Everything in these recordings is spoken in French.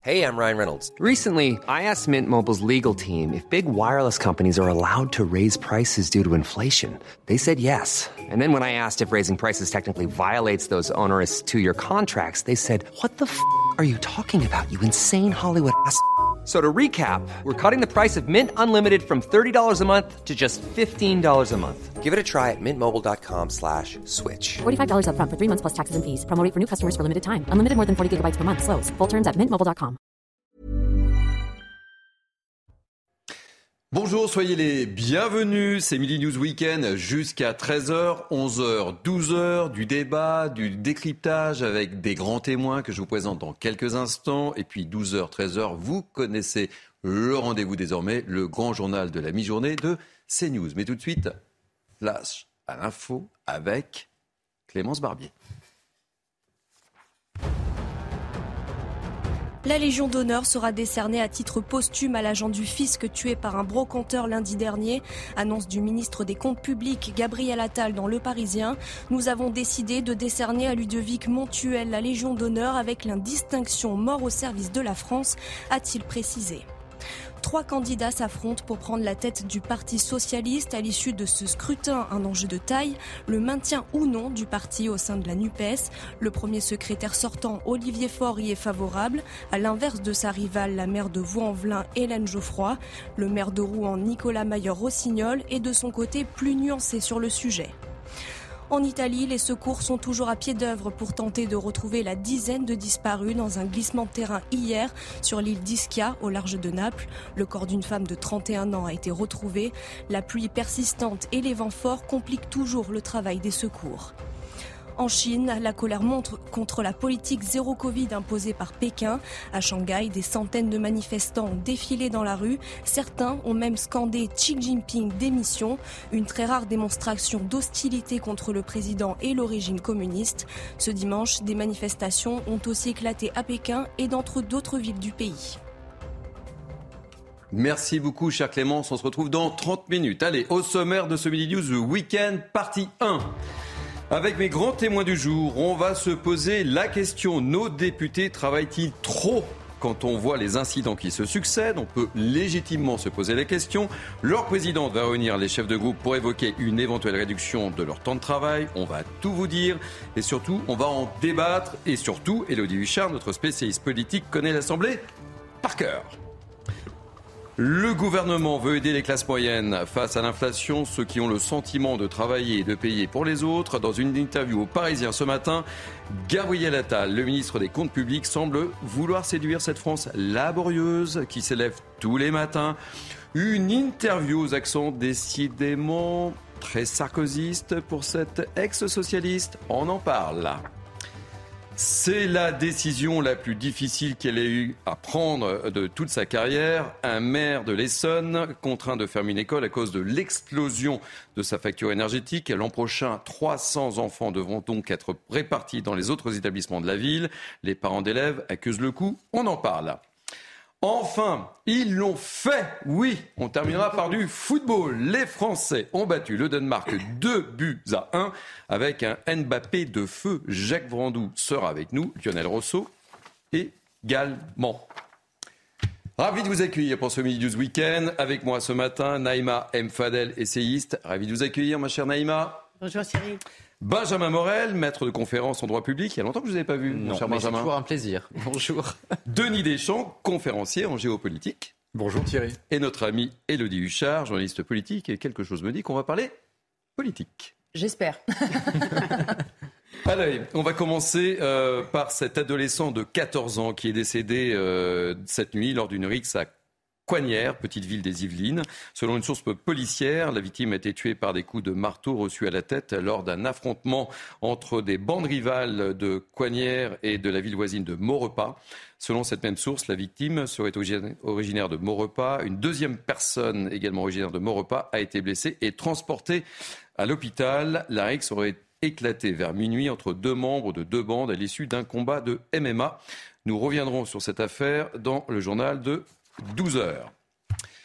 Hey, I'm Ryan Reynolds. Recently, I asked Mint Mobile's legal team if big wireless companies are allowed to raise prices due to inflation. They said yes. And then when I asked if raising prices technically violates those onerous two-year contracts, they said, "What the f*** are you talking about, you insane Hollywood ass?" So to recap, we're cutting the price of Mint Unlimited from $30 a month to just $15 a month. Give it a try at mintmobile.com/switch. $45 up front for 3 months plus taxes and fees. Promo rate for new customers for limited time. Unlimited more than 40 gigabytes per month. Slows full terms at mintmobile.com. Bonjour, soyez les bienvenus, c'est Midi News Weekend jusqu'à 13h, 11h, 12h, du débat, du décryptage avec des grands témoins que je vous présente dans quelques instants. Et puis 12h, 13h, vous connaissez le rendez-vous désormais, le grand journal de la mi-journée de CNews. Mais tout de suite, place à l'info avec Clémence Barbier. La Légion d'honneur sera décernée à titre posthume à l'agent du fisc tué par un brocanteur lundi dernier. Annonce du ministre des Comptes publics Gabriel Attal dans Le Parisien. Nous avons décidé de décerner à Ludovic Montuel la Légion d'honneur avec la distinction mort au service de la France, a-t-il précisé. 3 candidats s'affrontent pour prendre la tête du Parti socialiste à l'issue de ce scrutin, un enjeu de taille, le maintien ou non du parti au sein de la NUPES. Le premier secrétaire sortant, Olivier Faure, y est favorable, à l'inverse de sa rivale, la maire de Vaux-en-Velin, Hélène Geoffroy. Le maire de Rouen, Nicolas Mayer-Rossignol, est de son côté plus nuancé sur le sujet. En Italie, les secours sont toujours à pied d'œuvre pour tenter de retrouver la dizaine de disparus dans un glissement de terrain hier sur l'île d'Ischia, au large de Naples. Le corps d'une femme de 31 ans a été retrouvé. La pluie persistante et les vents forts compliquent toujours le travail des secours. En Chine, la colère monte contre la politique zéro Covid imposée par Pékin. À Shanghai, des centaines de manifestants ont défilé dans la rue. Certains ont même scandé Xi Jinping démission, une très rare démonstration d'hostilité contre le président et le régime communiste. Ce dimanche, des manifestations ont aussi éclaté à Pékin et dans d'autres villes du pays. Merci beaucoup, cher Clémence. On se retrouve dans 30 minutes. Allez, au sommaire de ce Midi News Weekend, partie 1. Avec mes grands témoins du jour, on va se poser la question, nos députés travaillent-ils trop ? Quand on voit les incidents qui se succèdent, on peut légitimement se poser la question. Leur présidente va réunir les chefs de groupe pour évoquer une éventuelle réduction de leur temps de travail. On va tout vous dire et surtout, on va en débattre. Et surtout, Élodie Huchard, notre spécialiste politique, connaît l'Assemblée par cœur. Le gouvernement veut aider les classes moyennes face à l'inflation, ceux qui ont le sentiment de travailler et de payer pour les autres. Dans une interview au Parisien ce matin, Gabriel Attal, le ministre des Comptes publics, semble vouloir séduire cette France laborieuse qui s'élève tous les matins. Une interview aux accents décidément très sarkozystes pour cet ex-socialiste. On en parle. C'est la décision la plus difficile qu'elle ait eu à prendre de toute sa carrière. Un maire de l'Essonne contraint de fermer une école à cause de l'explosion de sa facture énergétique. L'an prochain, 300 enfants devront donc être répartis dans les autres établissements de la ville. Les parents d'élèves accusent le coup. On en parle. Enfin, ils l'ont fait. Oui, on terminera par du football. Les Français ont battu le Danemark 2-1 avec un Mbappé de feu. Jacques Brandou sera avec nous, Lionel Rousseau également. Ravi de vous accueillir pour ce Midi News Weekend. Avec moi ce matin, Naïma M. Fadel, essayiste. Ravi de vous accueillir, ma chère Naïma. Bonjour Cyril. Benjamin Morel, maître de conférence en droit public. Il y a longtemps que je ne vous avais pas vu, mon cher Benjamin. C'est toujours un plaisir. Bonjour. Denis Deschamps, conférencier en géopolitique. Bonjour Thierry. Et notre ami Élodie Huchard, journaliste politique. Et quelque chose me dit qu'on va parler politique. J'espère. Allez, on va commencer par cet adolescent de 14 ans qui est décédé cette nuit lors d'une rixe à Coignières, petite ville des Yvelines. Selon une source policière, la victime a été tuée par des coups de marteau reçus à la tête lors d'un affrontement entre des bandes rivales de Coignières et de la ville voisine de Maurepas. Selon cette même source, la victime serait originaire de Maurepas. Une deuxième personne, également originaire de Maurepas, a été blessée et transportée à l'hôpital. La rixe aurait éclaté vers minuit entre deux membres de deux bandes à l'issue d'un combat de MMA. Nous reviendrons sur cette affaire dans le journal de 12h.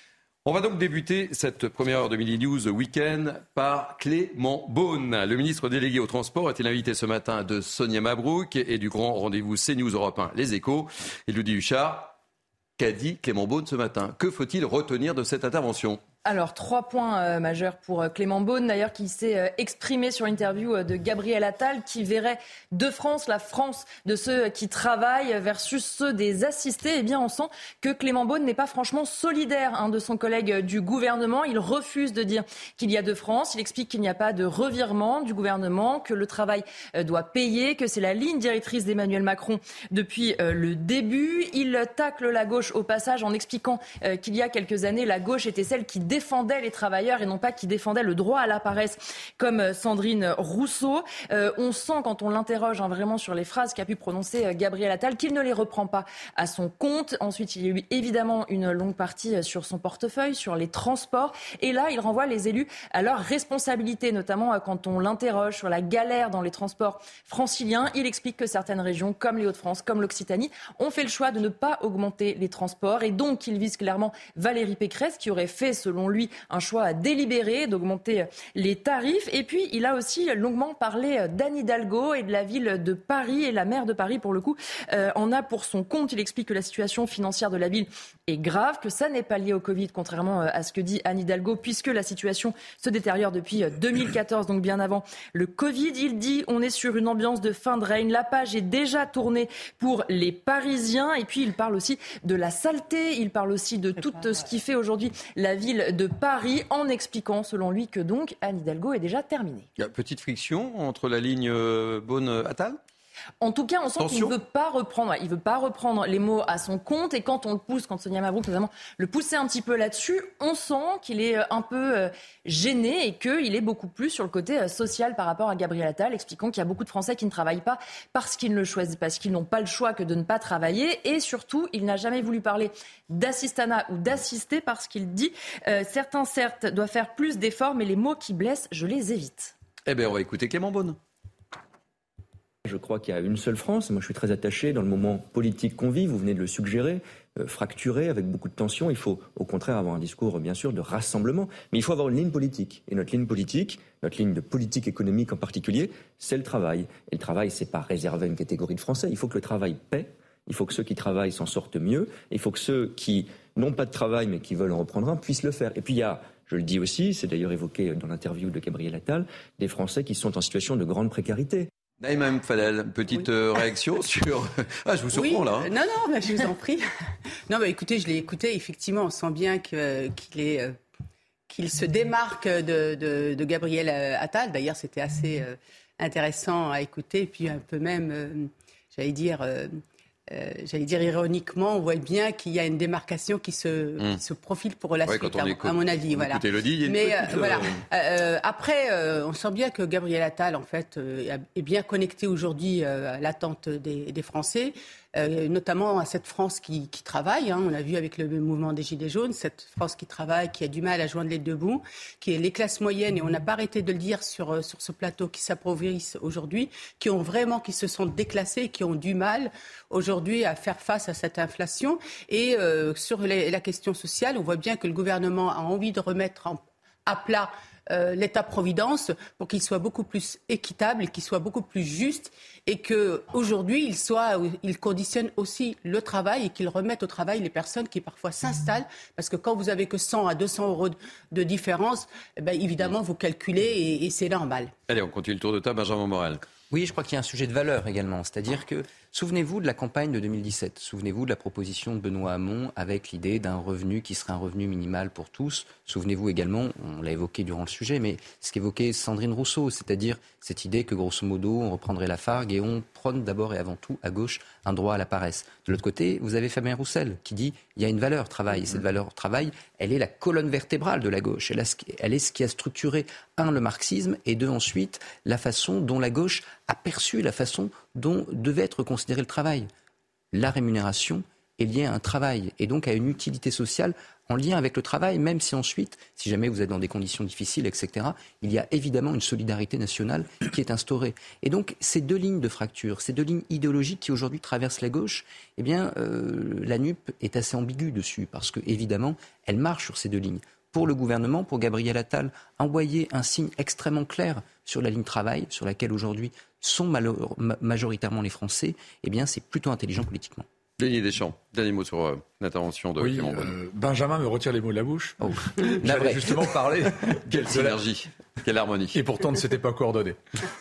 On va donc débuter cette première heure de Midi News Week-end par Clément Beaune. Le ministre délégué au transport était l'invité ce matin de Sonia Mabrouk et du grand rendez-vous CNews Europe 1, Les Échos. Élodie Huchard, qu'a dit Clément Beaune ce matin? Que faut-il retenir de cette intervention? Alors, 3 points majeurs pour Clément Beaune, d'ailleurs, qui s'est exprimé sur l'interview de Gabriel Attal, qui verrait deux France, la France de ceux qui travaillent versus ceux des assistés. Eh bien, on sent que Clément Beaune n'est pas franchement solidaire de son collègue du gouvernement. Il refuse de dire qu'il y a deux France. Il explique qu'il n'y a pas de revirement du gouvernement, que le travail doit payer, que c'est la ligne directrice d'Emmanuel Macron depuis le début. Il tacle la gauche au passage en expliquant qu'il y a quelques années, la gauche était celle qui défendait les travailleurs et non pas qui défendait le droit à la paresse comme Sandrine Rousseau. On sent quand on l'interroge vraiment sur les phrases qu'a pu prononcer Gabriel Attal qu'il ne les reprend pas à son compte. Ensuite, il y a eu évidemment une longue partie sur son portefeuille, sur les transports. Et là, il renvoie les élus à leurs responsabilités, notamment quand on l'interroge sur la galère dans les transports franciliens. Il explique que certaines régions, comme les Hauts-de-France, comme l'Occitanie, ont fait le choix de ne pas augmenter les transports. Et donc, il vise clairement Valérie Pécresse, qui aurait fait, selon lui, un choix délibéré d'augmenter les tarifs. Et puis, il a aussi longuement parlé d'Anne Hidalgo et de la ville de Paris. Et la maire de Paris, pour le coup, en a pour son compte. Il explique que la situation financière de la ville est grave, que ça n'est pas lié au Covid, contrairement à ce que dit Anne Hidalgo, puisque la situation se détériore depuis 2014, donc bien avant le Covid. Il dit on est sur une ambiance de fin de règne. La page est déjà tournée pour les Parisiens. Et puis, il parle aussi de la saleté. Il parle aussi de tout ce qui fait aujourd'hui la ville de Paris, en expliquant, selon lui, que donc Anne Hidalgo est déjà terminée. Il y a petite friction entre la ligne Beaune-Attal? En tout cas, on sent qu'il ne veut pas reprendre les mots à son compte. Et quand on le pousse, quand Sonia Mabrouk notamment le poussait un petit peu là-dessus, on sent qu'il est un peu gêné et qu'il est beaucoup plus sur le côté social par rapport à Gabriel Attal, expliquant qu'il y a beaucoup de Français qui ne travaillent pas parce qu'ils ne le choisissent, parce qu'ils n'ont pas le choix que de ne pas travailler. Et surtout, il n'a jamais voulu parler d'assistanat ou d'assister parce qu'il dit certains, certes, doivent faire plus d'efforts, mais les mots qui blessent, je les évite. Eh bien, on va écouter Clément Beaune. Je crois qu'il y a une seule France. Moi, je suis très attaché dans le moment politique qu'on vit. Vous venez de le suggérer, fracturé, avec beaucoup de tensions. Il faut, au contraire, avoir un discours, bien sûr, de rassemblement. Mais il faut avoir une ligne politique. Et notre ligne politique, notre ligne de politique économique en particulier, c'est le travail. Et le travail, c'est pas réservé à une catégorie de Français. Il faut que le travail paie. Il faut que ceux qui travaillent s'en sortent mieux. Il faut que ceux qui n'ont pas de travail, mais qui veulent en reprendre un, puissent le faire. Et puis, il y a, je le dis aussi, c'est d'ailleurs évoqué dans l'interview de Gabriel Attal, des Français qui sont en situation de grande précarité. Naïma M. Fadel, petite réaction sur... Ah, je vous surprends là. Non, je vous en prie. Non, écoutez, je l'ai écouté. Effectivement, on sent bien qu'il se démarque de Gabriel Attal. D'ailleurs, c'était assez intéressant à écouter. Et puis un peu même, j'allais dire ironiquement, on voit bien qu'il y a une démarcation qui se profile pour la suite, à mon avis. Voilà. Élodie, mais voilà. Après, on sent bien que Gabriel Attal, en fait, est bien connecté aujourd'hui à l'attente des Français. Notamment à cette France qui travaille. On a vu avec le mouvement des Gilets jaunes, cette France qui travaille, qui a du mal à joindre les deux bouts, qui est les classes moyennes, et on n'a pas arrêté de le dire sur ce plateau, qui s'appauvrissent aujourd'hui, qui se sont déclassés, qui ont du mal aujourd'hui à faire face à cette inflation. Et sur la question sociale, on voit bien que le gouvernement a envie de remettre à plat l'État-providence pour qu'il soit beaucoup plus équitable et qu'il soit beaucoup plus juste, et qu'aujourd'hui, il conditionne aussi le travail et qu'il remette au travail les personnes qui parfois s'installent, parce que quand vous avez que 100 à 200 euros de différence, évidemment, vous calculez et c'est normal. Allez, on continue le tour de table. Benjamin Morel. Oui, je crois qu'il y a un sujet de valeur également. C'est-à-dire que, souvenez-vous de la campagne de 2017. Souvenez-vous de la proposition de Benoît Hamon avec l'idée d'un revenu qui serait un revenu minimal pour tous. Souvenez-vous également, on l'a évoqué durant le sujet, mais ce qu'évoquait Sandrine Rousseau, c'est-à-dire cette idée que, grosso modo, on reprendrait la Fargue et on prône d'abord et avant tout, à gauche, un droit à la paresse. De l'autre côté, vous avez Fabien Roussel qui dit il y a une valeur travail. Et cette valeur travail, elle est la colonne vertébrale de la gauche. Elle est ce qui a structuré, le marxisme, et ensuite, la façon dont la gauche a perçu la façon dont devait être considéré le travail. La rémunération est liée à un travail et donc à une utilité sociale en lien avec le travail, même si ensuite, si jamais vous êtes dans des conditions difficiles, etc., il y a évidemment une solidarité nationale qui est instaurée. Et donc, ces deux lignes de fracture, ces deux lignes idéologiques qui aujourd'hui traversent la gauche, eh bien, la NUP est assez ambiguë dessus, parce que évidemment, elle marche sur ces deux lignes. Pour le gouvernement, pour Gabriel Attal, envoyer un signe extrêmement clair sur la ligne travail, sur laquelle aujourd'hui sont majoritairement les Français, eh bien, c'est plutôt intelligent politiquement. Denis Deschamps, dernier mot sur l'intervention de Clément Beaune. Benjamin me retire les mots de la bouche. Oh. J'allais justement parler. Quelle synergie, quelle harmonie. Et pourtant, ne s'était pas coordonné.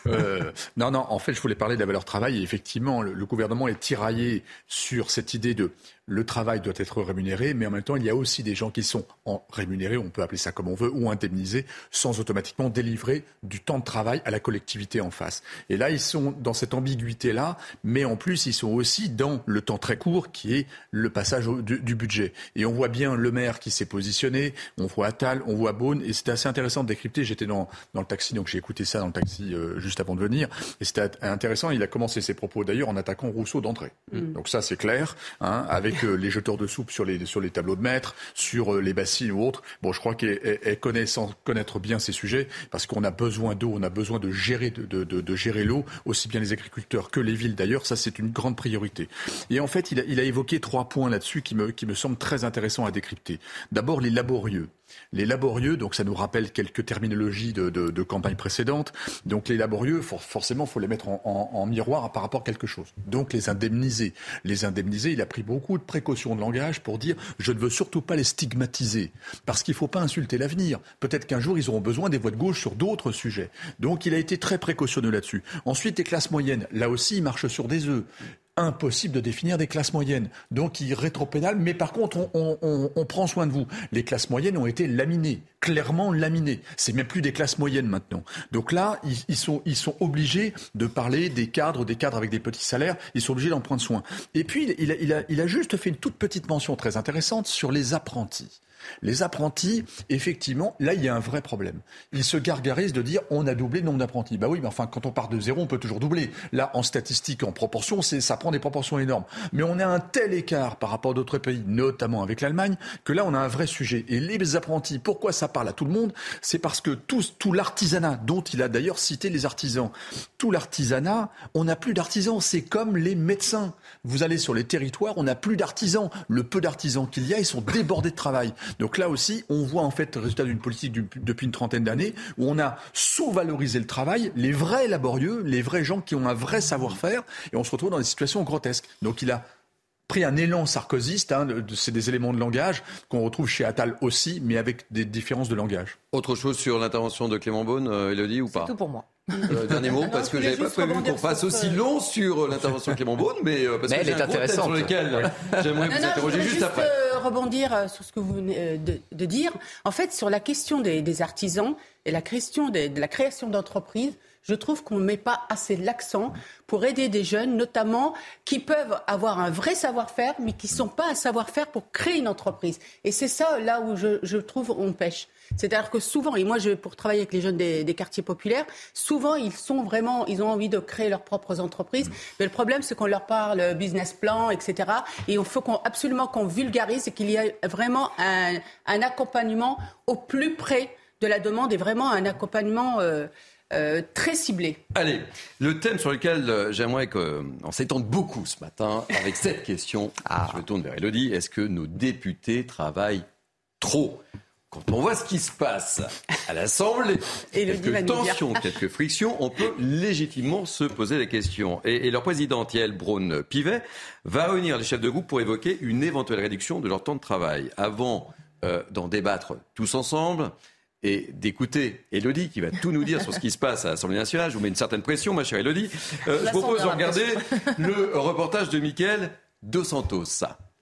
Non, en fait, je voulais parler de la valeur travail. Et effectivement, le gouvernement est tiraillé sur cette idée de le travail doit être rémunéré, mais en même temps, il y a aussi des gens qui sont rémunérés, on peut appeler ça comme on veut, ou indemnisés, sans automatiquement délivrer du temps de travail à la collectivité en face. Et là, ils sont dans cette ambiguïté-là, mais en plus, ils sont aussi dans le temps très court, qui est le passage du budget. Et on voit bien le maire qui s'est positionné, on voit Attal, on voit Beaune, et c'était assez intéressant de décrypter. J'étais dans le taxi, donc j'ai écouté ça dans le taxi juste avant de venir, et c'était intéressant. Il a commencé ses propos d'ailleurs en attaquant Rousseau d'entrée. Donc ça, c'est clair, avec les jeteurs de soupe sur les tableaux de maître, sur les bassines ou autres. Bon, je crois qu'elle connaît sans connaître bien ces sujets, parce qu'on a besoin d'eau, on a besoin de gérer l'eau, aussi bien les agriculteurs que les villes d'ailleurs. Ça, c'est une grande priorité. Et en fait, il a évoqué 3 points là-dessus qui me semblent très intéressants à décrypter. D'abord, les laborieux. Les laborieux, donc ça nous rappelle quelques terminologies de campagne précédentes. Donc les laborieux, forcément, il faut les mettre en miroir par rapport à quelque chose. Donc les indemniser. Les indemniser, il a pris beaucoup de précautions de langage pour dire « je ne veux surtout pas les stigmatiser ». Parce qu'il ne faut pas insulter l'avenir. Peut-être qu'un jour, ils auront besoin des voix de gauche sur d'autres sujets. Donc il a été très précautionneux là-dessus. Ensuite, les classes moyennes. Là aussi, il marche sur des œufs. Impossible de définir des classes moyennes. Donc, il rétropénale, mais par contre, on prend soin de vous. Les classes moyennes ont été laminées, clairement laminées. C'est même plus des classes moyennes maintenant. Donc là, ils sont obligés de parler des cadres avec des petits salaires. Ils sont obligés d'en prendre soin. Et puis, il a juste fait une toute petite mention très intéressante sur les apprentis. Les apprentis, effectivement, là, il y a un vrai problème. Ils se gargarisent de dire on a doublé le nombre d'apprentis. Bah oui, mais enfin, quand on part de zéro, on peut toujours doubler. Là, en statistique, en proportion, ça prend des proportions énormes. Mais on a un tel écart par rapport à d'autres pays, notamment avec l'Allemagne, que là, on a un vrai sujet. Et les apprentis, pourquoi ça parle à tout le monde ? C'est parce que tout l'artisanat, dont il a d'ailleurs cité les artisans, tout l'artisanat, on n'a plus d'artisans. C'est comme les médecins. Vous allez sur les territoires, on n'a plus d'artisans. Le peu d'artisans qu'il y a, ils sont débordés de travail. Donc là aussi, on voit en fait le résultat d'une politique depuis une trentaine d'années où on a sous-valorisé le travail, les vrais laborieux, les vrais gens qui ont un vrai savoir-faire, et on se retrouve dans des situations grotesques. Donc il a pris un élan sarkozyste, c'est des éléments de langage qu'on retrouve chez Attal aussi, mais avec des différences de langage. Autre chose sur l'intervention de Clément Beaune, Élodie, ou pas ? C'est tout pour moi. Dernier mot, parce que j'avais pas prévu qu'on fasse aussi long sur l'intervention de Clément Beaune, mais parce que elle est intéressante. Sur lequel j'aimerais vous interroger juste après. Rebondir sur ce que vous venez de dire. En fait, sur la question des artisans et la question de la création d'entreprises, je trouve qu'on ne met pas assez l'accent pour aider des jeunes, notamment, qui peuvent avoir un vrai savoir-faire, mais qui ne sont pas un savoir-faire pour créer une entreprise. Et c'est ça, là où je trouve on pêche. C'est-à-dire que souvent, et moi, pour travailler avec les jeunes des quartiers populaires, souvent, ils ont envie de créer leurs propres entreprises. Mais le problème, c'est qu'on leur parle business plan, etc. Et il faut absolument qu'on vulgarise et qu'il y ait vraiment un accompagnement au plus près de la demande et vraiment un accompagnement très ciblé. Allez, le thème sur lequel j'aimerais qu'on s'étende beaucoup ce matin avec cette question, je me tourne vers Élodie, est-ce que nos députés travaillent trop ? Quand on voit ce qui se passe à l'Assemblée, quelques tensions, quelques frictions, on peut légitimement se poser la question. Et leur présidente, Yaël Braun-Pivet, va réunir les chefs de groupe pour évoquer une éventuelle réduction de leur temps de travail. Avant d'en débattre tous ensemble et d'écouter Élodie, qui va tout nous dire sur ce qui se passe à l'Assemblée nationale, je vous mets une certaine pression, ma chère Élodie, je propose de regarder le reportage de Mickaël Dos Santos.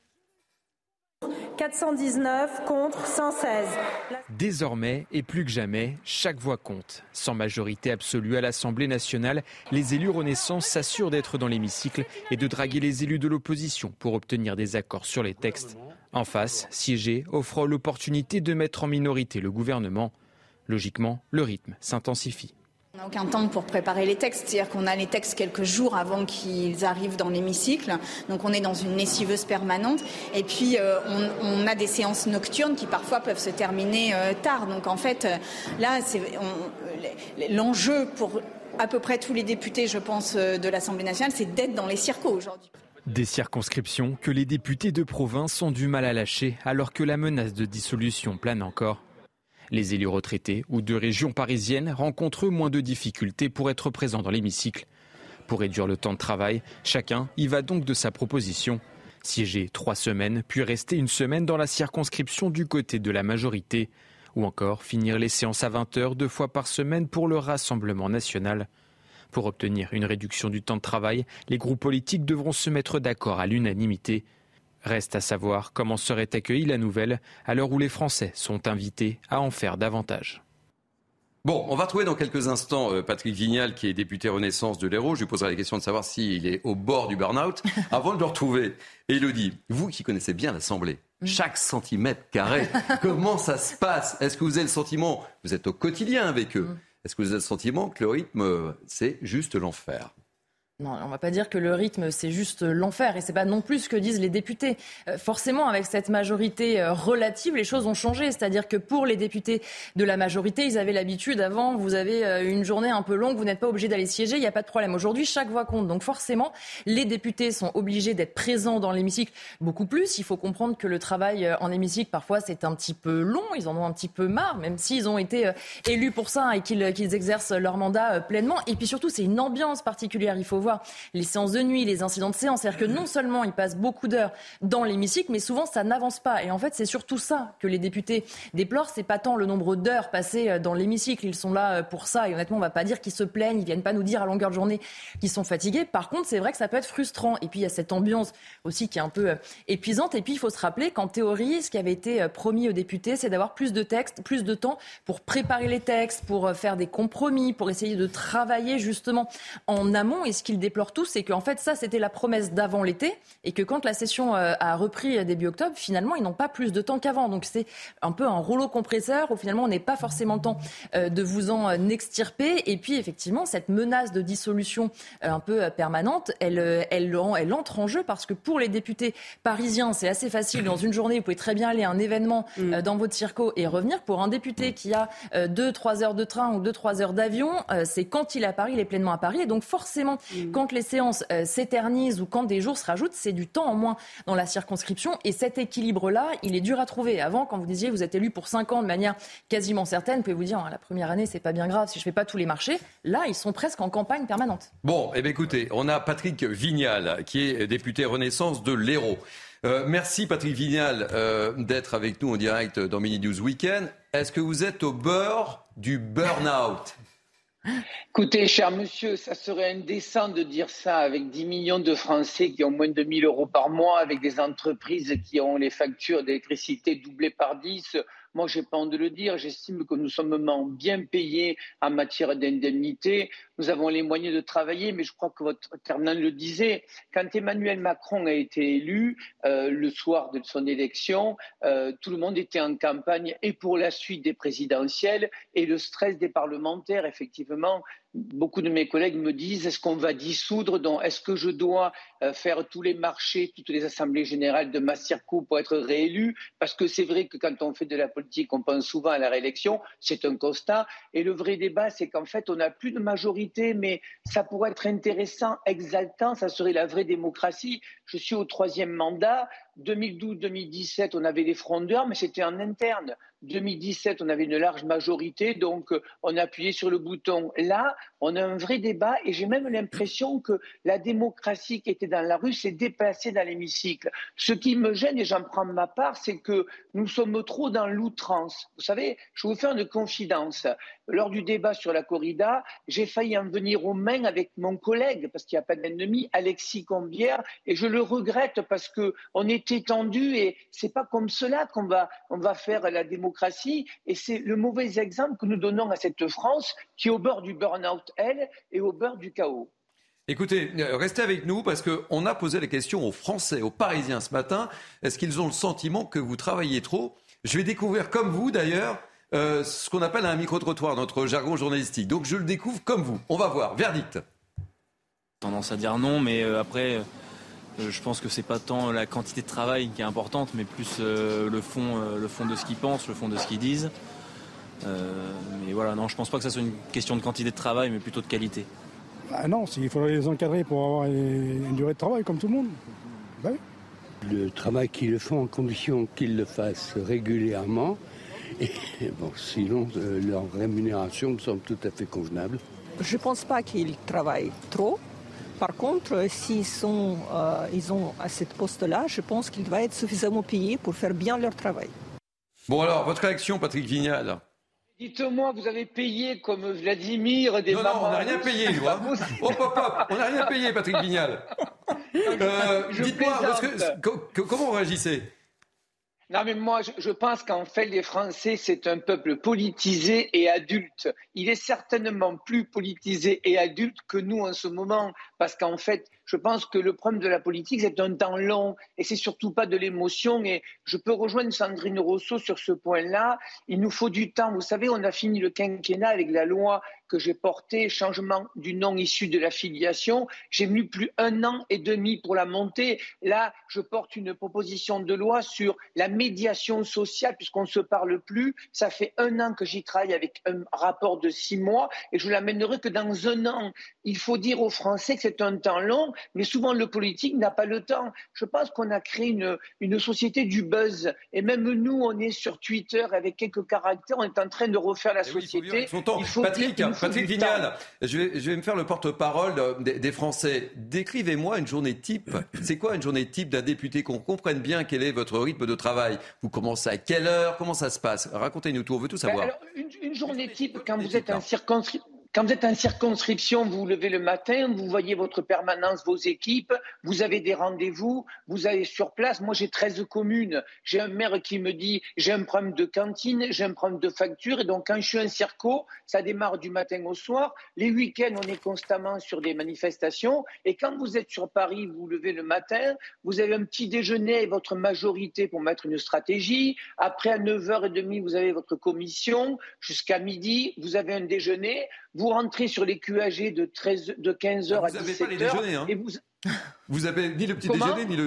419 contre 116. Désormais, et plus que jamais, chaque voix compte. Sans majorité absolue à l'Assemblée nationale, les élus Renaissance s'assurent d'être dans l'hémicycle et de draguer les élus de l'opposition pour obtenir des accords sur les textes. En face, siéger offre l'opportunité de mettre en minorité le gouvernement. Logiquement, le rythme s'intensifie. On n'a aucun temps pour préparer les textes, c'est-à-dire qu'on a les textes quelques jours avant qu'ils arrivent dans l'hémicycle, donc on est dans une lessiveuse permanente, et puis on a des séances nocturnes qui parfois peuvent se terminer tard, donc en fait là l'enjeu pour à peu près tous les députés, je pense, de l'Assemblée nationale, c'est d'être dans les circos aujourd'hui. Des circonscriptions que les députés de province ont du mal à lâcher alors que la menace de dissolution plane encore. Les élus retraités ou de régions parisiennes rencontrent moins de difficultés pour être présents dans l'hémicycle. Pour réduire le temps de travail, chacun y va donc de sa proposition. Siéger 3 semaines, puis rester 1 semaine dans la circonscription du côté de la majorité. Ou encore finir les séances à 20h 2 fois par semaine pour le Rassemblement national. Pour obtenir une réduction du temps de travail, les groupes politiques devront se mettre d'accord à l'unanimité. Reste à savoir comment serait accueillie la nouvelle à l'heure où les Français sont invités à en faire davantage. Bon, on va retrouver dans quelques instants Patrick Vignal, qui est député Renaissance de l'Hérault. Je lui poserai la question de savoir s'il est au bord du burn-out. Avant de le retrouver, Élodie, vous qui connaissez bien l'Assemblée, chaque centimètre carré, comment ça se passe ? Est-ce que vous avez le sentiment, vous êtes au quotidien avec eux, est-ce que vous avez le sentiment que le rythme, c'est juste l'enfer ? Non, on ne va pas dire que le rythme, c'est juste l'enfer. Et ce n'est pas non plus ce que disent les députés. Forcément, avec cette majorité relative, les choses ont changé. C'est-à-dire que pour les députés de la majorité, ils avaient l'habitude, avant, vous avez une journée un peu longue, vous n'êtes pas obligé d'aller siéger, il n'y a pas de problème. Aujourd'hui, chaque voix compte. Donc forcément, les députés sont obligés d'être présents dans l'hémicycle beaucoup plus. Il faut comprendre que le travail en hémicycle, parfois, c'est un petit peu long. Ils en ont un petit peu marre, même s'ils ont été élus pour ça et qu'ils exercent leur mandat pleinement. Et puis surtout, c'est une ambiance particulière. Il faut voir les séances de nuit, les incidents de séance. C'est-à-dire que non seulement ils passent beaucoup d'heures dans l'hémicycle, mais souvent ça n'avance pas. Et en fait, c'est surtout ça que les députés déplorent. C'est pas tant le nombre d'heures passées dans l'hémicycle. Ils sont là pour ça. Et honnêtement, on va pas dire qu'ils se plaignent. Ils viennent pas nous dire à longueur de journée qu'ils sont fatigués. Par contre, c'est vrai que ça peut être frustrant. Et puis, il y a cette ambiance aussi qui est un peu épuisante. Et puis, il faut se rappeler qu'en théorie, ce qui avait été promis aux députés, c'est d'avoir plus de textes, plus de temps pour préparer les textes, pour faire des compromis, pour essayer de travailler justement en amont. Et ce qu'ils déplorent tous, c'est qu'en fait, ça, c'était la promesse d'avant l'été et que quand la session a repris début octobre, finalement, ils n'ont pas plus de temps qu'avant. Donc, c'est un peu un rouleau compresseur où finalement, on n'est pas forcément le temps de vous en extirper. Et puis, effectivement, cette menace de dissolution un peu permanente, elle entre en jeu parce que pour les députés parisiens, c'est assez facile. Dans une journée, vous pouvez très bien aller à un événement dans votre circo et revenir. Pour un député qui a 2-3 heures de train ou 2-3 heures d'avion, c'est quand il est à Paris, il est pleinement à Paris. Et donc, forcément, quand les séances s'éternisent ou quand des jours se rajoutent, c'est du temps en moins dans la circonscription. Et cet équilibre-là, il est dur à trouver. Avant, quand vous disiez vous êtes élu pour 5 ans de manière quasiment certaine, vous pouvez vous dire la première année, c'est pas bien grave si je fais pas tous les marchés. Là, ils sont presque en campagne permanente. Bon, eh bien écoutez, on a Patrick Vignal, qui est député Renaissance de l'Hérault. Merci Patrick Vignal d'être avec nous en direct dans Mini News Weekend. Est-ce que vous êtes au bord du burn-out ? Écoutez, cher monsieur, ça serait indécent de dire ça avec 10 millions de Français qui ont moins de 1 000 euros par mois, avec des entreprises qui ont les factures d'électricité doublées par 10. Moi, j'ai pas honte de le dire. J'estime que nous sommes bien payés en matière d'indemnité. Nous avons les moyens de travailler, mais je crois que votre Carnan le disait. Quand Emmanuel Macron a été élu, le soir de son élection, tout le monde était en campagne et pour la suite des présidentielles et le stress des parlementaires, effectivement. Beaucoup de mes collègues me disent, est-ce qu'on va dissoudre, donc est-ce que je dois faire tous les marchés, toutes les assemblées générales de ma circo pour être réélu? Parce que c'est vrai que quand on fait de la politique, on pense souvent à la réélection, c'est un constat. Et le vrai débat, c'est qu'en fait, on n'a plus de majorité, mais ça pourrait être intéressant, exaltant, ça serait la vraie démocratie. Je suis au 3e mandat. 2012-2017, on avait des frondeurs, mais c'était en interne. 2017, on avait une large majorité, donc on appuyait sur le bouton. Là, on a un vrai débat et j'ai même l'impression que la démocratie qui était dans la rue s'est déplacée dans l'hémicycle. Ce qui me gêne, et j'en prends ma part, c'est que nous sommes trop dans l'outrance. Vous savez, je vais vous faire une confidence. Lors du débat sur la corrida, j'ai failli en venir aux mains avec mon collègue, parce qu'il n'y a pas d'ennemi, Alexis Combière, et je le regrette parce qu'on était tendu et c'est pas comme cela qu'on va faire la démocratie. Et c'est le mauvais exemple que nous donnons à cette France qui est au bord du burn-out, elle, et au bord du chaos. Écoutez, restez avec nous parce qu'on a posé la question aux Français, aux Parisiens ce matin. Est-ce qu'ils ont le sentiment que vous travaillez trop ? Je vais découvrir, comme vous d'ailleurs, ce qu'on appelle un micro-trottoir, notre jargon journalistique. Donc je le découvre comme vous. On va voir. Verdict. Tendance à dire non, mais après, je pense que c'est pas tant la quantité de travail qui est importante, mais plus le fond de ce qu'ils pensent, le fond de ce qu'ils disent. Mais voilà, non, je pense pas que ça soit une question de quantité de travail, mais plutôt de qualité. Non, il faudrait les encadrer pour avoir une durée de travail comme tout le monde. Ouais. Le travail qu'ils font en condition qu'ils le fassent régulièrement. Et sinon, leur rémunération me semble tout à fait convenable. Je ne pense pas qu'ils travaillent trop. Par contre, s'ils ils ont à ce poste-là, je pense qu'ils doivent être suffisamment payés pour faire bien leur travail. Bon alors, votre réaction, Patrick Vignal? Dites-moi, vous avez payé comme Vladimir des mamans? Non, on n'a rien payé, nous. Hein. Hop, on n'a rien payé, Patrick Vignal. Dites-moi, comment vous réagissez? Non, mais moi, je pense qu'en fait, les Français, c'est un peuple politisé et adulte. Il est certainement plus politisé et adulte que nous en ce moment, parce qu'en fait, je pense que le problème de la politique, c'est un temps long et c'est surtout pas de l'émotion. Et je peux rejoindre Sandrine Rousseau sur ce point-là. Il nous faut du temps. Vous savez, on a fini le quinquennat avec la loi que j'ai portée, changement du nom issu de la filiation. J'ai mis plus 1 an et demi pour la monter. Là, je porte une proposition de loi sur la médiation sociale, puisqu'on ne se parle plus. Ça fait 1 an que j'y travaille avec un rapport de 6 mois et je l'amènerai que dans 1 an. Il faut dire aux Français que c'est un temps long, mais souvent le politique n'a pas le temps. Je pense qu'on a créé une société du buzz. Et même nous, on est sur Twitter avec quelques caractères, on est en train de refaire la société. Patrick Vignal, je vais me faire le porte-parole des Français. Décrivez-moi une journée type. C'est quoi une journée type d'un député, qu'on comprenne bien quel est votre rythme de travail? Vous commencez à quelle heure? Comment ça se passe? Racontez-nous tout, on veut tout savoir. Alors, une journée type, quand vous êtes en circonscription, vous vous levez le matin, vous voyez votre permanence, vos équipes, vous avez des rendez-vous, vous allez sur place. Moi, j'ai 13 communes. J'ai un maire qui me dit « j'ai un problème de cantine, j'ai un problème de facture ». Et donc, quand je suis un circo, ça démarre du matin au soir. Les week-ends, on est constamment sur des manifestations. Et quand vous êtes sur Paris, vous vous levez le matin, vous avez un petit déjeuner avec votre majorité pour mettre une stratégie. Après, à 9h30, vous avez votre commission. Jusqu'à midi, vous avez un déjeuner. Vous rentrez sur les QAG de 15h à 17h. Vous n'avez pas les déjeuners, hein. Vous n'avez ni le petit déjeuner, ni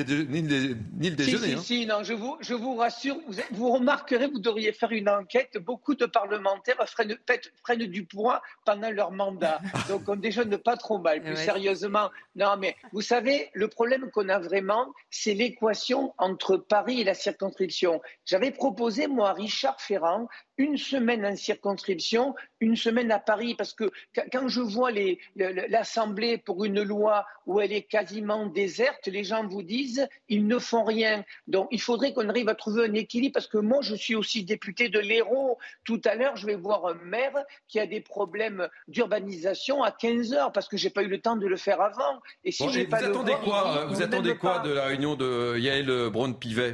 le déjeuner. Si, non, je vous rassure, vous remarquerez, vous devriez faire une enquête, beaucoup de parlementaires prennent du poids pendant leur mandat. Donc on déjeune pas trop mal, plus sérieusement. Non, mais vous savez, le problème qu'on a vraiment, c'est l'équation entre Paris et la circonscription. J'avais proposé, moi, à Richard Ferrand, 1 semaine en circonscription, 1 semaine à Paris, parce que quand je vois l'Assemblée pour une loi où elle est quasiment déserte, les gens vous disent ils ne font rien. Donc il faudrait qu'on arrive à trouver un équilibre, parce que moi je suis aussi député de l'Hérault. Tout à l'heure je vais voir un maire qui a des problèmes d'urbanisation à 15h parce que j'ai pas eu le temps de le faire avant. Et si j'ai pas vous attendez quoi de la réunion de Yaël Braun-Pivet?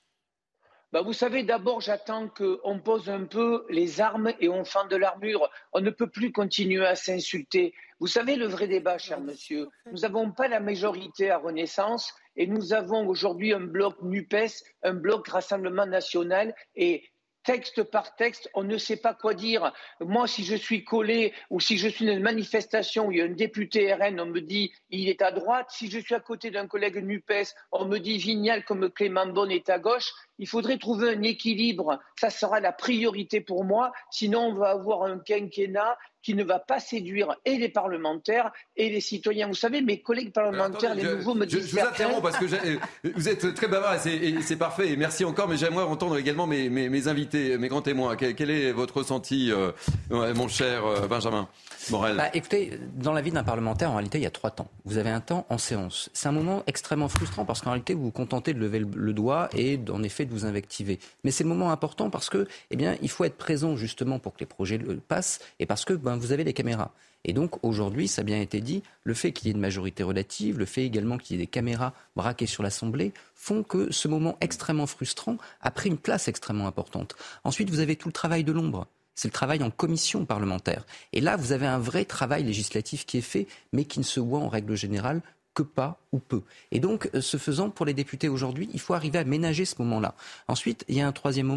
Vous savez, d'abord, j'attends qu'on pose un peu les armes et on fend de l'armure. On ne peut plus continuer à s'insulter. Vous savez, le vrai débat, cher monsieur, nous n'avons pas la majorité à Renaissance et nous avons aujourd'hui un bloc NUPES, un bloc Rassemblement National et texte par texte, on ne sait pas quoi dire. Moi, si je suis collé ou si je suis dans une manifestation où il y a un député RN, on me dit il est à droite. Si je suis à côté d'un collègue NUPES, on me dit Vignal comme Clément Beaune est à gauche. Il faudrait trouver un équilibre. Ça sera la priorité pour moi. Sinon, on va avoir un quinquennat qui ne va pas séduire et les parlementaires et les citoyens. Vous savez, mes collègues parlementaires, les nouveaux me disent... Je vous interromps parce que vous êtes très bavard et c'est parfait. Et merci encore, mais j'aimerais entendre également mes invités, mes grands témoins. Quel est votre ressenti, mon cher Benjamin Morel? Écoutez, dans la vie d'un parlementaire, en réalité, il y a 3 temps. Vous avez un temps en séance. C'est un moment extrêmement frustrant parce qu'en réalité, vous vous contentez de lever le doigt et en effet de vous invectiver. Mais c'est le moment important parce que, il faut être présent justement pour que les projets passent et parce que vous avez les caméras. Et donc aujourd'hui, ça a bien été dit, le fait qu'il y ait une majorité relative, le fait également qu'il y ait des caméras braquées sur l'Assemblée, font que ce moment extrêmement frustrant a pris une place extrêmement importante. Ensuite, vous avez tout le travail de l'ombre. C'est le travail en commission parlementaire. Et là, vous avez un vrai travail législatif qui est fait, mais qui ne se voit en règle générale que pas ou peu. Et donc, ce faisant, pour les députés aujourd'hui, il faut arriver à ménager ce moment-là. Ensuite, il y a un 3e moment,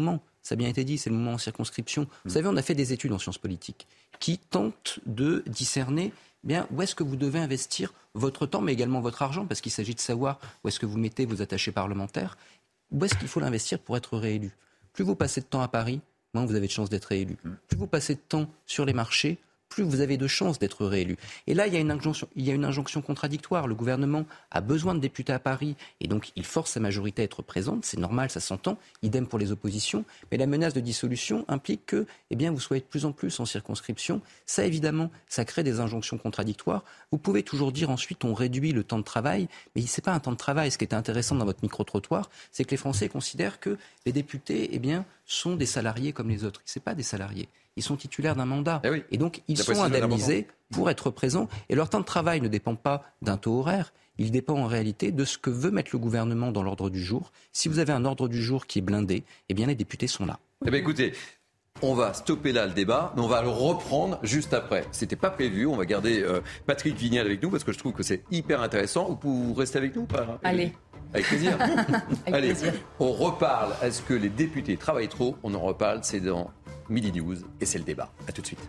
Ça a bien été dit, c'est le moment en circonscription. Vous savez, on a fait des études en sciences politiques qui tentent de discerner où est-ce que vous devez investir votre temps, mais également votre argent, parce qu'il s'agit de savoir où est-ce que vous mettez vos attachés parlementaires, où est-ce qu'il faut l'investir pour être réélu. Plus vous passez de temps à Paris, moins vous avez de chances d'être réélu. Plus vous passez de temps sur les marchés, plus vous avez de chances d'être réélu. Et là, il y a une injonction contradictoire. Le gouvernement a besoin de députés à Paris et donc il force sa majorité à être présente. C'est normal, ça s'entend. Idem pour les oppositions. Mais la menace de dissolution implique que vous soyez de plus en plus en circonscription. Ça, évidemment, ça crée des injonctions contradictoires. Vous pouvez toujours dire ensuite on réduit le temps de travail, mais ce n'est pas un temps de travail. Ce qui est intéressant dans votre micro-trottoir, c'est que les Français considèrent que les députés sont des salariés comme les autres. Ce n'est pas des salariés. Ils sont titulaires d'un mandat. Et donc, ils sont indemnisés pour être présents. Et leur temps de travail ne dépend pas d'un taux horaire. Il dépend en réalité de ce que veut mettre le gouvernement dans l'ordre du jour. Si vous avez un ordre du jour qui est blindé, les députés sont là. Écoutez, on va stopper là le débat, mais on va le reprendre juste après. C'était pas prévu. On va garder Patrick Vignal avec nous parce que je trouve que c'est hyper intéressant. Vous restez avec nous ou pas ? Allez. Avec plaisir. Allez, on reparle. Est-ce que les députés travaillent trop ? On en reparle. C'est dans Midi News et c'est le débat. A tout de suite.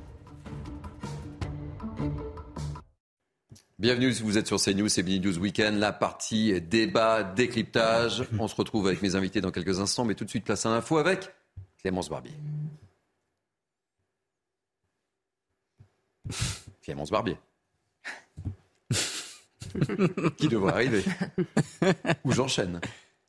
Bienvenue si vous êtes sur CNews, c'est Midi News Weekend, la partie débat, décryptage. On se retrouve avec mes invités dans quelques instants, mais tout de suite place à l'info avec Clémence Barbier. Clémence Barbier. Qui devrait arriver. Ou j'enchaîne.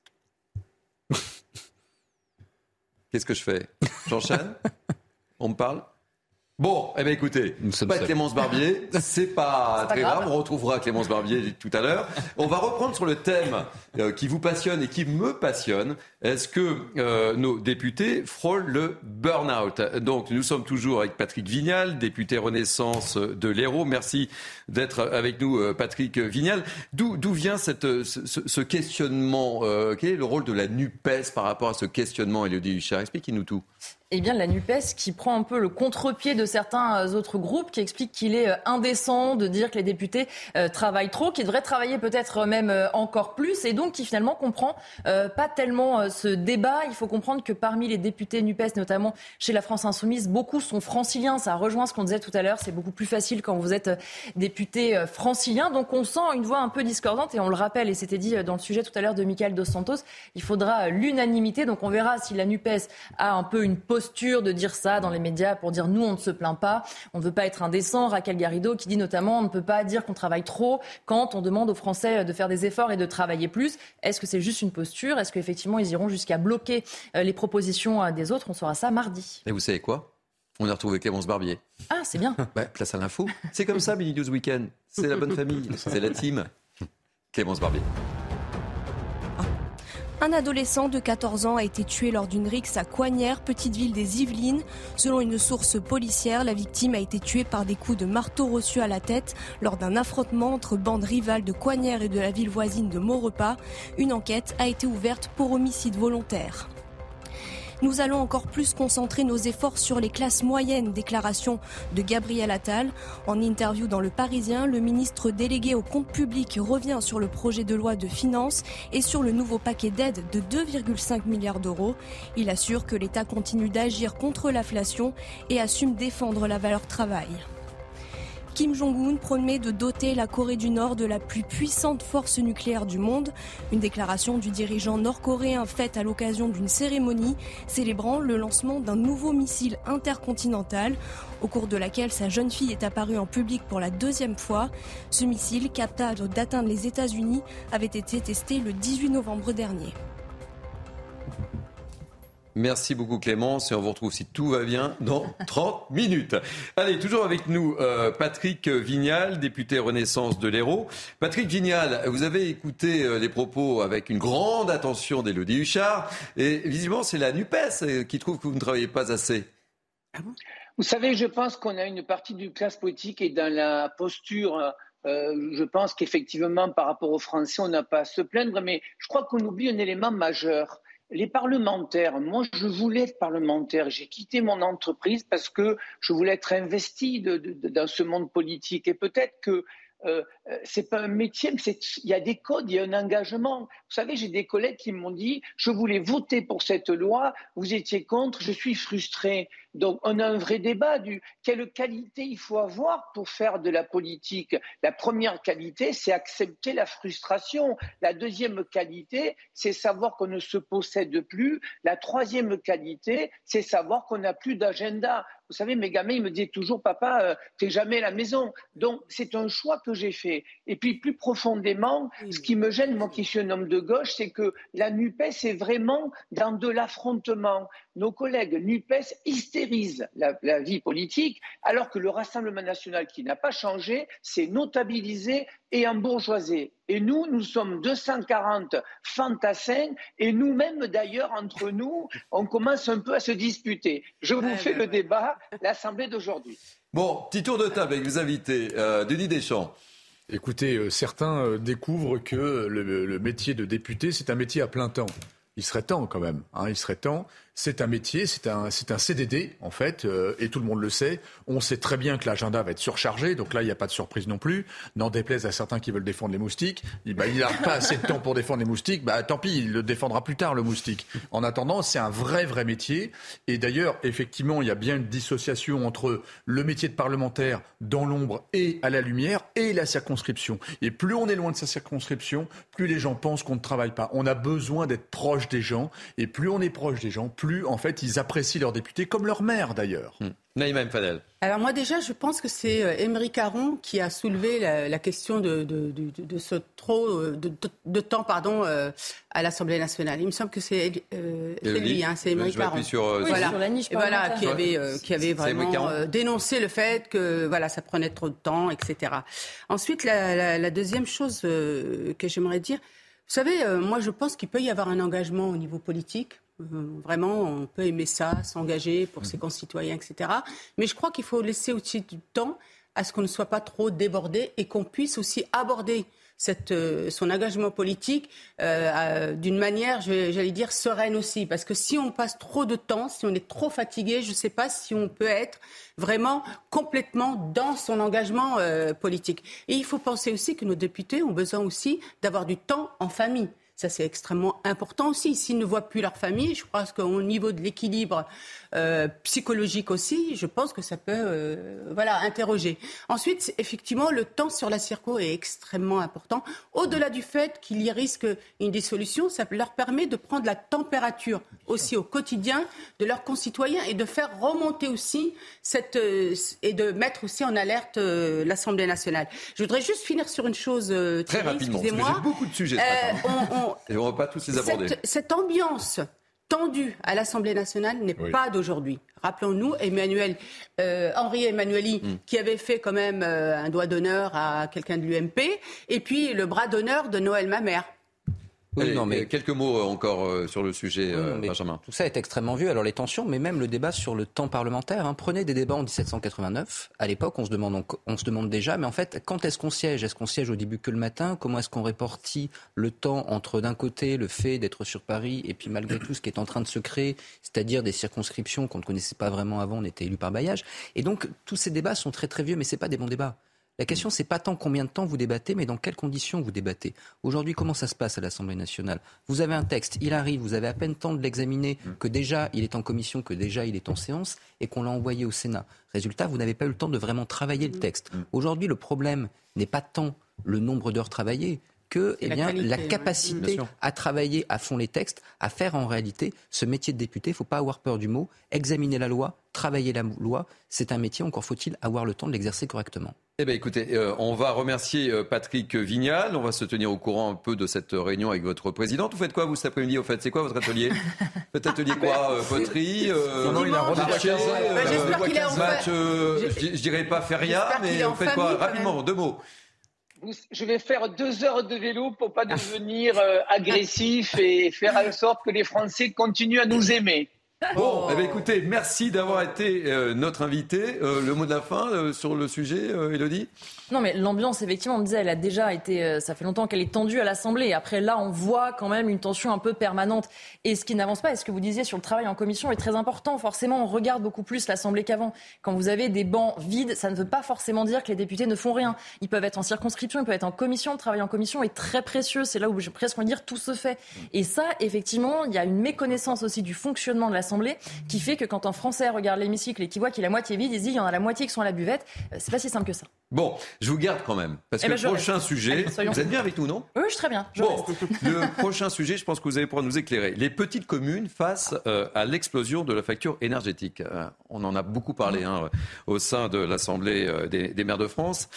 Qu'est-ce que je fais ? J'enchaîne ? On me parle ? Bon, écoutez, pas Clémence Barbier, c'est pas très grave, on retrouvera Clémence Barbier tout à l'heure. On va reprendre sur le thème qui vous passionne et qui me passionne. Est-ce que nos députés frôlent le burn-out ? Donc, nous sommes toujours avec Patrick Vignal, député Renaissance de l'Hérault. Merci d'être avec nous, Patrick Vignal. D'où vient ce questionnement ? Quel est le rôle de la NUPES par rapport à ce questionnement, Élodie Huchard ? Expliquez-nous tout. La NUPES qui prend un peu le contre-pied de certains autres groupes, qui expliquent qu'il est indécent de dire que les députés travaillent trop, qu'ils devraient travailler peut-être même encore plus, et donc qui finalement comprend pas tellement ce débat. Il faut comprendre que parmi les députés NUPES, notamment chez la France Insoumise, beaucoup sont franciliens. Ça rejoint ce qu'on disait tout à l'heure, c'est beaucoup plus facile quand vous êtes député francilien. Donc on sent une voix un peu discordante, et on le rappelle, et c'était dit dans le sujet tout à l'heure de Michael Dos Santos, il faudra l'unanimité. Donc on verra si la NUPES a un peu une posture de dire ça dans les médias pour dire nous on ne se plaint pas, on ne veut pas être indécent. Raquel Garrido qui dit notamment on ne peut pas dire qu'on travaille trop quand on demande aux Français de faire des efforts et de travailler plus. Est-ce que c'est juste une posture ? Est-ce qu'effectivement ils iront jusqu'à bloquer les propositions des autres ? On saura ça mardi. Et vous savez quoi ? On a retrouvé Clémence Barbier. Ah, c'est bien. Place à l'info. C'est comme ça, Midi News Weekend. C'est la bonne famille, c'est la team. Clémence Barbier. Un adolescent de 14 ans a été tué lors d'une rixe à Coignères, petite ville des Yvelines. Selon une source policière, la victime a été tuée par des coups de marteau reçus à la tête lors d'un affrontement entre bandes rivales de Coignères et de la ville voisine de Maurepas. Une enquête a été ouverte pour homicide volontaire. Nous allons encore plus concentrer nos efforts sur les classes moyennes, déclaration de Gabriel Attal. En interview dans Le Parisien, le ministre délégué au compte public revient sur le projet de loi de finances et sur le nouveau paquet d'aide de 2,5 milliards d'euros. Il assure que l'État continue d'agir contre l'inflation et assume défendre la valeur travail. Kim Jong-un promet de doter la Corée du Nord de la plus puissante force nucléaire du monde. Une déclaration du dirigeant nord-coréen faite à l'occasion d'une cérémonie célébrant le lancement d'un nouveau missile intercontinental, au cours de laquelle sa jeune fille est apparue en public pour la deuxième fois. Ce missile, capable d'atteindre les États-Unis, avait été testé le 18 novembre dernier. Merci beaucoup Clémence et on vous retrouve si tout va bien dans 30 minutes. Allez, toujours avec nous Patrick Vignal, député Renaissance de l'Hérault. Patrick Vignal, vous avez écouté les propos avec une grande attention d'Élodie Huchard et visiblement c'est la NUPES qui trouve que vous ne travaillez pas assez. Vous savez, je pense qu'on a une partie du classe politique et dans la posture... je pense qu'effectivement, par rapport aux Français, on n'a pas à se plaindre, mais je crois qu'on oublie un élément majeur. Les parlementaires, moi je voulais être parlementaire, j'ai quitté mon entreprise parce que je voulais être investi dans ce monde politique et peut-être que c'est pas un métier, mais il y a des codes, il y a un engagement. Vous savez, j'ai des collègues qui m'ont dit « Je voulais voter pour cette loi, vous étiez contre, je suis frustré ». Donc, on a un vrai débat quelle qualité il faut avoir pour faire de la politique. La première qualité, c'est accepter la frustration. La deuxième qualité, c'est savoir qu'on ne se possède plus. La troisième qualité, c'est savoir qu'on n'a plus d'agenda. Vous savez, mes gamins, ils me disaient toujours « Papa, t'es jamais à la maison ». Donc, c'est un choix que j'ai fait. Et puis, plus profondément, ce qui me gêne, moi qui suis un homme de gauche, c'est que la NUPES est vraiment dans de l'affrontement. Nos collègues NUPES hystérisent la vie politique, alors que le Rassemblement national, qui n'a pas changé, s'est notabilisé et embourgeoisé. Et nous sommes 240 fantassins, et nous-mêmes, d'ailleurs, entre nous, on commence un peu à se disputer. Je vous fais le débat, l'Assemblée d'aujourd'hui. Bon, petit tour de table avec vos invités. Denis Deschamps. Écoutez, certains découvrent que le métier de député, c'est un métier à plein temps. Il serait temps quand même, il serait temps. C'est un métier, c'est un CDD en fait, et tout le monde le sait. On sait très bien que l'agenda va être surchargé, donc là il n'y a pas de surprise non plus. N'en déplaise à certains qui veulent défendre les moustiques, il n'a pas assez de temps pour défendre les moustiques, tant pis, il le défendra plus tard le moustique. En attendant, c'est un vrai métier. Et d'ailleurs, effectivement, il y a bien une dissociation entre le métier de parlementaire dans l'ombre et à la lumière et la circonscription. Et plus on est loin de sa circonscription, plus les gens pensent qu'on ne travaille pas. On a besoin d'être proche des gens, et plus on est proche des gens, plus en fait ils apprécient leurs députés, comme leur maire d'ailleurs. Naïma M. Fadel. Alors moi déjà, je pense que c'est Aymeric Caron qui a soulevé la question de ce trop de temps à l'Assemblée nationale. Il me semble que c'est lui, c'est Aymeric Caron. Sur la niche qui avait vraiment dénoncé le fait que ça prenait trop de temps, etc. Ensuite, la deuxième chose que j'aimerais dire, vous savez, moi je pense qu'il peut y avoir un engagement au niveau politique. Vraiment, on peut aimer ça, s'engager pour ses concitoyens, etc. Mais je crois qu'il faut laisser aussi du temps à ce qu'on ne soit pas trop débordé et qu'on puisse aussi aborder son engagement politique d'une manière, j'allais dire, sereine aussi. Parce que si on passe trop de temps, si on est trop fatigué, je ne sais pas si on peut être vraiment complètement dans son engagement politique. Et il faut penser aussi que nos députés ont besoin aussi d'avoir du temps en famille. Ça, c'est extrêmement important aussi. S'ils ne voient plus leur famille, je pense qu'au niveau de l'équilibre psychologique aussi, je pense que ça peut interroger. Ensuite, effectivement, le temps sur la circo est extrêmement important. Au-delà du fait qu'il y risque une dissolution, ça leur permet de prendre la température aussi au quotidien de leurs concitoyens et de faire remonter aussi et de mettre aussi en alerte l'Assemblée nationale. Je voudrais juste finir sur une chose, très rapidement, parce que j'ai beaucoup de sujets ce matin. Et on ne va pas tous les aborder. Cette ambiance tendue à l'Assemblée nationale n'est pas d'aujourd'hui. Rappelons-nous Henri Emmanuelli qui avait fait quand même un doigt d'honneur à quelqu'un de l'UMP et puis le bras d'honneur de Noël Mamère. Oui, mais quelques mots encore sur le sujet, Benjamin. Tout ça est extrêmement vieux. Alors les tensions, mais même le débat sur le temps parlementaire. Prenez des débats en 1789. À l'époque, on se demande déjà, mais en fait, quand est-ce qu'on siège ? Est-ce qu'on siège au début que le matin ? Comment est-ce qu'on répartit le temps entre, d'un côté, le fait d'être sur Paris et puis malgré tout ce qui est en train de se créer, c'est-à-dire des circonscriptions qu'on ne connaissait pas vraiment avant, on était élus par bailliage. Et donc, tous ces débats sont très très vieux, mais ce n'est pas des bons débats. La question, c'est pas tant combien de temps vous débattez, mais dans quelles conditions vous débattez. Aujourd'hui, comment ça se passe à l'Assemblée nationale ? Vous avez un texte, il arrive, vous avez à peine temps de l'examiner, que déjà il est en commission, que déjà il est en séance, et qu'on l'a envoyé au Sénat. Résultat, vous n'avez pas eu le temps de vraiment travailler le texte. Aujourd'hui, le problème n'est pas tant le nombre d'heures travaillées, que la capacité à travailler à fond les textes, à faire en réalité ce métier de député. Il ne faut pas avoir peur du mot. Examiner la loi, travailler la loi, c'est un métier, encore faut-il avoir le temps de l'exercer correctement. Eh bien écoutez, on va remercier Patrick Vignal. On va se tenir au courant un peu de cette réunion avec votre présidente. Vous faites quoi vous cet après-midi au fait ? C'est quoi votre atelier ? Votre atelier quoi ? Poterie Non, il a J'espère qu'il est en match, je dirais pas feria, mais vous faites quoi ? Rapidement, 2 mots. Je vais faire 2 heures de vélo pour pas devenir agressif et faire en sorte que les Français continuent à nous aimer. Bon, eh bien, écoutez, merci d'avoir été notre invité. Le mot de la fin sur le sujet, Élodie ? Non, mais l'ambiance, effectivement, on me disait, elle a déjà été... ça fait longtemps qu'elle est tendue à l'Assemblée. Après, là, on voit quand même une tension un peu permanente. Et ce qui n'avance pas, et ce que vous disiez sur le travail en commission est très important. Forcément, on regarde beaucoup plus l'Assemblée qu'avant. Quand vous avez des bancs vides, ça ne veut pas forcément dire que les députés ne font rien. Ils peuvent être en circonscription, ils peuvent être en commission. Le travail en commission est très précieux. C'est là où j'ai presque envie de dire tout se fait. Et ça, effectivement, il y a une méconnaissance aussi du fonctionnement de l'Assemblée qui fait que quand un Français regarde l'hémicycle et qu'il voit qu'il est à moitié vide, il se dit il y en a la moitié qui sont à la buvette. C'est pas si simple que ça. Bon, je vous garde quand même, parce que le prochain sujet... Allez, vous êtes bien avec nous, non ? Oui, je suis très bien. Le prochain sujet, je pense que vous allez pouvoir nous éclairer. Les petites communes face à l'explosion de la facture énergétique. On en a beaucoup parlé au sein de l'Assemblée des maires de France.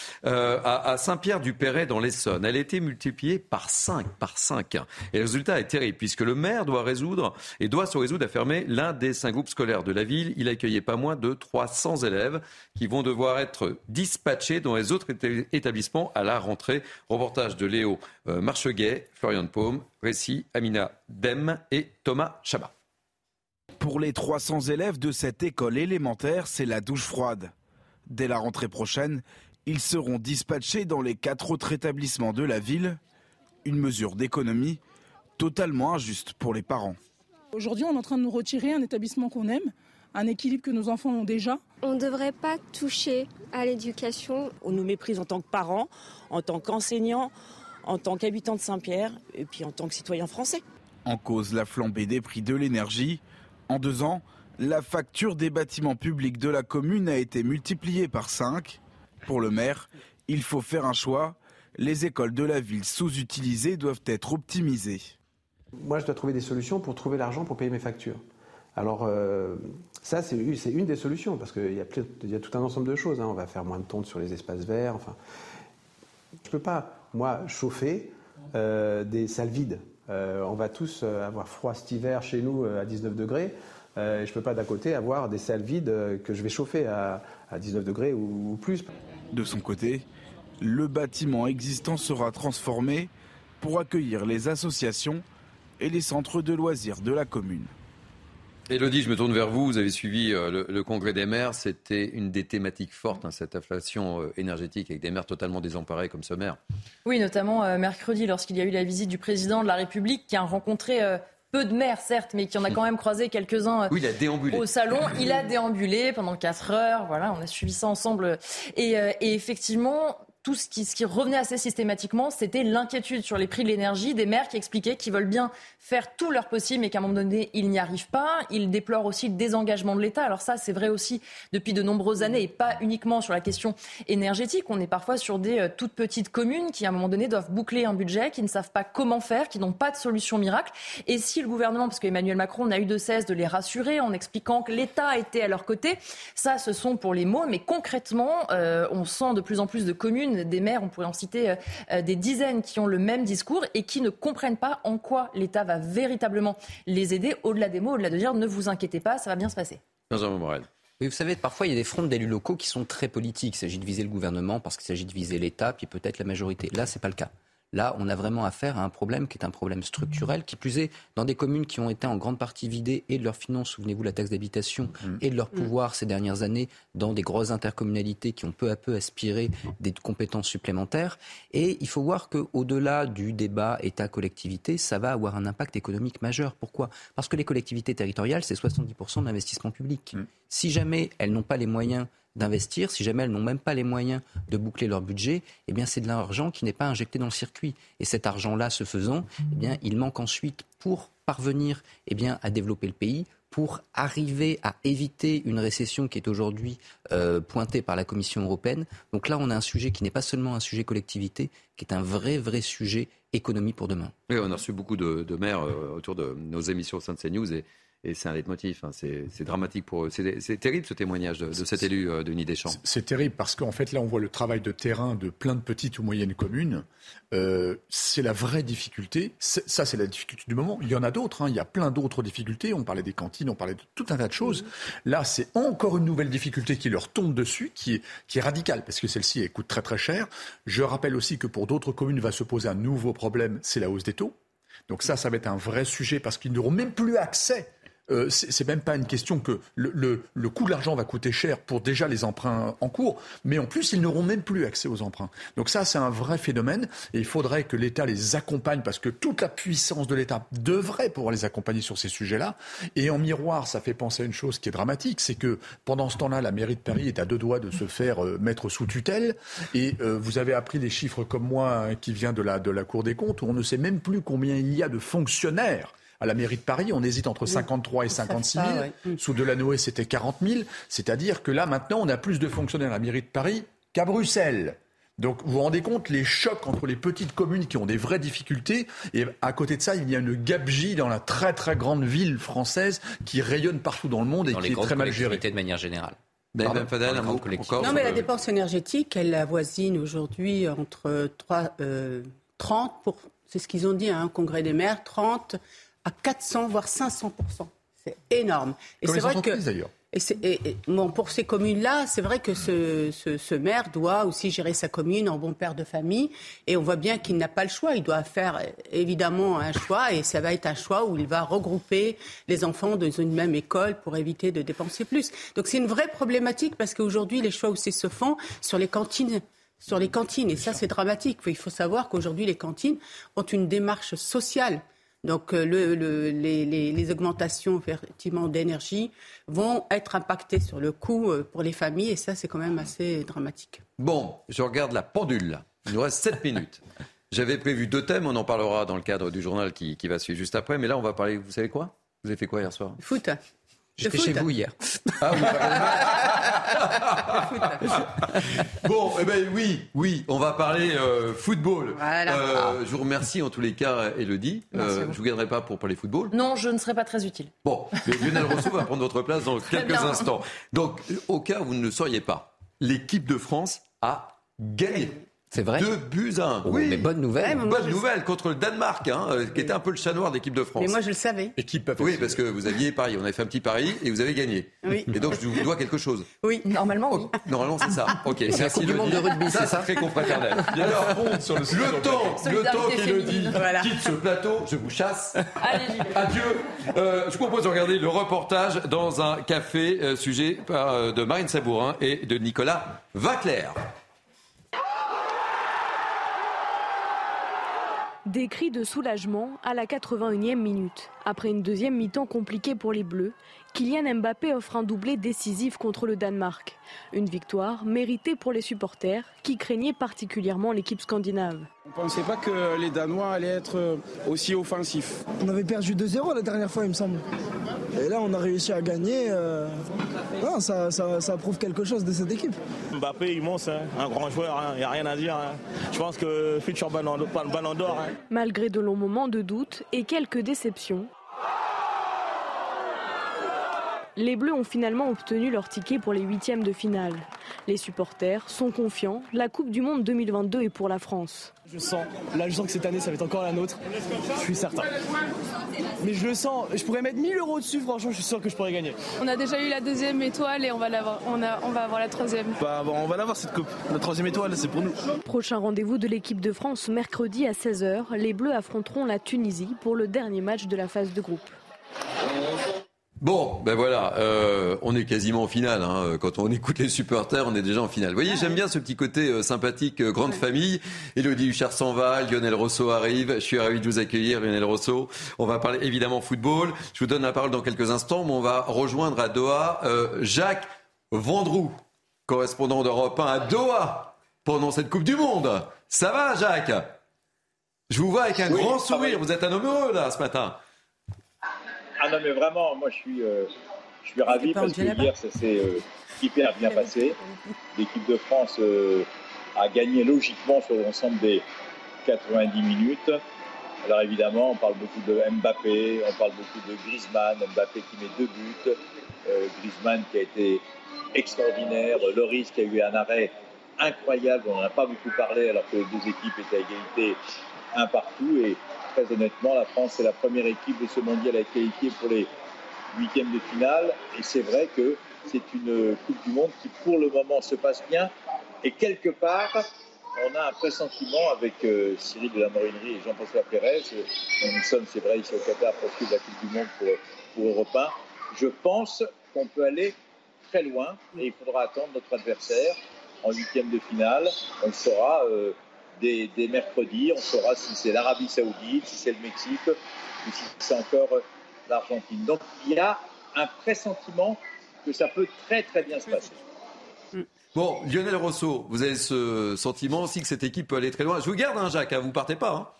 À Saint-Pierre-du-Perret, dans l'Essonne, elle a été multipliée par 5. Et le résultat est terrible, puisque le maire doit se résoudre à fermer l'un des 5 groupes scolaires de la ville. Il accueillait pas moins de 300 élèves qui vont devoir être dispatchés dans les autres établissements à la rentrée. Reportage de Léo Marcheguet, Florian Paume, récit Amina Dem et Thomas Chabat. Pour les 300 élèves de cette école élémentaire, c'est la douche froide. Dès la rentrée prochaine, ils seront dispatchés dans les 4 autres établissements de la ville. Une mesure d'économie totalement injuste pour les parents. Aujourd'hui, on est en train de nous retirer un établissement qu'on aime, un équilibre que nos enfants ont déjà. On ne devrait pas toucher à l'éducation. On nous méprise en tant que parents, en tant qu'enseignants, en tant qu'habitants de Saint-Pierre et puis en tant que citoyens français. En cause, la flambée des prix de l'énergie. En 2 ans, la facture des bâtiments publics de la commune a été multipliée par 5. Pour le maire, il faut faire un choix. Les écoles de la ville sous-utilisées doivent être optimisées. Moi, je dois trouver des solutions pour trouver l'argent pour payer mes factures. Alors, ça, c'est une des solutions, parce qu'il y a tout un ensemble de choses. On va faire moins de tontes sur les espaces verts. Enfin, je ne peux pas, moi, chauffer des salles vides. On va tous avoir froid cet hiver chez nous à 19 degrés. Je ne peux pas, d'à côté, avoir des salles vides que je vais chauffer à 19 degrés ou plus. De son côté, le bâtiment existant sera transformé pour accueillir les associations et les centres de loisirs de la commune. Élodie, je me tourne vers vous. Vous avez suivi le congrès des maires. C'était une des thématiques fortes, cette inflation énergétique, avec des maires totalement désemparés comme ce maire. Oui, notamment mercredi, lorsqu'il y a eu la visite du président de la République, qui a rencontré peu de maires, certes, mais qui en a quand même croisé quelques-uns il a déambulé au salon. Il a déambulé pendant 4 heures. Voilà, on a suivi ça ensemble. Et effectivement... Tout ce qui revenait assez systématiquement, c'était l'inquiétude sur les prix de l'énergie des maires qui expliquaient qu'ils veulent bien faire tout leur possible, mais qu'à un moment donné, ils n'y arrivent pas. Ils déplorent aussi le désengagement de l'État. Alors ça, c'est vrai aussi depuis de nombreuses années, et pas uniquement sur la question énergétique. On est parfois sur des toutes petites communes qui, à un moment donné, doivent boucler un budget, qui ne savent pas comment faire, qui n'ont pas de solution miracle. Et si le gouvernement, parce qu'Emmanuel Macron n'a eu de cesse de les rassurer en expliquant que l'État était à leur côté, ça, ce sont pour les mots, mais concrètement, on sent de plus en plus de communes, des maires, on pourrait en citer des dizaines qui ont le même discours et qui ne comprennent pas en quoi l'État va véritablement les aider, au-delà des mots, au-delà de dire ne vous inquiétez pas, ça va bien se passer. Benjamin Morel. Oui, vous savez, parfois il y a des fronts d'élus locaux qui sont très politiques. Il s'agit de viser le gouvernement parce qu'il s'agit de viser l'État, puis peut-être la majorité. Là, c'est pas le cas. Là, on a vraiment affaire à un problème qui est un problème structurel, qui plus est dans des communes qui ont été en grande partie vidées et de leurs finances, souvenez-vous, la taxe d'habitation, et de leur pouvoir ces dernières années dans des grosses intercommunalités qui ont peu à peu aspiré des compétences supplémentaires. Et il faut voir qu'au-delà du débat État-collectivité, ça va avoir un impact économique majeur. Pourquoi ? Parce que les collectivités territoriales, c'est 70% de l'investissement public. Si jamais elles n'ont pas les moyens d'investir, si jamais elles n'ont même pas les moyens de boucler leur budget, eh bien c'est de l'argent qui n'est pas injecté dans le circuit. Et cet argent-là, ce faisant, eh bien il manque ensuite pour parvenir à développer le pays, pour arriver à éviter une récession qui est aujourd'hui pointée par la Commission européenne. Donc là, on a un sujet qui n'est pas seulement un sujet collectivité, qui est un vrai sujet économie pour demain. Oui, on a reçu beaucoup de maires autour de nos émissions au sein de CNews et c'est un leitmotiv, c'est dramatique pour eux. C'est terrible ce témoignage de cet élu Denis Deschamps. C'est terrible parce qu'en fait là on voit le travail de terrain de plein de petites ou moyennes communes. C'est la vraie difficulté. Ça c'est la difficulté du moment. Il y en a d'autres, il y a plein d'autres difficultés. On parlait des cantines, on parlait de tout un tas de choses. Là c'est encore une nouvelle difficulté qui leur tombe dessus, qui est radicale parce que celle-ci elle coûte très très cher. Je rappelle aussi que pour d'autres communes va se poser un nouveau problème, c'est la hausse des taux. Donc ça va être un vrai sujet parce qu'ils n'auront même plus accès c'est même pas une question que le coût de l'argent va coûter cher pour déjà les emprunts en cours, mais en plus, ils n'auront même plus accès aux emprunts. Donc ça, c'est un vrai phénomène et il faudrait que l'État les accompagne parce que toute la puissance de l'État devrait pouvoir les accompagner sur ces sujets-là. Et en miroir, ça fait penser à une chose qui est dramatique, c'est que pendant ce temps-là, la mairie de Paris est à 2 doigts de se faire mettre sous tutelle et vous avez appris des chiffres comme moi qui vient de la Cour des comptes où on ne sait même plus combien il y a de fonctionnaires. À la mairie de Paris, on hésite entre 53 et 56 000. Sous Delanoë, c'était 40 000. C'est-à-dire que là, maintenant, on a plus de fonctionnaires à la mairie de Paris qu'à Bruxelles. Donc, vous vous rendez compte, les chocs entre les petites communes qui ont des vraies difficultés. Et à côté de ça, il y a une gabegie dans la très, très grande ville française qui rayonne partout dans le monde et qui est très mal gérée. De manière générale. Non, mais la dépense énergétique, elle avoisine aujourd'hui entre 30, c'est ce qu'ils ont dit au Congrès des maires, 30 à 400, voire 500%. C'est énorme. Et comme c'est les vrai entreprises, d'ailleurs. Pour ces communes-là, c'est vrai que ce maire doit aussi gérer sa commune en bon père de famille. Et on voit bien qu'il n'a pas le choix. Il doit faire évidemment un choix. Et ça va être un choix où il va regrouper les enfants dans une même école pour éviter de dépenser plus. Donc c'est une vraie problématique parce qu'aujourd'hui, les choix aussi se font sur les cantines. Et ça, c'est dramatique. Il faut savoir qu'aujourd'hui, les cantines ont une démarche sociale. Donc les augmentations effectivement d'énergie vont être impactées sur le coût pour les familles et ça c'est quand même assez dramatique. Bon, je regarde la pendule. Il nous reste 7 minutes. J'avais prévu 2 thèmes, on en parlera dans le cadre du journal qui va suivre juste après. Mais là on va parler, vous savez quoi ? Vous avez fait quoi hier soir ? Foot. J'étais chez vous hier. Ah oui. Bon, eh ben oui, on va parler football. Voilà. Je vous remercie en tous les cas, Élodie. Je vous garderai pas pour parler football. Non, je ne serai pas très utile. Bon, Lionel Rousseau va prendre votre place dans quelques instants. Donc, au cas où vous ne le sauriez pas, l'équipe de France a gagné. C'est vrai. 2-1. Oui, mais bonne nouvelle. Bonne nouvelle contre le Danemark, qui était un peu le chat noir de l'équipe de France. Mais moi, je le savais. Oui, parce que vous aviez pari. On avait fait un petit pari et vous avez gagné. Oui. Et donc, je vous dois quelque chose. Oui, normalement, oui. Normalement, c'est ça. Ok. C'est la Coupe du monde de rugby, c'est ça ? Très confraternel. Alors, le temps qu'Élodie quitte ce plateau, je vous chasse. Allez, adieu. Je vous propose de regarder le reportage dans un café sujet de Marine Sabourin et de Nicolas Vaclair. Des cris de soulagement à la 81e minute. Après une deuxième mi-temps compliquée pour les Bleus, Kylian Mbappé offre un doublé décisif contre le Danemark. Une victoire méritée pour les supporters qui craignaient particulièrement l'équipe scandinave. On ne pensait pas que les Danois allaient être aussi offensifs. On avait perdu 2-0 la dernière fois, il me semble. Et là, on a réussi à gagner. Non, ça prouve quelque chose de cette équipe. Mbappé, immense, un grand joueur, il n'y a rien à dire. Je pense que futur ballon d'or. Malgré de longs moments de doute et quelques déceptions, les Bleus ont finalement obtenu leur ticket pour les 8e de finale. Les supporters sont confiants, la Coupe du Monde 2022 est pour la France. Je sens que cette année ça va être encore la nôtre, je suis certain. Mais je le sens, je pourrais mettre 1 000 € dessus, franchement je suis sûr que je pourrais gagner. On a déjà eu la 2e étoile et on va avoir la 3e. On va l'avoir cette coupe, la 3e étoile c'est pour nous. Prochain rendez-vous de l'équipe de France mercredi à 16h, les Bleus affronteront la Tunisie pour le dernier match de la phase de groupe. Bon, ben voilà, on est quasiment en finale. Quand on écoute les supporters, on est déjà en finale. Vous voyez, j'aime bien ce petit côté sympathique, grande famille. Élodie Huchard s'en va, Lionel Rousseau arrive. Je suis ravi de vous accueillir, Lionel Rousseau. On va parler évidemment football. Je vous donne la parole dans quelques instants, mais on va rejoindre à Doha Jacques Vendroux, correspondant d'Europe 1 à Doha pendant cette Coupe du Monde. Ça va, Jacques ? Je vous vois avec un grand sourire. Vous êtes un homme heureux, là, ce matin. Ah non, mais vraiment, moi je suis ravi parce que hier ça s'est hyper bien passé. L'équipe de France a gagné logiquement sur l'ensemble des 90 minutes. Alors évidemment, on parle beaucoup de Mbappé, on parle beaucoup de Griezmann, Mbappé qui met 2 buts, Griezmann qui a été extraordinaire, Lloris qui a eu un arrêt incroyable, on n'en a pas beaucoup parlé alors que les deux équipes étaient à égalité, un partout et très honnêtement, la France est la première équipe de ce mondial à être qualifiée pour les 8e de finale. Et c'est vrai que c'est une Coupe du Monde qui, pour le moment, se passe bien. Et quelque part, on a un pressentiment avec Cyril de la Morinerie et Jean-François Pérez. Nous sommes, c'est vrai, ici au Qatar pour suivre la Coupe du Monde pour pour Europe 1. Je pense qu'on peut aller très loin et il faudra attendre notre adversaire en huitième de finale. On le saura dès mercredi. On saura si c'est l'Arabie Saoudite, si c'est le Mexique ou si c'est encore l'Argentine. Donc il y a un pressentiment que ça peut très très bien se passer. Bon, Lionel Rousseau, vous avez ce sentiment aussi que cette équipe peut aller très loin. Je vous garde, Jacques, vous partez pas.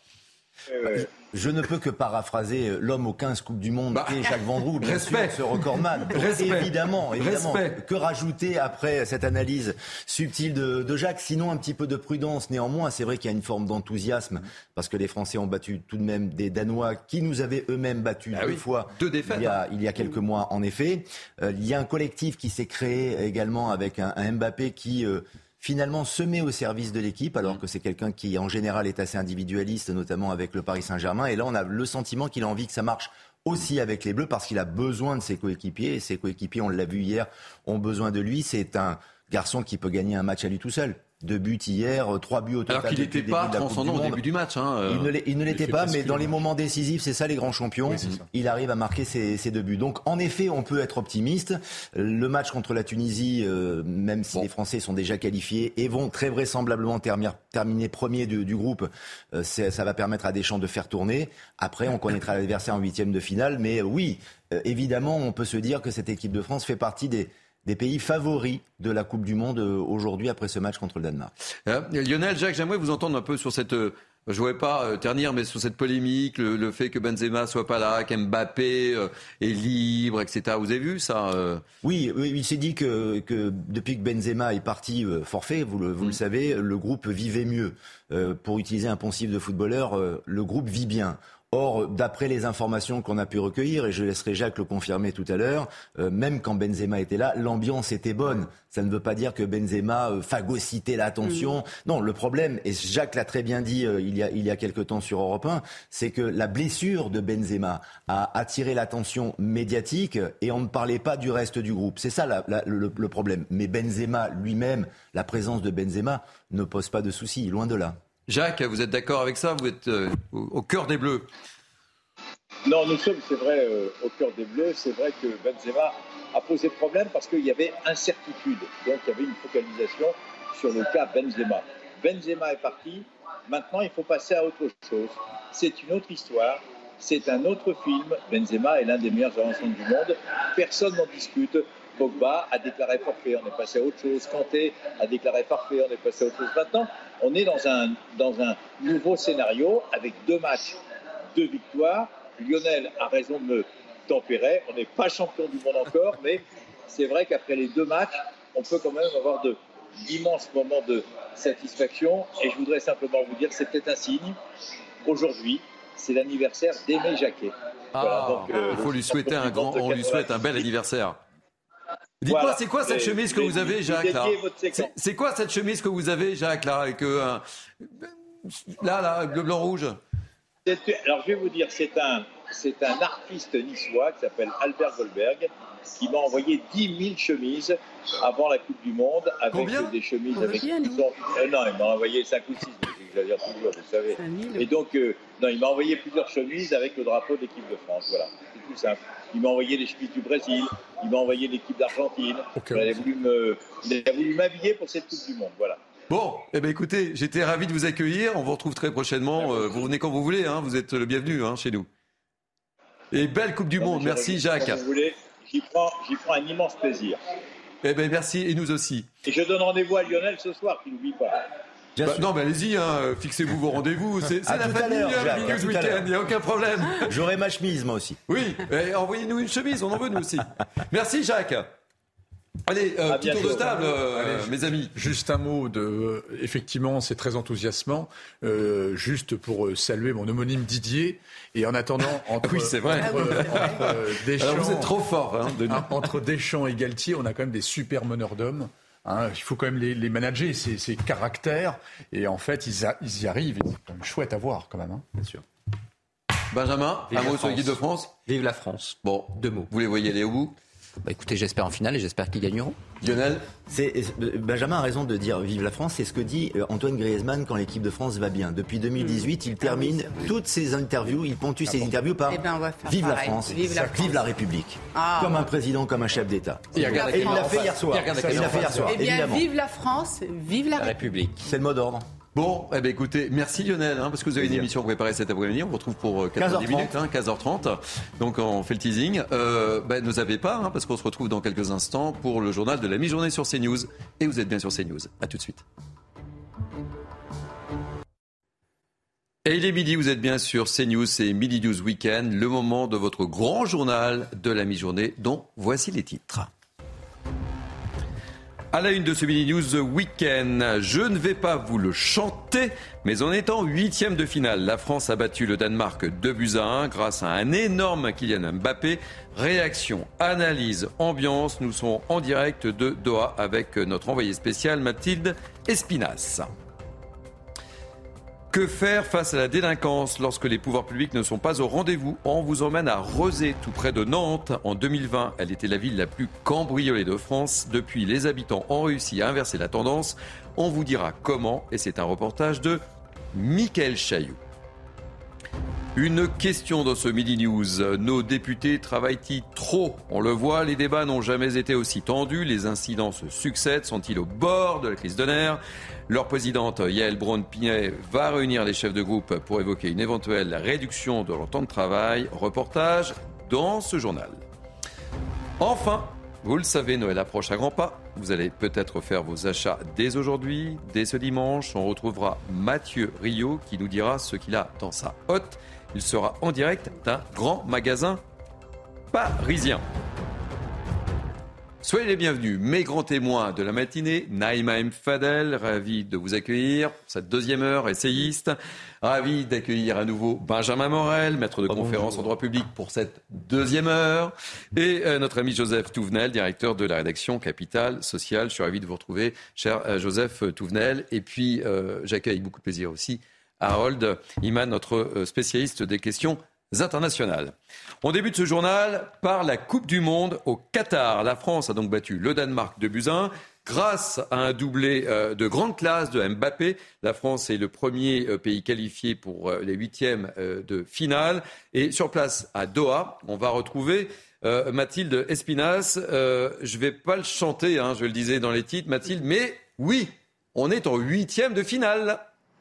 Je ne peux que paraphraser l'homme aux 15 Coupes du Monde qui est Jacques Vendroux, bien sûr, ce recordman. Évidemment. Que rajouter après cette analyse subtile de Jacques? Sinon, un petit peu de prudence. Néanmoins, c'est vrai qu'il y a une forme d'enthousiasme parce que les Français ont battu tout de même des Danois qui nous avaient eux-mêmes battus deux fois. 2 défaites. Il y a quelques mois, en effet. Il y a un collectif qui s'est créé également avec un Mbappé qui... finalement se met au service de l'équipe, alors que c'est quelqu'un qui, en général, est assez individualiste, notamment avec le Paris Saint-Germain. Et là, on a le sentiment qu'il a envie que ça marche aussi avec les Bleus, parce qu'il a besoin de ses coéquipiers. Et ses coéquipiers, on l'a vu hier, ont besoin de lui. C'est un garçon qui peut gagner un match à lui tout seul. 2 buts hier, 3 buts au total. Alors qu'il n'était pas transcendant au début du match. Il ne l'était pas, mais dans les moments décisifs, c'est ça les grands champions. Oui, il arrive à marquer ses 2 buts. Donc en effet, on peut être optimiste. Le match contre la Tunisie, même si les Français sont déjà qualifiés et vont très vraisemblablement terminer premier du groupe, ça va permettre à Deschamps de faire tourner. Après, on connaîtra l'adversaire en huitième de finale. Mais oui, évidemment, on peut se dire que cette équipe de France fait partie des pays favoris de la Coupe du Monde aujourd'hui après ce match contre le Danemark. Lionel, Jacques, j'aimerais vous entendre un peu sur cette... je ne voulais pas ternir, mais sur cette polémique, le fait que Benzema soit pas là, qu'Mbappé est libre, etc. Vous avez vu ça Oui, il s'est dit que depuis que Benzema est parti forfait, vous le savez, le groupe vivait mieux. Pour utiliser un poncif de footballeur, le groupe vit bien. Or, d'après les informations qu'on a pu recueillir, et je laisserai Jacques le confirmer tout à l'heure, même quand Benzema était là, l'ambiance était bonne. Ça ne veut pas dire que Benzema phagocytait l'attention. Non, le problème, et Jacques l'a très bien dit il y a quelque temps sur Europe 1, c'est que la blessure de Benzema a attiré l'attention médiatique et on ne parlait pas du reste du groupe. C'est ça le problème. Mais Benzema lui-même, la présence de Benzema ne pose pas de soucis, loin de là. Jacques, vous êtes d'accord avec ça? Vous êtes au cœur des Bleus. Non, nous sommes, c'est vrai, au cœur des Bleus. C'est vrai que Benzema a posé problème parce qu'il y avait incertitude. Donc, il y avait une focalisation sur le cas Benzema. Benzema est parti. Maintenant, il faut passer à autre chose. C'est une autre histoire. C'est un autre film. Benzema est l'un des meilleurs avanceurs du monde. Personne n'en discute. Pogba a déclaré forfait, on est passé à autre chose. Kanté a déclaré forfait, on est passé à autre chose. Maintenant, on est dans un nouveau scénario avec 2 matchs, 2 victoires. Lionel a raison de me tempérer. On n'est pas champion du monde encore, mais c'est vrai qu'après les 2 matchs, on peut quand même avoir d'immenses moments de satisfaction. Et je voudrais simplement vous dire que c'est peut-être un signe. Aujourd'hui, c'est l'anniversaire d'Aimé Jacquet. Voilà, donc, il faut lui souhaiter on lui souhaite un bel anniverseur. Dites-moi, voilà. C'est quoi cette chemise que vous avez, Jacques, là? C'est quoi cette chemise que vous avez, Jacques, là, avec là, bleu, blanc, rouge? Alors, je vais vous dire, c'est un artiste niçois qui s'appelle Albert Goldberg, qui m'a envoyé 10 000 chemises avant la Coupe du Monde, avec des chemises avec... non, il m'a envoyé 5 ou 6, j'exagère toujours, vous savez. Et donc, non, il m'a envoyé plusieurs chemises avec le drapeau de l'équipe de France, voilà, c'est tout simple. Il m'a envoyé les chemises du Brésil, il m'a envoyé l'équipe d'Argentine. Il a voulu m'habiller pour cette Coupe du Monde, voilà. Bon, eh bien écoutez, j'étais ravi de vous accueillir. On vous retrouve très prochainement. Vous venez quand vous voulez, hein. Vous êtes le bienvenu chez nous. Et belle Coupe du Monde. Merci, Jacques. Quand vous voulez, j'y prends un immense plaisir. Eh bien merci, et nous aussi. Et je donne rendez-vous à Lionel ce soir, qu'il n'oublie pas. Non, mais allez-y, fixez-vous vos rendez-vous. C'est la famille News Weekend, il n'y a aucun problème. J'aurai ma chemise, moi aussi. Oui, envoyez-nous une chemise, on en veut, nous aussi. Merci, Jacques. Allez, petit tour de table, mes amis. Juste un mot effectivement, c'est très enthousiasmant. Juste pour saluer mon homonyme Didier. Et en attendant, oui, c'est vrai. Entre Deschamps, alors vous êtes trop fort, entre Deschamps et Galtier, on a quand même des super meneurs d'hommes. Il faut quand même les manager, ces caractères. Et en fait, ils y arrivent. C'est quand même chouette à voir, quand même. Bien sûr. Benjamin, un mot sur l'équipe de France. Vive la France. Bon, 2 mots. Vous les voyez aller au bout? Écoutez, j'espère en finale et j'espère qu'ils gagneront. Lionel, Benjamin a raison de dire vive la France. C'est ce que dit Antoine Griezmann quand l'équipe de France va bien. Depuis 2018, il termine toutes ses interviews, il ponctue ses interviews par vive la France, vive la République. Comme un président, comme un chef d'État. Et il l'a fait hier soir. Eh bien, vive la France, vive la République. C'est le mot d'ordre. Bon, écoutez, merci Lionel, parce que vous avez une émission préparée cet après-midi. On vous retrouve pour 90 minutes, 15h30. Donc on fait le teasing. Ne zappez pas, parce qu'on se retrouve dans quelques instants pour le journal de la mi-journée sur CNews. Et vous êtes bien sur CNews. À tout de suite. Et il est midi, vous êtes bien sur CNews, c'est Midi News Weekend, le moment de votre grand journal de la mi-journée, dont voici les titres. À la une de ce Midi News Weekend, je ne vais pas vous le chanter, mais en étant 8e de finale, la France a battu le Danemark 2-1 grâce à un énorme Kylian Mbappé. Réaction, analyse, ambiance, nous sommes en direct de Doha avec notre envoyée spéciale Mathilde Espinasse. Que faire face à la délinquance lorsque les pouvoirs publics ne sont pas au rendez-vous ? On vous emmène à Rezé, tout près de Nantes. En 2020, elle était la ville la plus cambriolée de France. Depuis, les habitants ont réussi à inverser la tendance. On vous dira comment, et c'est un reportage de Mickaël Chailloux. Une question dans ce Midi News. Nos députés travaillent-ils trop ? On le voit, les débats n'ont jamais été aussi tendus. Les incidents se succèdent. Sont-ils au bord de la crise de nerfs ? Leur présidente, Yaël Braun-Pivet, va réunir les chefs de groupe pour évoquer une éventuelle réduction de leur temps de travail. Reportage dans ce journal. Enfin, vous le savez, Noël approche à grands pas. Vous allez peut-être faire vos achats dès aujourd'hui, dès ce dimanche. On retrouvera Mathieu Rio qui nous dira ce qu'il a dans sa hotte. Il sera en direct d'un grand magasin parisien. Soyez les bienvenus, mes grands témoins de la matinée. Naïma M. Fadel, ravi de vous accueillir pour cette deuxième heure, essayiste. Ravi d'accueillir à nouveau Benjamin Morel, maître de conférence en droit public pour cette deuxième heure. Et notre ami Joseph Touvenel, directeur de la rédaction Capital Social. Je suis ravi de vous retrouver, cher Joseph Touvenel. Et puis, j'accueille avec beaucoup de plaisir aussi Harold Iman, notre spécialiste des questions internationales. On débute ce journal par la Coupe du Monde au Qatar. La France a donc battu le Danemark 2-1 grâce à un doublé de grande classe de Mbappé. La France est le premier pays qualifié pour les huitièmes de finale. Et sur place à Doha, on va retrouver Mathilde Espinasse. Je ne vais pas le chanter, je le disais dans les titres, Mathilde, mais oui, on est en huitième de finale.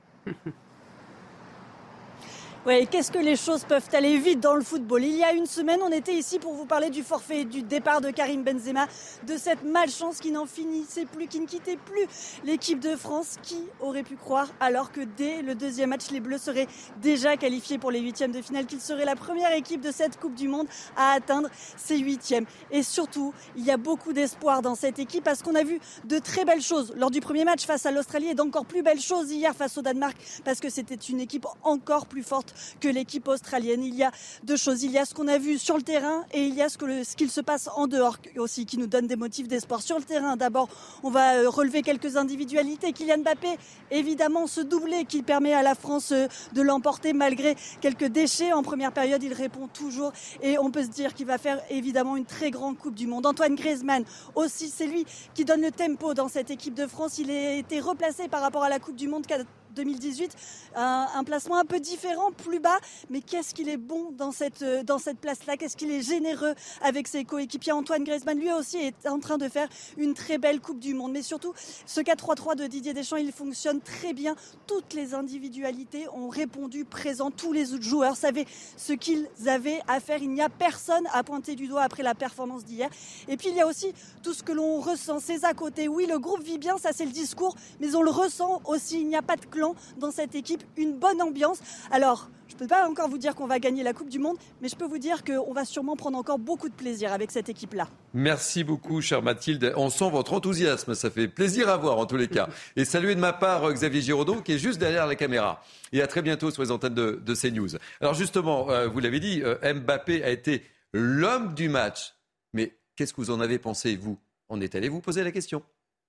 Oui, qu'est-ce que les choses peuvent aller vite dans le football. Il y a une semaine, on était ici pour vous parler du forfait et du départ de Karim Benzema, de cette malchance qui n'en finissait plus, qui ne quittait plus l'équipe de France. Qui aurait pu croire, alors que dès le deuxième match, les Bleus seraient déjà qualifiés pour les huitièmes de finale, qu'ils seraient la première équipe de cette Coupe du Monde à atteindre ces huitièmes. Et surtout, il y a beaucoup d'espoir dans cette équipe parce qu'on a vu de très belles choses lors du premier match face à l'Australie et d'encore plus belles choses hier face au Danemark parce que c'était une équipe encore plus forte que l'équipe australienne. Il y a deux choses. Il y a ce qu'on a vu sur le terrain et il y a ce qu'il se passe en dehors aussi qui nous donne des motifs d'espoir. Sur le terrain, d'abord, on va relever quelques individualités. Kylian Mbappé, évidemment, ce doublé qui permet à la France de l'emporter malgré quelques déchets. En première période, il répond toujours et on peut se dire qu'il va faire évidemment une très grande Coupe du Monde. Antoine Griezmann aussi, c'est lui qui donne le tempo dans cette équipe de France. Il a été replacé par rapport à la Coupe du Monde 2018, un placement un peu différent, plus bas, mais qu'est-ce qu'il est bon dans cette place-là, qu'est-ce qu'il est généreux avec ses coéquipiers. Antoine Griezmann, lui aussi, est en train de faire une très belle Coupe du Monde, mais surtout, ce 4-3-3 de Didier Deschamps, il fonctionne très bien. Toutes les individualités ont répondu présent, tous les autres joueurs savaient ce qu'ils avaient à faire. Il n'y a personne à pointer du doigt après la performance d'hier. Et puis, il y a aussi tout ce que l'on ressent, c'est à côté. Oui, le groupe vit bien, ça c'est le discours, mais on le ressent aussi, il n'y a pas de clan dans cette équipe, une bonne ambiance. Alors, je ne peux pas encore vous dire qu'on va gagner la Coupe du Monde, mais je peux vous dire qu'on va sûrement prendre encore beaucoup de plaisir avec cette équipe-là. Merci beaucoup, chère Mathilde. On sent votre enthousiasme, ça fait plaisir à voir en tous les cas. Et saluez de ma part Xavier Giraudot, qui est juste derrière la caméra. Et à très bientôt sur les antennes de CNews. Alors justement, vous l'avez dit, Mbappé a été l'homme du match. Mais qu'est-ce que vous en avez pensé, vous ? On est allé vous poser la question.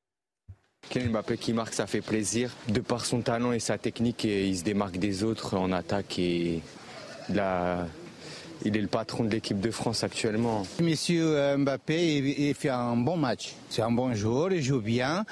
Kylian Mbappé qui marque, ça fait plaisir. De par son talent et sa technique, il se démarque des autres en attaque et il est le patron de l'équipe de France actuellement. Monsieur Mbappé, il fait un bon match. C'est un bon joueur, il joue bien.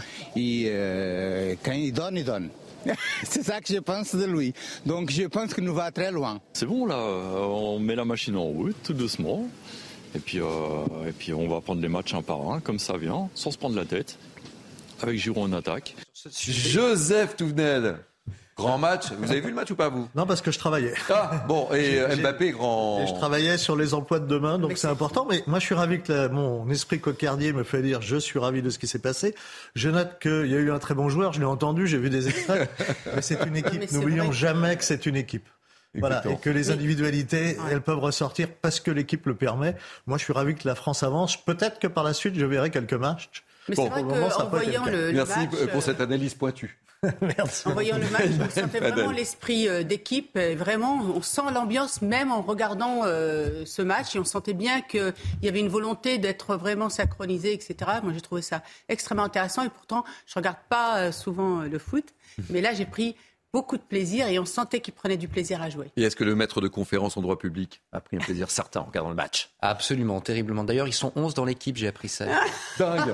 Et quand il donne. C'est ça que je pense de lui. Donc je pense qu'il nous va très loin. C'est bon là, on met la machine en route tout doucement. Et puis on va prendre les matchs un par un, comme ça vient, sans se prendre la tête. Avec Giroud en attaque. Joseph Touvenel. Grand match. Vous avez vu le match ou pas, vous ? Non, parce que je travaillais. Ah, bon, et Mbappé, grand... Et je travaillais sur les emplois de demain, donc c'est important. Mais moi, je suis ravi que mon esprit cocardier me fait dire je suis ravi de ce qui s'est passé. Je note qu'il y a eu un très bon joueur, je l'ai entendu, j'ai vu des extraits. Mais c'est une équipe. N'oublions jamais que c'est une équipe. Voilà, et que les individualités, elles peuvent ressortir parce que l'équipe le permet. Moi, je suis ravi que la France avance. Peut-être que par la suite, je verrai quelques matchs. Mais c'est vrai qu'en voyant le Merci match, pour cette analyse pointue. Merci. En voyant le match, on sentait vraiment l'esprit d'équipe. Vraiment, on sent l'ambiance même en regardant ce match. Et on sentait bien qu'il y avait une volonté d'être vraiment synchronisé, etc. Moi, j'ai trouvé ça extrêmement intéressant. Et pourtant, je ne regarde pas souvent le foot. Mais là, j'ai pris beaucoup de plaisir et on sentait qu'il prenait du plaisir à jouer. Et est-ce que le maître de conférence en droit public a pris un plaisir certain en regardant le match ? Absolument, terriblement. D'ailleurs, ils sont 11 dans l'équipe, j'ai appris ça. Dingue.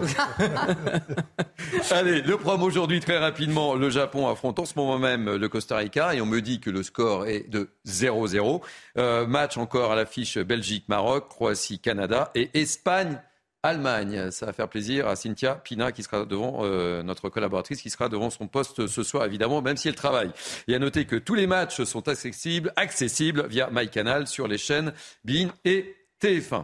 Allez, le programme aujourd'hui, très rapidement, le Japon affronte en ce moment même le Costa Rica et on me dit que le score est de 0-0. Match encore à l'affiche Belgique-Maroc, Croatie-Canada et Espagne-Allemagne. Ça va faire plaisir à Cynthia Pina qui sera devant notre collaboratrice qui sera devant son poste ce soir évidemment même si elle travaille. Et à noter que tous les matchs sont accessibles via MyCanal sur les chaînes beIN et TF1.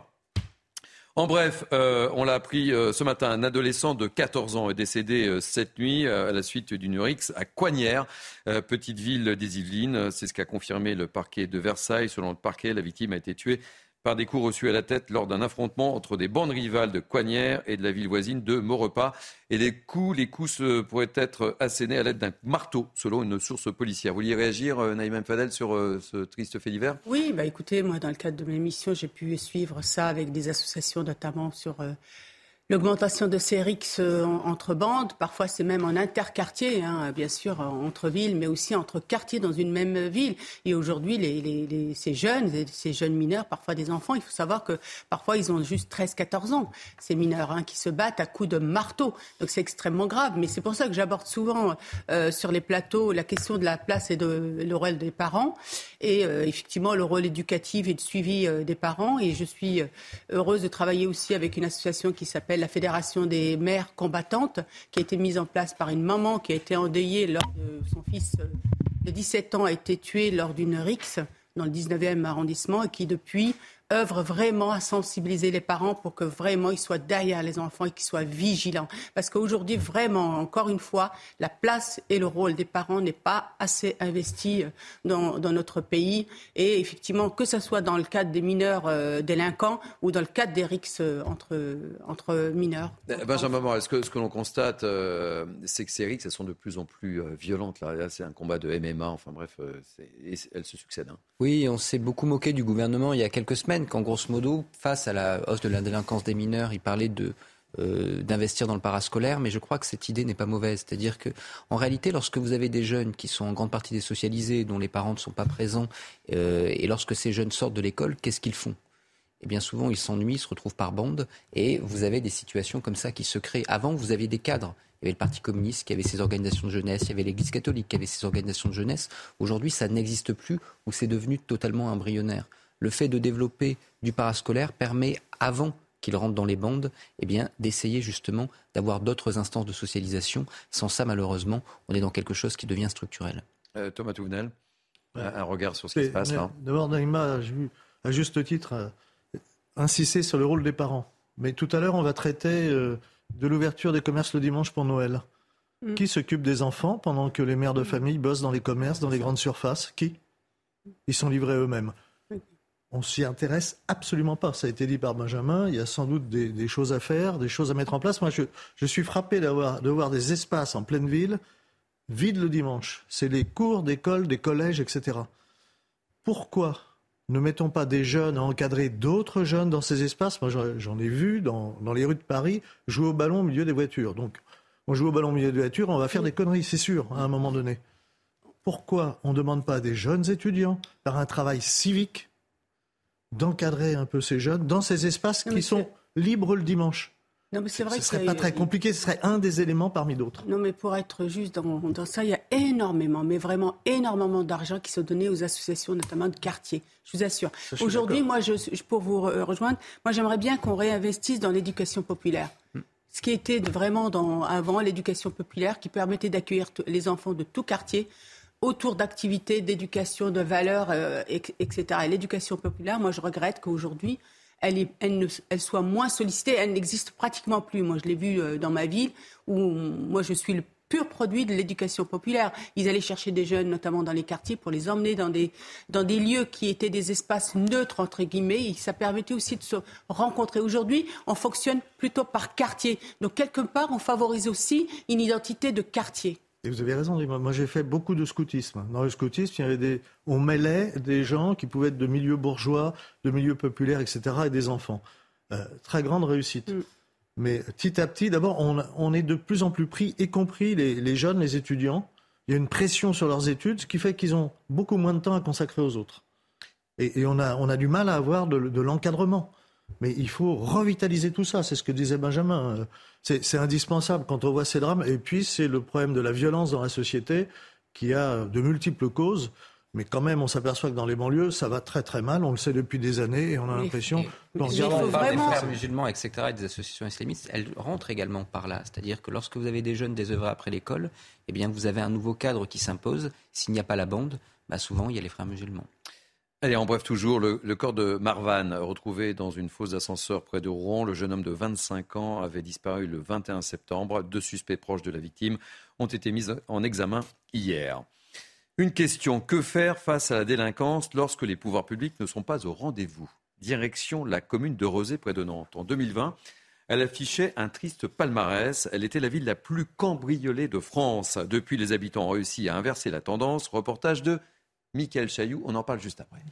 En bref, on l'a appris ce matin, un adolescent de 14 ans est décédé cette nuit à la suite d'une rixe à Coignères, petite ville des Yvelines. C'est ce qu'a confirmé le parquet de Versailles. Selon le parquet, la victime a été tuée par des coups reçus à la tête lors d'un affrontement entre des bandes rivales de Coignères et de la ville voisine de Maurepas. Et les coups pourraient être assénés à l'aide d'un marteau, selon une source policière. Vous vouliez réagir, Naïma M. Fadel, sur ce triste fait divers ? Oui, écoutez, moi, dans le cadre de mes missions, j'ai pu suivre ça avec des associations, notamment sur l'augmentation de ces rixes entre bandes. Parfois, c'est même en interquartier, bien sûr, entre villes, mais aussi entre quartiers dans une même ville. Et aujourd'hui, ces jeunes mineurs, parfois des enfants, il faut savoir que parfois, ils ont juste 13-14 ans, ces mineurs, qui se battent à coups de marteau. Donc, c'est extrêmement grave. Mais c'est pour ça que j'aborde souvent sur les plateaux la question de la place et de le rôle des parents. Et effectivement, le rôle éducatif et de suivi des parents. Et je suis heureuse de travailler aussi avec une association qui s'appelle la Fédération des mères combattantes, qui a été mise en place par une maman qui a été endeuillée lors de son fils de 17 ans a été tué lors d'une rixe dans le 19e arrondissement et qui depuis œuvre vraiment à sensibiliser les parents pour que vraiment ils soient derrière les enfants et qu'ils soient vigilants. Parce qu'aujourd'hui, vraiment, encore une fois, la place et le rôle des parents n'est pas assez investi dans notre pays. Et effectivement, que ce soit dans le cadre des mineurs délinquants ou dans le cadre des rixes entre mineurs. Benjamin Morel, ce que l'on constate, c'est que ces rixes, elles sont de plus en plus violentes. Là, c'est un combat de MMA, enfin bref, elles se succèdent. Oui, on s'est beaucoup moqué du gouvernement il y a quelques semaines, quand grosso modo, face à la hausse de la délinquance des mineurs, il parlait d'investir dans le parascolaire, mais je crois que cette idée n'est pas mauvaise. C'est-à-dire que, en réalité, lorsque vous avez des jeunes qui sont en grande partie désocialisés, dont les parents ne sont pas présents, et lorsque ces jeunes sortent de l'école, qu'est-ce qu'ils font ? Eh bien souvent, ils s'ennuient, ils se retrouvent par bande, et vous avez des situations comme ça qui se créent. Avant, vous aviez des cadres. Il y avait le Parti communiste qui avait ses organisations de jeunesse, il y avait l'Église catholique qui avait ses organisations de jeunesse. Aujourd'hui, ça n'existe plus ou c'est devenu totalement embryonnaire. Le fait de développer du parascolaire permet, avant qu'ils rentrent dans les bandes, d'essayer justement d'avoir d'autres instances de socialisation. Sans ça, malheureusement, on est dans quelque chose qui devient structurel. Thomas Touvenel, un regard sur ce qui se passe là. D'abord, Naïma, à juste titre, insister sur le rôle des parents. Mais tout à l'heure, on va traiter de l'ouverture des commerces le dimanche pour Noël. Qui s'occupe des enfants pendant que les mères de famille bossent dans les commerces, dans les grandes surfaces ? Qui ? Ils sont livrés eux-mêmes. On s'y intéresse absolument pas. Ça a été dit par Benjamin. Il y a sans doute des choses à faire, des choses à mettre en place. Moi, je suis frappé de voir des espaces en pleine ville vides le dimanche. C'est les cours d'école, des collèges, etc. Pourquoi ne mettons pas des jeunes à encadrer d'autres jeunes dans ces espaces ? Moi, j'en ai vu dans les rues de Paris jouer au ballon au milieu des voitures. Donc, on joue au ballon au milieu des voitures, on va faire des conneries, c'est sûr, à un moment donné. Pourquoi on ne demande pas à des jeunes étudiants, par un travail civique, d'encadrer un peu ces jeunes dans ces espaces qui sont libres le dimanche. Non, mais c'est vrai ce serait pas très compliqué, ce serait un des éléments parmi d'autres. Non, mais pour être juste dans ça, il y a énormément, mais vraiment énormément d'argent qui sont donnés aux associations, notamment de quartier. Je vous assure. Aujourd'hui, moi, pour vous rejoindre, moi, j'aimerais bien qu'on réinvestisse dans l'éducation populaire. Ce qui était vraiment avant l'éducation populaire, qui permettait d'accueillir les enfants de tout quartier autour d'activités, d'éducation, de valeurs, etc. Et l'éducation populaire, moi, je regrette qu'aujourd'hui, elle soit moins sollicitée, elle n'existe pratiquement plus. Moi, je l'ai vu dans ma ville, où moi, je suis le pur produit de l'éducation populaire. Ils allaient chercher des jeunes, notamment dans les quartiers, pour les emmener dans des lieux qui étaient des espaces neutres, entre guillemets, et ça permettait aussi de se rencontrer. Aujourd'hui, on fonctionne plutôt par quartier. Donc, quelque part, on favorise aussi une identité de quartier. Et vous avez raison, moi j'ai fait beaucoup de scoutisme. Dans le scoutisme, on mêlait des gens qui pouvaient être de milieux bourgeois, de milieux populaires, etc., et des enfants. Très grande réussite. Mais petit à petit, d'abord, on est de plus en plus pris, y compris les jeunes, les étudiants. Il y a une pression sur leurs études, ce qui fait qu'ils ont beaucoup moins de temps à consacrer aux autres. Et on a du mal à avoir de l'encadrement. Mais il faut revitaliser tout ça, c'est ce que disait Benjamin. C'est indispensable quand on voit ces drames. Et puis, c'est le problème de la violence dans la société qui a de multiples causes. Mais quand même, on s'aperçoit que dans les banlieues, ça va très très mal. On le sait depuis des années et on a l'impression... On parle des frères musulmans, etc., et des associations islamistes. Elles rentrent également par là. C'est-à-dire que lorsque vous avez des jeunes désœuvrés après l'école, eh bien, vous avez un nouveau cadre qui s'impose. S'il n'y a pas la bande, souvent, il y a les frères musulmans. Allez, en bref, toujours, le corps de Marwan, retrouvé dans une fosse d'ascenseur près de Rouen. Le jeune homme de 25 ans avait disparu le 21 septembre. 2 suspects proches de la victime ont été mis en examen hier. Une question, que faire face à la délinquance lorsque les pouvoirs publics ne sont pas au rendez-vous ? Direction la commune de Rezé, près de Nantes. En 2020, elle affichait un triste palmarès. Elle était la ville la plus cambriolée de France. Depuis, les habitants ont réussi à inverser la tendance. Reportage de Mickaël Chailloux, on en parle juste après.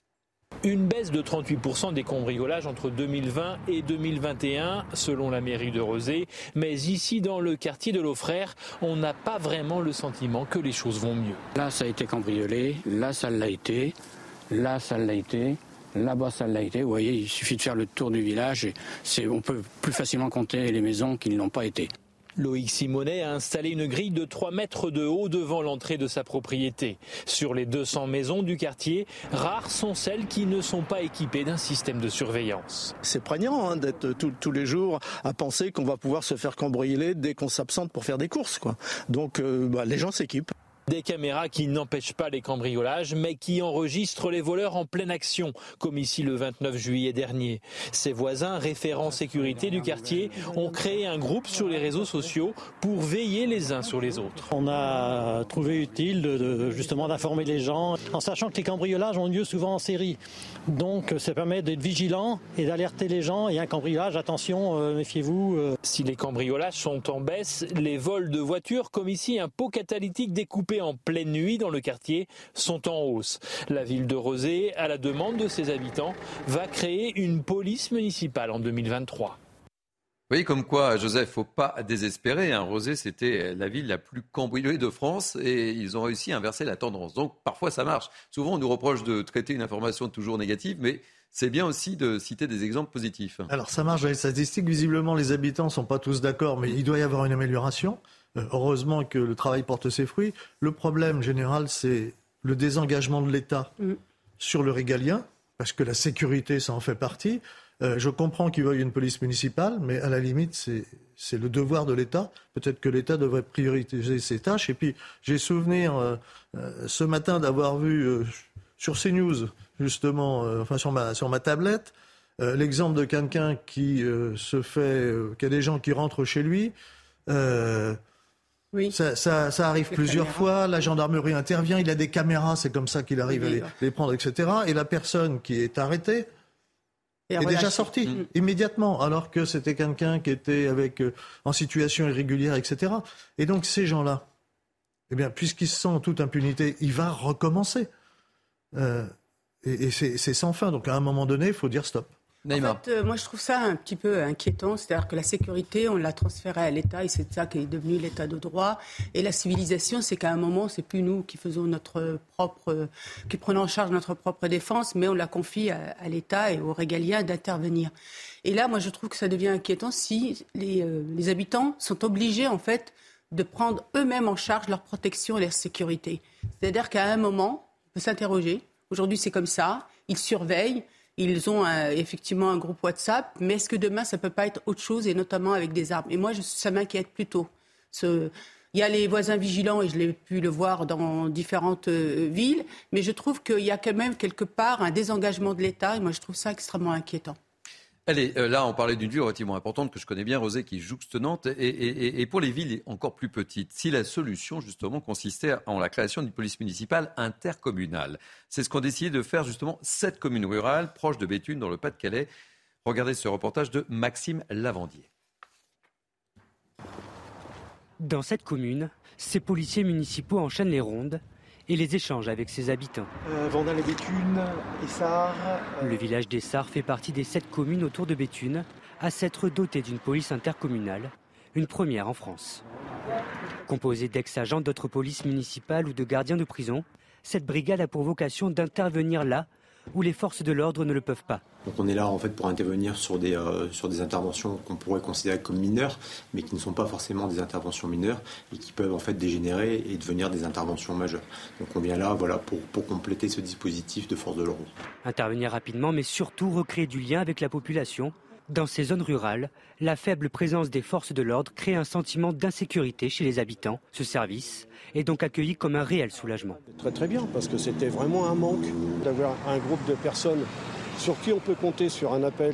Une baisse de 38% des cambriolages entre 2020 et 2021, selon la mairie de Rezé. Mais ici, dans le quartier de l'Aufrère, on n'a pas vraiment le sentiment que les choses vont mieux. Là, ça a été cambriolé, là, ça l'a été, là, ça l'a été. Là-bas, ça l'a été. Vous voyez, il suffit de faire le tour du village et on peut plus facilement compter les maisons qui ne l'ont pas été. Loïc Simonet a installé une grille de 3 mètres de haut devant l'entrée de sa propriété. Sur les 200 maisons du quartier, rares sont celles qui ne sont pas équipées d'un système de surveillance. C'est prégnant d'être tous les jours à penser qu'on va pouvoir se faire cambrioler dès qu'on s'absente pour faire des courses, quoi. Donc les gens s'équipent. Des caméras qui n'empêchent pas les cambriolages, mais qui enregistrent les voleurs en pleine action, comme ici le 29 juillet dernier. Ses voisins, référents sécurité du quartier, ont créé un groupe sur les réseaux sociaux pour veiller les uns sur les autres. On a trouvé utile justement d'informer les gens, en sachant que les cambriolages ont lieu souvent en série. Donc ça permet d'être vigilant et d'alerter les gens. Il y a un cambriolage, attention, méfiez-vous. Si les cambriolages sont en baisse, les vols de voitures, comme ici un pot catalytique découpé en pleine nuit dans le quartier, sont en hausse. La ville de Rezé, à la demande de ses habitants, va créer une police municipale en 2023. Vous voyez comme quoi, Joseph, il ne faut pas désespérer. Rezé, c'était la ville la plus cambriolée de France et ils ont réussi à inverser la tendance. Donc parfois ça marche. Souvent on nous reproche de traiter une information toujours négative, mais c'est bien aussi de citer des exemples positifs. Alors ça marche dans les statistiques. Visiblement les habitants ne sont pas tous d'accord, mais il doit y avoir une amélioration. Heureusement que le travail porte ses fruits. Le problème général, c'est le désengagement de l'État sur le régalien, parce que la sécurité, ça en fait partie. Je comprends qu'il veuille une police municipale, mais à la limite, c'est le devoir de l'État. Peut-être que l'État devrait prioriser ses tâches. Et puis, j'ai souvenir ce matin d'avoir vu sur CNews, justement, sur ma tablette, l'exemple de quelqu'un qui qui a des gens qui rentrent chez lui. Oui. Ça arrive plusieurs fois, la gendarmerie intervient, il a des caméras, c'est comme ça qu'il arrive à les prendre, etc. Et la personne qui est arrêtée est déjà sortie immédiatement, alors que c'était quelqu'un qui était en situation irrégulière, etc. Et donc ces gens-là, eh bien, puisqu'ils sont en toute impunité, il va recommencer. Et c'est sans fin. Donc à un moment donné, il faut dire stop. Naïma. En fait, moi je trouve ça un petit peu inquiétant, c'est-à-dire que la sécurité, on l'a transférée à l'État et c'est ça qui est devenu l'État de droit. Et la civilisation, c'est qu'à un moment, c'est plus nous qui faisons qui prenons en charge notre propre défense, mais on la confie à l'État et aux régaliens d'intervenir. Et là, moi je trouve que ça devient inquiétant si les habitants sont obligés en fait de prendre eux-mêmes en charge leur protection et leur sécurité. C'est-à-dire qu'à un moment, on peut s'interroger. Aujourd'hui, c'est comme ça. Ils surveillent. Ils ont effectivement un groupe WhatsApp, mais est-ce que demain, ça ne peut pas être autre chose, et notamment avec des armes ? Et moi, ça m'inquiète plutôt. Il y a les voisins vigilants, et je l'ai pu le voir dans différentes villes, mais je trouve qu'il y a quand même quelque part un désengagement de l'État, et moi, je trouve ça extrêmement inquiétant. Allez, là, on parlait d'une ville relativement importante que je connais bien, Rosé, qui jouxte Nantes. Et pour les villes encore plus petites, si la solution, justement, consistait en la création d'une police municipale intercommunale. C'est ce qu'ont décidé de faire, justement, 7 communes rurales proches de Béthune, dans le Pas-de-Calais. Regardez ce reportage de Maxime Lavandier. Dans cette commune, ces policiers municipaux enchaînent les rondes et les échanges avec ses habitants. Vandal et Béthune, Essart. Le village d'Essart fait partie des 7 communes autour de Béthune à s'être doté d'une police intercommunale, une première en France. Composée d'ex-agents d'autres polices municipales ou de gardiens de prison, cette brigade a pour vocation d'intervenir là où les forces de l'ordre ne le peuvent pas. Donc on est là en fait pour intervenir sur des interventions qu'on pourrait considérer comme mineures, mais qui ne sont pas forcément des interventions mineures et qui peuvent en fait dégénérer et devenir des interventions majeures. Donc on vient là pour compléter ce dispositif de force de l'ordre. Intervenir rapidement, mais surtout recréer du lien avec la population. Dans ces zones rurales, la faible présence des forces de l'ordre crée un sentiment d'insécurité chez les habitants. Ce service est donc accueilli comme un réel soulagement. Très très bien, parce que c'était vraiment un manque d'avoir un groupe de personnes sur qui on peut compter sur un appel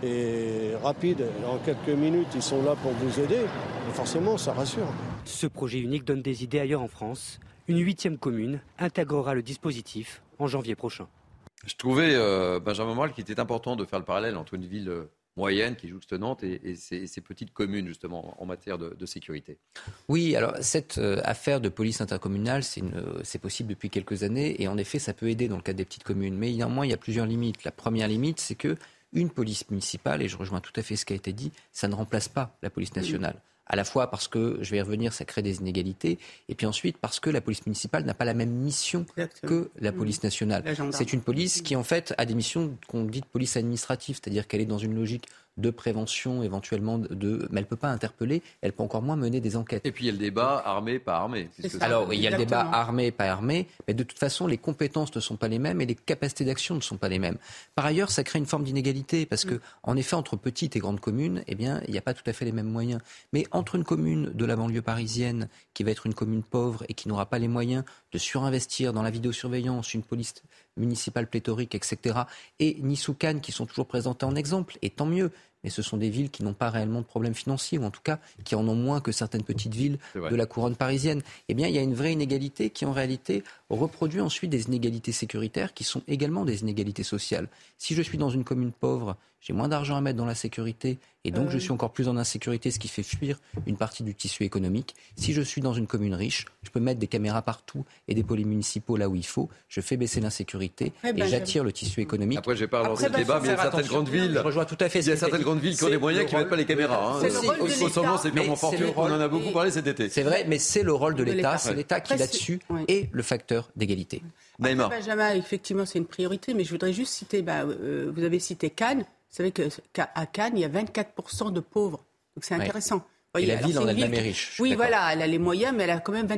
et rapide. En quelques minutes, ils sont là pour vous aider. Et forcément, ça rassure. Ce projet unique donne des idées ailleurs en France. Une 8e commune intégrera le dispositif en janvier prochain. Je trouvais, Benjamin Morel, qu'il était important de faire le parallèle entre une ville moyenne qui jouxte Nantes et ces petites communes, justement, en matière de sécurité. Oui, alors cette affaire de police intercommunale, c'est possible depuis quelques années et en effet, ça peut aider dans le cadre des petites communes. Mais néanmoins, il y a plusieurs limites. La première limite, c'est qu'une police municipale, et je rejoins tout à fait ce qui a été dit, ça ne remplace pas la police nationale. À la fois parce que, je vais y revenir, ça crée des inégalités, et puis ensuite parce que la police municipale n'a pas la même mission que la police nationale. C'est une police qui, en fait, a des missions qu'on dit de police administrative, c'est-à-dire qu'elle est dans une logique de prévention, éventuellement, mais elle ne peut pas interpeller, elle peut encore moins mener des enquêtes. Et puis il y a le débat armé, pas armé. Alors, oui, il y a le débat armé, pas armé, mais de toute façon, les compétences ne sont pas les mêmes et les capacités d'action ne sont pas les mêmes. Par ailleurs, ça crée une forme d'inégalité, parce que, en effet, entre petites et grandes communes, eh bien, il n'y a pas tout à fait les mêmes moyens. Mais entre une commune de la banlieue parisienne, qui va être une commune pauvre et qui n'aura pas les moyens de surinvestir dans la vidéosurveillance, une police municipale pléthorique, etc., et Nice ou Cannes, qui sont toujours présentés en exemple, et tant mieux. Mais ce sont des villes qui n'ont pas réellement de problèmes financiers, ou en tout cas qui en ont moins que certaines petites villes de la couronne parisienne. Eh bien, il y a une vraie inégalité qui, en réalité, reproduit ensuite des inégalités sécuritaires qui sont également des inégalités sociales. Si je suis dans une commune pauvre, j'ai moins d'argent à mettre dans la sécurité, et donc je suis encore plus en insécurité, ce qui fait fuir une partie du tissu économique. Si je suis dans une commune riche, je peux mettre des caméras partout et des polices municipaux là où il faut. Je fais baisser l'insécurité et j'attire le tissu économique. Après, je vais pas lancer le débat, mais il y a certaines grandes villes. Je rejoins tout à fait. Il y a certaines grandes villes qui ont les moyens qui ne mettent pas les caméras. Autrement, c'est purement fortuit. On en a beaucoup parlé cet été. C'est vrai, mais c'est le rôle de l'État. C'est l'État qui, là-dessus, est le facteur d'égalité. Naïma. Benjamin, effectivement, c'est une priorité, mais je voudrais juste citer, vous avez cité Cannes. Vous savez qu'à Cannes, il y a 24% de pauvres. Donc c'est intéressant. Et la ville en elle-même est riche. Oui, voilà, elle a les moyens, mais elle a quand même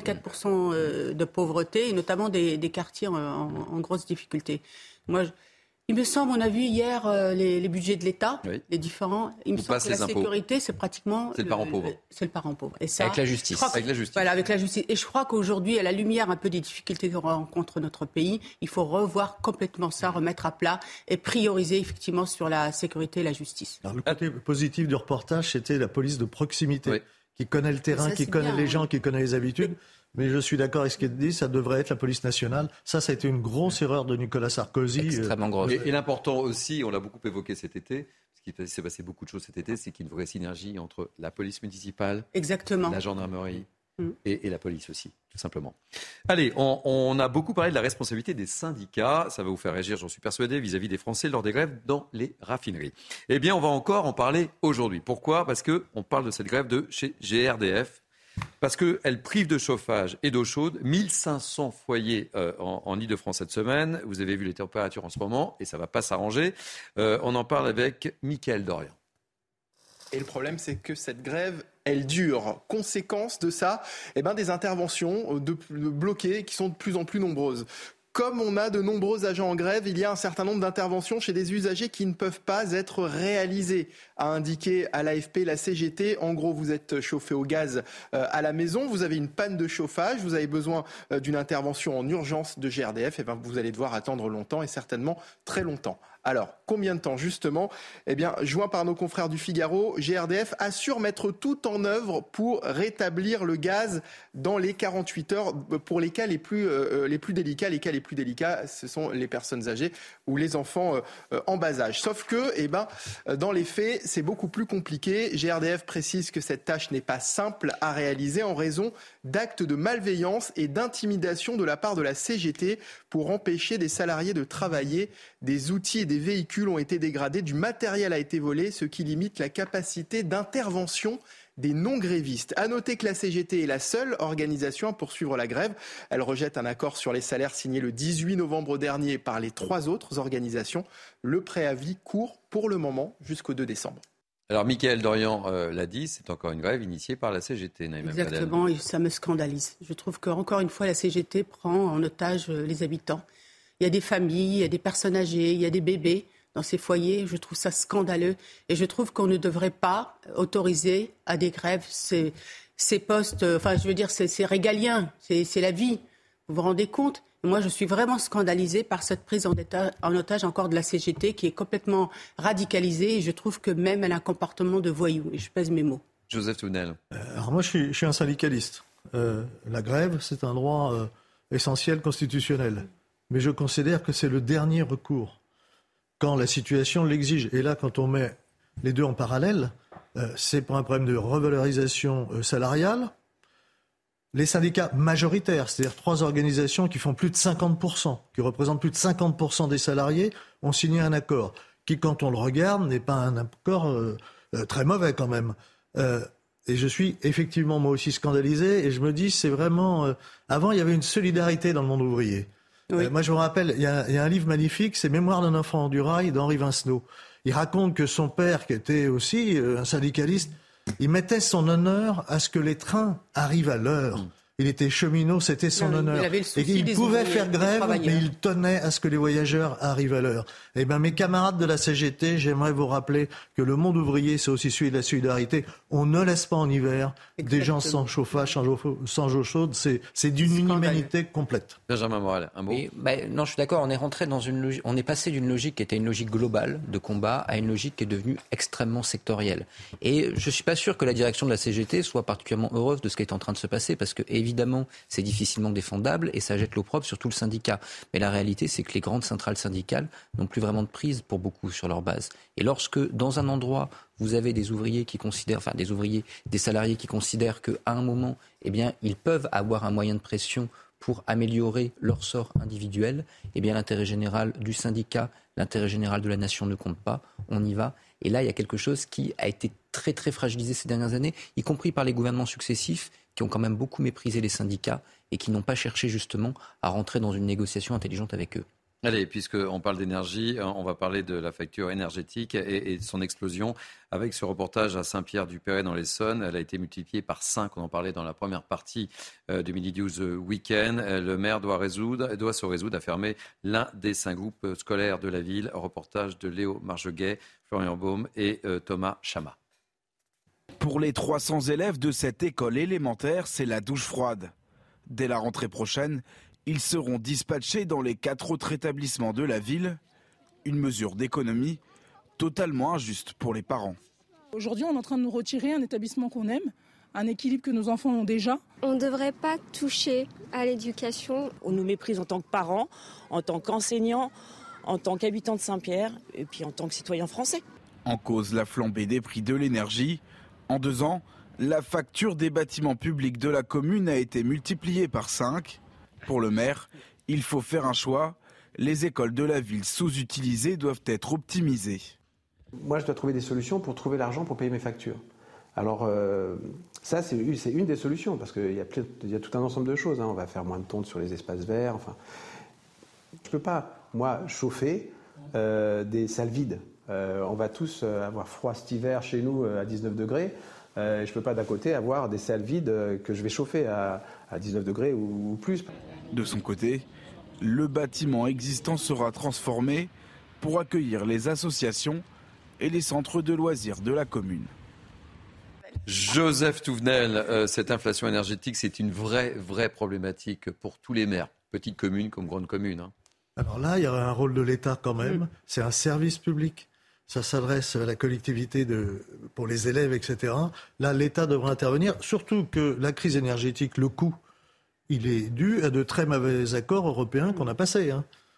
24% de pauvreté, et notamment des quartiers en grosse difficulté. Il me semble, on a vu hier les budgets de l'État, les différents. Il me semble que la sécurité, c'est pratiquement... C'est le parent pauvre. C'est le parent pauvre. Et ça, avec la justice. Voilà, avec la justice. Et je crois qu'aujourd'hui, à la lumière un peu des difficultés que rencontre notre pays, il faut revoir complètement ça, remettre à plat et prioriser effectivement sur la sécurité et la justice. Alors, le côté positif du reportage, c'était la police de proximité, qui connaît le terrain, qui connaît les gens, qui connaît les habitudes. Mais je suis d'accord avec ce qui est dit, ça devrait être la police nationale. Ça a été une grosse erreur de Nicolas Sarkozy. Extrêmement grosse. Et l'important aussi, on l'a beaucoup évoqué cet été, parce qu'il s'est passé beaucoup de choses cet été, c'est qu'il y a une vraie synergie entre la police municipale, la gendarmerie Et la police aussi, tout simplement. Allez, on a beaucoup parlé de la responsabilité des syndicats. Ça va vous faire réagir, j'en suis persuadé, vis-à-vis des Français lors des grèves dans les raffineries. Eh bien, on va encore en parler aujourd'hui. Pourquoi ? Parce qu'on parle de cette grève de chez GRDF. Parce qu'elle prive de chauffage et d'eau chaude 1500 foyers en Ile-de-France cette semaine. Vous avez vu les températures en ce moment et ça ne va pas s'arranger. On en parle avec Mickaël Dorian. Et le problème, c'est que cette grève, elle dure. Conséquence de ça, des interventions bloquées qui sont de plus en plus nombreuses. Comme on a de nombreux agents en grève, il y a un certain nombre d'interventions chez des usagers qui ne peuvent pas être réalisées, a indiqué à l'AFP la CGT. En gros, vous êtes chauffé au gaz à la maison, vous avez une panne de chauffage, vous avez besoin d'une intervention en urgence de GRDF, vous allez devoir attendre longtemps et certainement très longtemps. Alors, combien de temps justement ? Joint par nos confrères du Figaro, GRDF assure mettre tout en œuvre pour rétablir le gaz dans les 48 heures pour les cas les plus délicats. Les cas les plus délicats, ce sont les personnes âgées ou les enfants en bas âge. Sauf que, dans les faits, c'est beaucoup plus compliqué. GRDF précise que cette tâche n'est pas simple à réaliser en raison d'actes de malveillance et d'intimidation de la part de la CGT pour empêcher des salariés de travailler. Des outils et des véhicules ont été dégradés, du matériel a été volé, ce qui limite la capacité d'intervention des non-grévistes. À noter que la CGT est la seule organisation à poursuivre la grève. Elle rejette un accord sur les salaires signé le 18 novembre dernier par les 3 autres organisations. Le préavis court pour le moment jusqu'au 2 décembre. Alors, Mickaël Dorian l'a dit, c'est encore une grève initiée par la CGT. Exactement, et ça me scandalise. Je trouve qu'encore une fois, la CGT prend en otage les habitants. Il y a des familles, il y a des personnes âgées, il y a des bébés dans ces foyers. Je trouve ça scandaleux. Et je trouve qu'on ne devrait pas autoriser à des grèves ces postes. C'est régalien, c'est la vie. Vous vous rendez compte ? Moi, je suis vraiment scandalisée par cette prise en otage encore de la CGT qui est complètement radicalisée. Et je trouve que même elle a un comportement de voyou. Et je pèse mes mots. Joseph Tounel. Alors moi, je suis un syndicaliste. La grève, c'est un droit essentiel constitutionnel. Mais je considère que c'est le dernier recours, quand la situation l'exige. Et là, quand on met les deux en parallèle, c'est pour un problème de revalorisation salariale. Les syndicats majoritaires, c'est-à-dire 3 organisations qui font plus de 50%, qui représentent plus de 50% des salariés, ont signé un accord, qui, quand on le regarde, n'est pas un accord très mauvais quand même. Et je suis effectivement moi aussi scandalisé, et je me dis, c'est vraiment... avant, il y avait une solidarité dans le monde ouvrier. Oui. Moi, je me rappelle, il y a un livre magnifique, c'est Mémoires d'un enfant du rail d'Henri Vincenot. Il raconte que son père, qui était aussi un syndicaliste, il mettait son honneur à ce que les trains arrivent à l'heure. Il était cheminot, c'était son honneur. Et il pouvait faire grève, mais il tenait à ce que les voyageurs arrivent à l'heure. Eh bien, mes camarades de la CGT, j'aimerais vous rappeler que le monde ouvrier, c'est aussi celui de la solidarité. On ne laisse pas en hiver des gens sans chauffage, sans eau chaude. C'est d'une inhumanité complète. Benjamin Morel, un mot. Oui, non, je suis d'accord. On est rentré dans une logique. On est passé d'une logique qui était une logique globale de combat à une logique qui est devenue extrêmement sectorielle. Et je suis pas sûr que la direction de la CGT soit particulièrement heureuse de ce qui est en train de se passer, parce que évidemment, c'est difficilement défendable et ça jette l'opprobre sur tout le syndicat. Mais la réalité, c'est que les grandes centrales syndicales n'ont plus vraiment de prise pour beaucoup sur leur base. Et lorsque, dans un endroit, vous avez des ouvriers qui considèrent, des salariés qui considèrent qu'à un moment, ils peuvent avoir un moyen de pression pour améliorer leur sort individuel, l'intérêt général du syndicat, l'intérêt général de la nation ne compte pas, on y va. Et là, il y a quelque chose qui a été très très fragilisé ces dernières années, y compris par les gouvernements successifs, qui ont quand même beaucoup méprisé les syndicats et qui n'ont pas cherché justement à rentrer dans une négociation intelligente avec eux. Allez, puisqu'on parle d'énergie, on va parler de la facture énergétique et de son explosion. Avec ce reportage à Saint-Pierre-du-Perret dans l'Essonne, elle a été multipliée par 5. On en parlait dans la première partie du Midi News Week-end. Le maire doit se résoudre à fermer l'un des 5 groupes scolaires de la ville. Reportage de Léo Margeguet, Florian Baume et Thomas Chama. Pour les 300 élèves de cette école élémentaire, c'est la douche froide. Dès la rentrée prochaine, ils seront dispatchés dans les 4 autres établissements de la ville. Une mesure d'économie totalement injuste pour les parents. Aujourd'hui, on est en train de nous retirer un établissement qu'on aime, un équilibre que nos enfants ont déjà. On ne devrait pas toucher à l'éducation. On nous méprise en tant que parents, en tant qu'enseignants, en tant qu'habitants de Saint-Pierre et puis en tant que citoyens français. En cause, la flambée des prix de l'énergie. En 2 ans, La facture des bâtiments publics de la commune a été multipliée par 5. Pour le maire, il faut faire un choix. Les écoles de la ville sous-utilisées doivent être optimisées. Moi, je dois trouver des solutions pour trouver l'argent pour payer mes factures. Alors, ça, c'est une des solutions, parce qu'il y a tout un ensemble de choses. On va faire moins de tontes sur les espaces verts. Enfin, je ne peux pas, moi, chauffer des salles vides. On va tous avoir froid cet hiver chez nous à 19 degrés. Je ne peux pas, d'à côté, avoir des salles vides que je vais chauffer à 19 degrés ou plus. De son côté, le bâtiment existant sera transformé pour accueillir les associations et les centres de loisirs de la commune. Joseph Touvenel, cette inflation énergétique, c'est une vraie problématique pour tous les maires, petites communes comme grandes communes. Alors là, il y a un rôle de l'État quand même. C'est un service public. Ça s'adresse à la collectivité pour les élèves, etc. Là, l'État devrait intervenir, surtout que la crise énergétique, le coût, il est dû à de très mauvais accords européens qu'on a passés.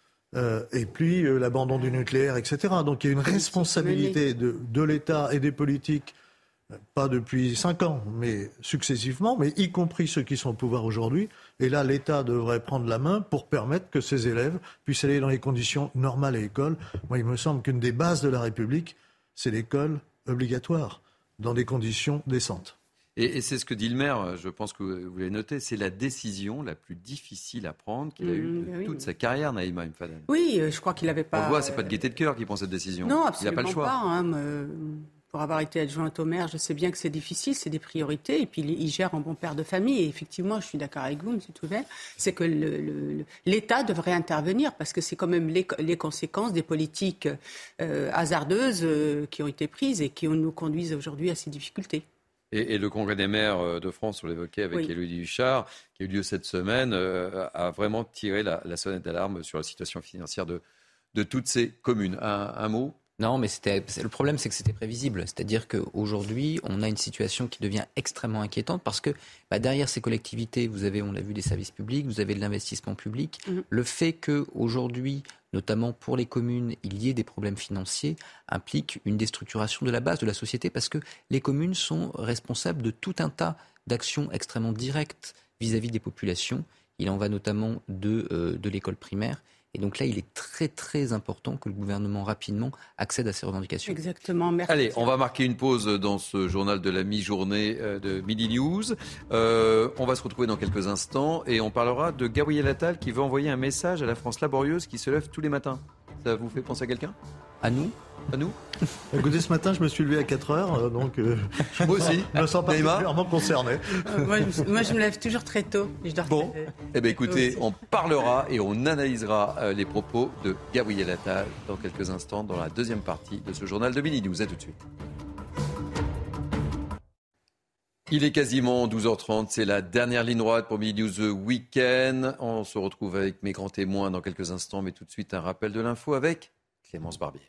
Et puis l'abandon du nucléaire, etc. Donc il y a une responsabilité de l'État et des politiques, pas depuis 5 ans, mais successivement, mais y compris ceux qui sont au pouvoir aujourd'hui. Et là, l'État devrait prendre la main pour permettre que ces élèves puissent aller dans les conditions normales à l'école. Moi, il me semble qu'une des bases de la République, c'est l'école obligatoire, dans des conditions décentes. Et c'est ce que dit le maire, je pense que vous l'avez noté, c'est la décision la plus difficile à prendre qu'il a eue de toute sa carrière, Naïma M. Fadel. Oui, je crois qu'il n'avait pas... On le voit, c'est pas de gaieté de cœur qui prend cette décision. Non, absolument il n'a pas le choix. Pour avoir été adjointe au maire, je sais bien que c'est difficile, c'est des priorités, et puis il gère en bon père de famille. Et effectivement, je suis d'accord avec vous, M. Touvenel, c'est que l'État devrait intervenir, parce que c'est quand même les conséquences des politiques hasardeuses qui ont été prises et qui nous conduisent aujourd'hui à ces difficultés. Et le congrès des maires de France, on l'évoquait avec Élodie Huchard, qui a eu lieu cette semaine, a vraiment tiré la sonnette d'alarme sur la situation financière de toutes ces communes. Un mot ? Non, mais le problème, c'est que c'était prévisible. C'est-à-dire qu'aujourd'hui, on a une situation qui devient extrêmement inquiétante parce que derrière ces collectivités, vous avez, on l'a vu, des services publics, vous avez de l'investissement public. Le fait qu'aujourd'hui, notamment pour les communes, il y ait des problèmes financiers implique une déstructuration de la base de la société parce que les communes sont responsables de tout un tas d'actions extrêmement directes vis-à-vis des populations. Il en va notamment de l'école primaire. Et donc là, il est très très important que le gouvernement rapidement accède à ces revendications. Exactement, merci. Allez, on va marquer une pause dans ce journal de la mi-journée de Midi News. On va se retrouver dans quelques instants et on parlera de Gabriel Attal qui veut envoyer un message à la France laborieuse qui se lève tous les matins. Ça vous fait penser à quelqu'un ? À nous ? À nous ? Écoutez, ce matin, je me suis levé à 4h, donc moi aussi. Je me sens particulièrement concerné. Moi, je me lève toujours très tôt. Et je dors bon, écoutez, on parlera et on analysera les propos de Gabriel Attal dans quelques instants dans la deuxième partie de ce journal de Midi News. À tout de suite. Il est quasiment 12h30, c'est la dernière ligne droite pour Midi News Week-end. On se retrouve avec mes grands témoins dans quelques instants, mais tout de suite un rappel de l'info avec Clémence Barbier.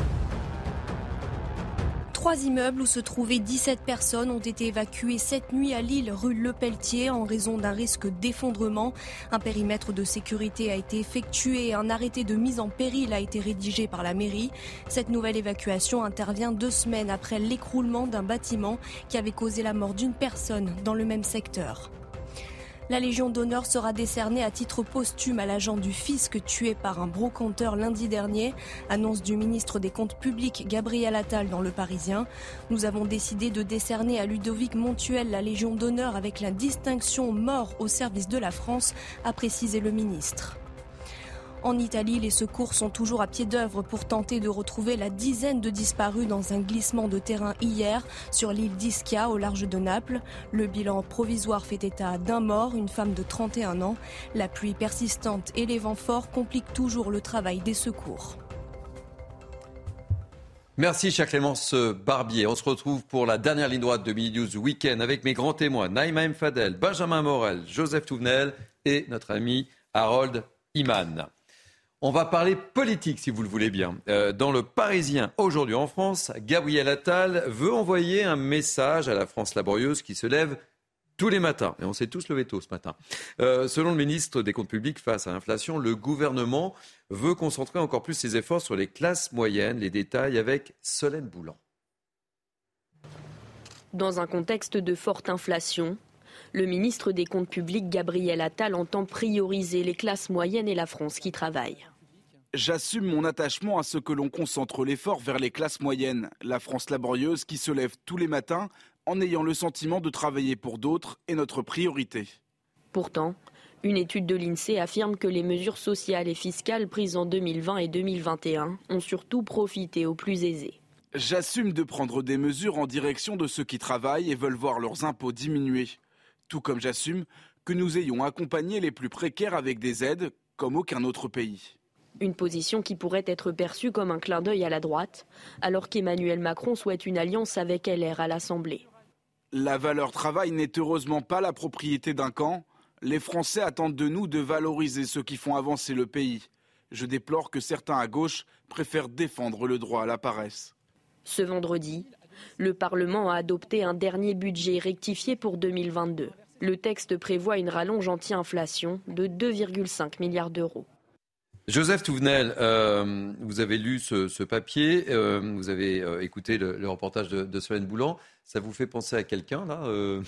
3 immeubles où se trouvaient 17 personnes ont été évacués cette nuit à Lille, rue Lepelletier, en raison d'un risque d'effondrement. Un périmètre de sécurité a été effectué et un arrêté de mise en péril a été rédigé par la mairie. Cette nouvelle évacuation intervient 2 semaines après l'écroulement d'un bâtiment qui avait causé la mort d'une personne dans le même secteur. La Légion d'honneur sera décernée à titre posthume à l'agent du fisc tué par un brocanteur lundi dernier. Annonce du ministre des Comptes publics Gabriel Attal dans Le Parisien. Nous avons décidé de décerner à Ludovic Montuel la Légion d'honneur avec la distinction mort au service de la France, a précisé le ministre. En Italie, les secours sont toujours à pied d'œuvre pour tenter de retrouver la dizaine de disparus dans un glissement de terrain hier sur l'île d'Ischia au large de Naples. Le bilan provisoire fait état d'un mort, une femme de 31 ans. La pluie persistante et les vents forts compliquent toujours le travail des secours. Merci, chère Clémence Barbier. On se retrouve pour la dernière ligne droite de Midi News Week-end avec mes grands témoins, Naïma M. Fadel, Benjamin Morel, Joseph Touvenel et notre ami Harold Iman. On va parler politique, si vous le voulez bien. Dans Le Parisien, aujourd'hui en France, Gabriel Attal veut envoyer un message à la France laborieuse qui se lève tous les matins. Et on s'est tous levés tôt ce matin. Selon le ministre des Comptes publics, face à l'inflation, le gouvernement veut concentrer encore plus ses efforts sur les classes moyennes. Les détails avec Solène Boulan. Dans un contexte de forte inflation, le ministre des Comptes publics, Gabriel Attal, entend prioriser les classes moyennes et la France qui travaille. J'assume mon attachement à ce que l'on concentre l'effort vers les classes moyennes, la France laborieuse qui se lève tous les matins en ayant le sentiment de travailler pour d'autres est notre priorité. Pourtant, une étude de l'INSEE affirme que les mesures sociales et fiscales prises en 2020 et 2021 ont surtout profité aux plus aisés. J'assume de prendre des mesures en direction de ceux qui travaillent et veulent voir leurs impôts diminuer. Tout comme j'assume que nous ayons accompagné les plus précaires avec des aides comme aucun autre pays. Une position qui pourrait être perçue comme un clin d'œil à la droite, alors qu'Emmanuel Macron souhaite une alliance avec LR à l'Assemblée. La valeur travail n'est heureusement pas la propriété d'un camp. Les Français attendent de nous de valoriser ceux qui font avancer le pays. Je déplore que certains à gauche préfèrent défendre le droit à la paresse. Ce vendredi, le Parlement a adopté un dernier budget rectifié pour 2022. Le texte prévoit une rallonge anti-inflation de 2,5 milliards d'euros. Joseph Touvenel, vous avez lu ce papier, vous avez écouté le reportage de Solène Boulan. Ça vous fait penser à quelqu'un, là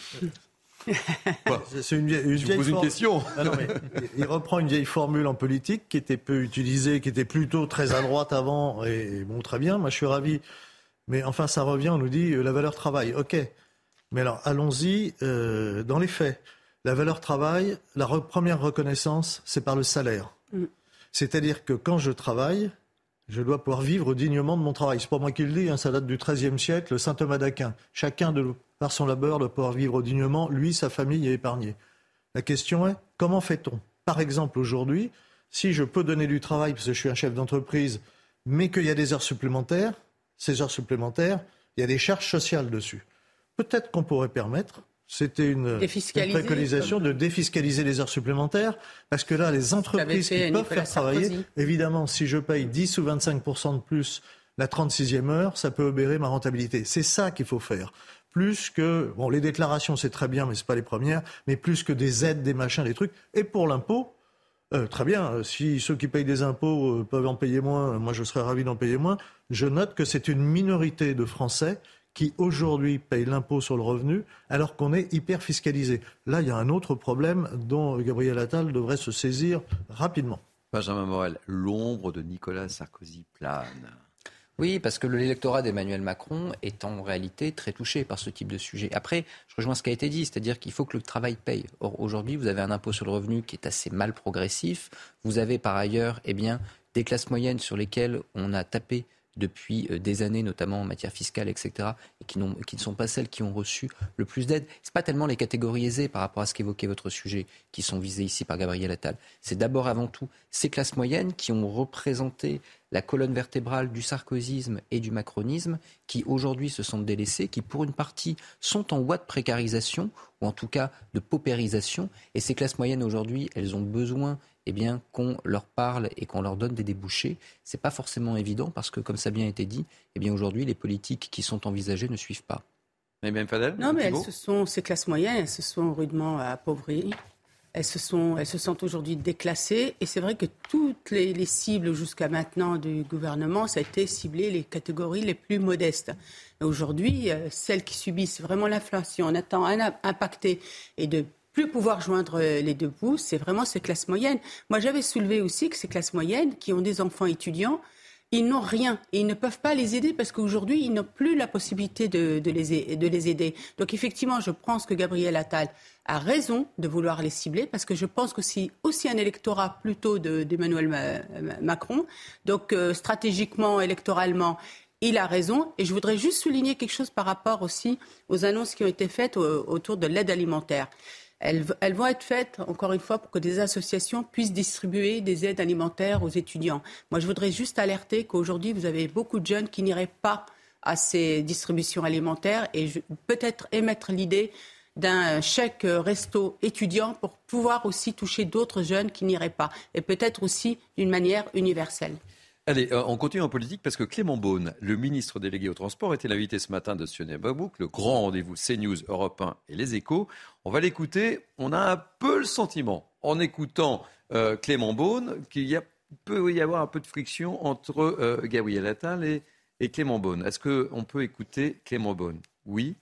C'est une vieille question. Ah non, mais il reprend une vieille formule en politique qui était peu utilisée, qui était plutôt très à droite avant. Et bon, très bien, moi je suis ravi. Mais enfin, ça revient, on nous dit la valeur travail. OK. Mais alors, allons-y dans les faits. La valeur travail, la première reconnaissance, c'est par le salaire. C'est-à-dire que quand je travaille, je dois pouvoir vivre dignement de mon travail. C'est pas moi qui le dis, ça date du XIIIe siècle, saint Thomas d'Aquin. Chacun, par son labeur, doit pouvoir vivre dignement. Lui, sa famille est épargnée. La question est, comment fait-on ? Par exemple, aujourd'hui, si je peux donner du travail, parce que je suis un chef d'entreprise, mais qu'il y a des heures supplémentaires, ces heures supplémentaires, il y a des charges sociales dessus. Peut-être qu'on pourrait permettre... C'était une préconisation de défiscaliser les heures supplémentaires, parce que là, les entreprises qui peuvent faire travailler, évidemment, si je paye 10 ou 25% de plus la 36e heure, ça peut obérer ma rentabilité. C'est ça qu'il faut faire. Plus que, bon, les déclarations, c'est très bien, mais ce n'est pas les premières, mais plus que des aides, des machins, des trucs. Et pour l'impôt, très bien, si ceux qui payent des impôts peuvent en payer moins, moi je serais ravi d'en payer moins. Je note que c'est une minorité de Français qui aujourd'hui payent l'impôt sur le revenu alors qu'on est hyper fiscalisé. Là, il y a un autre problème dont Gabriel Attal devrait se saisir rapidement. Benjamin Morel, l'ombre de Nicolas Sarkozy plane. Oui, parce que l'électorat d'Emmanuel Macron est en réalité très touché par ce type de sujet. Après, je rejoins ce qui a été dit, c'est-à-dire qu'il faut que le travail paye. Or, aujourd'hui, vous avez un impôt sur le revenu qui est assez mal progressif. Vous avez par ailleurs des classes moyennes sur lesquelles on a tapé depuis des années, notamment en matière fiscale, etc., et qui ne sont pas celles qui ont reçu le plus d'aide. Ce n'est pas tellement les catégories aisées par rapport à ce qu'évoquait votre sujet qui sont visées ici par Gabriel Attal. C'est d'abord avant tout ces classes moyennes qui ont représenté la colonne vertébrale du sarkozysme et du macronisme, qui aujourd'hui se sentent délaissées, qui pour une partie sont en voie de précarisation, ou en tout cas de paupérisation. Et ces classes moyennes aujourd'hui, elles ont besoin qu'on leur parle et qu'on leur donne des débouchés. C'est pas forcément évident parce que, comme ça a bien été dit, aujourd'hui, les politiques qui sont envisagées ne suivent pas. Mais même Fadel, non, mais ces classes moyennes, elles se sont rudement appauvries. Elles se sentent aujourd'hui déclassées. Et c'est vrai que toutes les cibles jusqu'à maintenant du gouvernement, ça a été ciblé les catégories les plus modestes. Et aujourd'hui, celles qui subissent vraiment l'inflation, en étant impactées et de plus pouvoir joindre les deux bouts, c'est vraiment ces classes moyennes. Moi, j'avais soulevé aussi que ces classes moyennes, qui ont des enfants étudiants, ils n'ont rien et ils ne peuvent pas les aider parce qu'aujourd'hui, ils n'ont plus la possibilité de les aider. Donc, effectivement, je pense que Gabriel Attal a raison de vouloir les cibler parce que je pense que c'est aussi un électorat plutôt d'Emmanuel Macron. Donc, stratégiquement, électoralement, il a raison. Et je voudrais juste souligner quelque chose par rapport aussi aux annonces qui ont été faites autour de l'aide alimentaire. Elles vont être faites, encore une fois, pour que des associations puissent distribuer des aides alimentaires aux étudiants. Moi, je voudrais juste alerter qu'aujourd'hui, vous avez beaucoup de jeunes qui n'iraient pas à ces distributions alimentaires et peut-être émettre l'idée d'un chèque resto étudiant pour pouvoir aussi toucher d'autres jeunes qui n'iraient pas et peut-être aussi d'une manière universelle. Allez, on continue en politique parce que Clément Beaune, le ministre délégué au transport, était l'invité ce matin de Sioné Babouk, le grand rendez-vous CNews, Europe 1 et Les Échos. On va l'écouter. On a un peu le sentiment, en écoutant Clément Beaune, qu'il peut y avoir un peu de friction entre Gabriel Attal et Clément Beaune. Est-ce qu'on peut écouter Clément Beaune ? Oui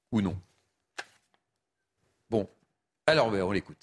ou non? Bon, alors on l'écoute.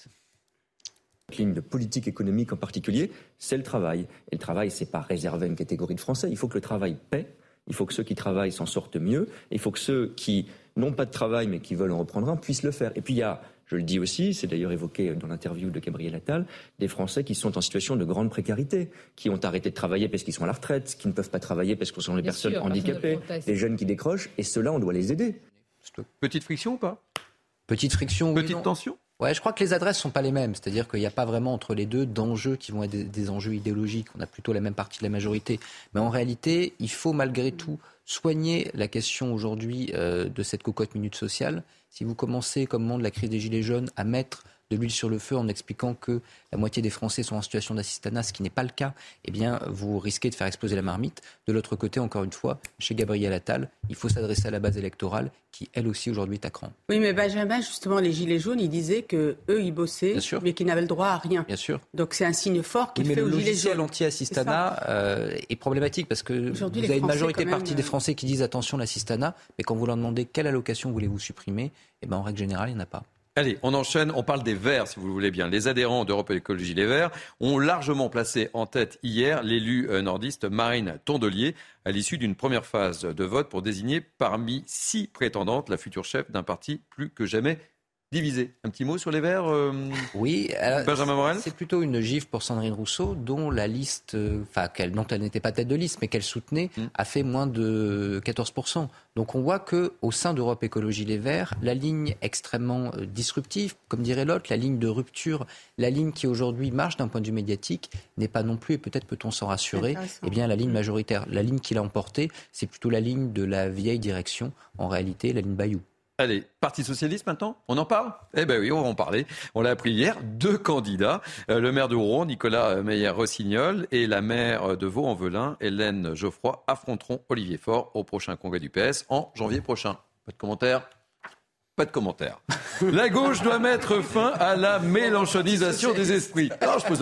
La ligne de politique économique en particulier, c'est le travail. Et le travail, c'est pas réservé à une catégorie de Français. Il faut que le travail paie. Il faut que ceux qui travaillent s'en sortent mieux. Il faut que ceux qui n'ont pas de travail mais qui veulent en reprendre un puissent le faire. Et puis il y a, je le dis aussi, c'est d'ailleurs évoqué dans l'interview de Gabriel Attal, des Français qui sont en situation de grande précarité, qui ont arrêté de travailler parce qu'ils sont à la retraite, qui ne peuvent pas travailler parce que ce sont des personnes handicapées, des jeunes qui décrochent. Et ceux-là, on doit les aider. Petite friction ou pas? Petite friction, petite tension? Ouais, je crois que les adresses ne sont pas les mêmes. C'est-à-dire qu'il n'y a pas vraiment entre les deux d'enjeux qui vont être des enjeux idéologiques. On a plutôt la même partie de la majorité. Mais en réalité, il faut malgré tout soigner la question aujourd'hui de cette cocotte minute sociale. Si vous commencez, comme au moment de la crise des Gilets jaunes, à mettre de l'huile sur le feu en expliquant que la moitié des Français sont en situation d'assistanat, ce qui n'est pas le cas, eh bien, vous risquez de faire exploser la marmite. De l'autre côté, encore une fois, chez Gabriel Attal, il faut s'adresser à la base électorale qui, elle aussi, aujourd'hui, est à cran. Oui, mais Benjamin, justement, les Gilets jaunes, ils disaient qu'eux, ils bossaient, mais qu'ils n'avaient le droit à rien. Bien sûr. Donc, c'est un signe fort qu'il fait aux Gilets jaunes. Le logiciel anti-assistanat est problématique parce que vous avez une majorité partie des Français qui disent attention, l'assistanat, mais quand vous leur demandez quelle allocation voulez-vous supprimer, eh ben, en règle générale, il n'y en a pas. Allez, on enchaîne, on parle des Verts, si vous le voulez bien. Les adhérents d'Europe Écologie Les Verts ont largement placé en tête hier l'élu nordiste Marine Tondelier à l'issue d'une première phase de vote pour désigner parmi 6 prétendantes la future chef d'un parti plus que jamais divisé. Un petit mot sur les Verts Oui, Benjamin Morel. C'est plutôt une gifle pour Sandrine Rousseau, dont la liste, dont elle n'était pas tête de liste, mais qu'elle soutenait, a fait moins de 14%. Donc on voit qu'au sein d'Europe Écologie Les Verts, la ligne extrêmement disruptive, comme dirait l'autre, la ligne de rupture, la ligne qui aujourd'hui marche d'un point de vue médiatique, n'est pas non plus, et peut-être peut-on s'en rassurer, eh bien la ligne majoritaire. La ligne qui l'a emportée, c'est plutôt la ligne de la vieille direction, en réalité la ligne Bayou. Allez, Parti Socialiste maintenant, on en parle? Eh bien oui, on va en parler. On l'a appris hier, 2 candidats, le maire de Rouen, Nicolas Meyer-Rossignol, et la maire de Vaux-en-Velin, Hélène Geoffroy, affronteront Olivier Faure au prochain congrès du PS en janvier prochain. Pas de commentaires? Pas de commentaires. La gauche doit mettre fin à la mélenchonisation des esprits. Non, je pose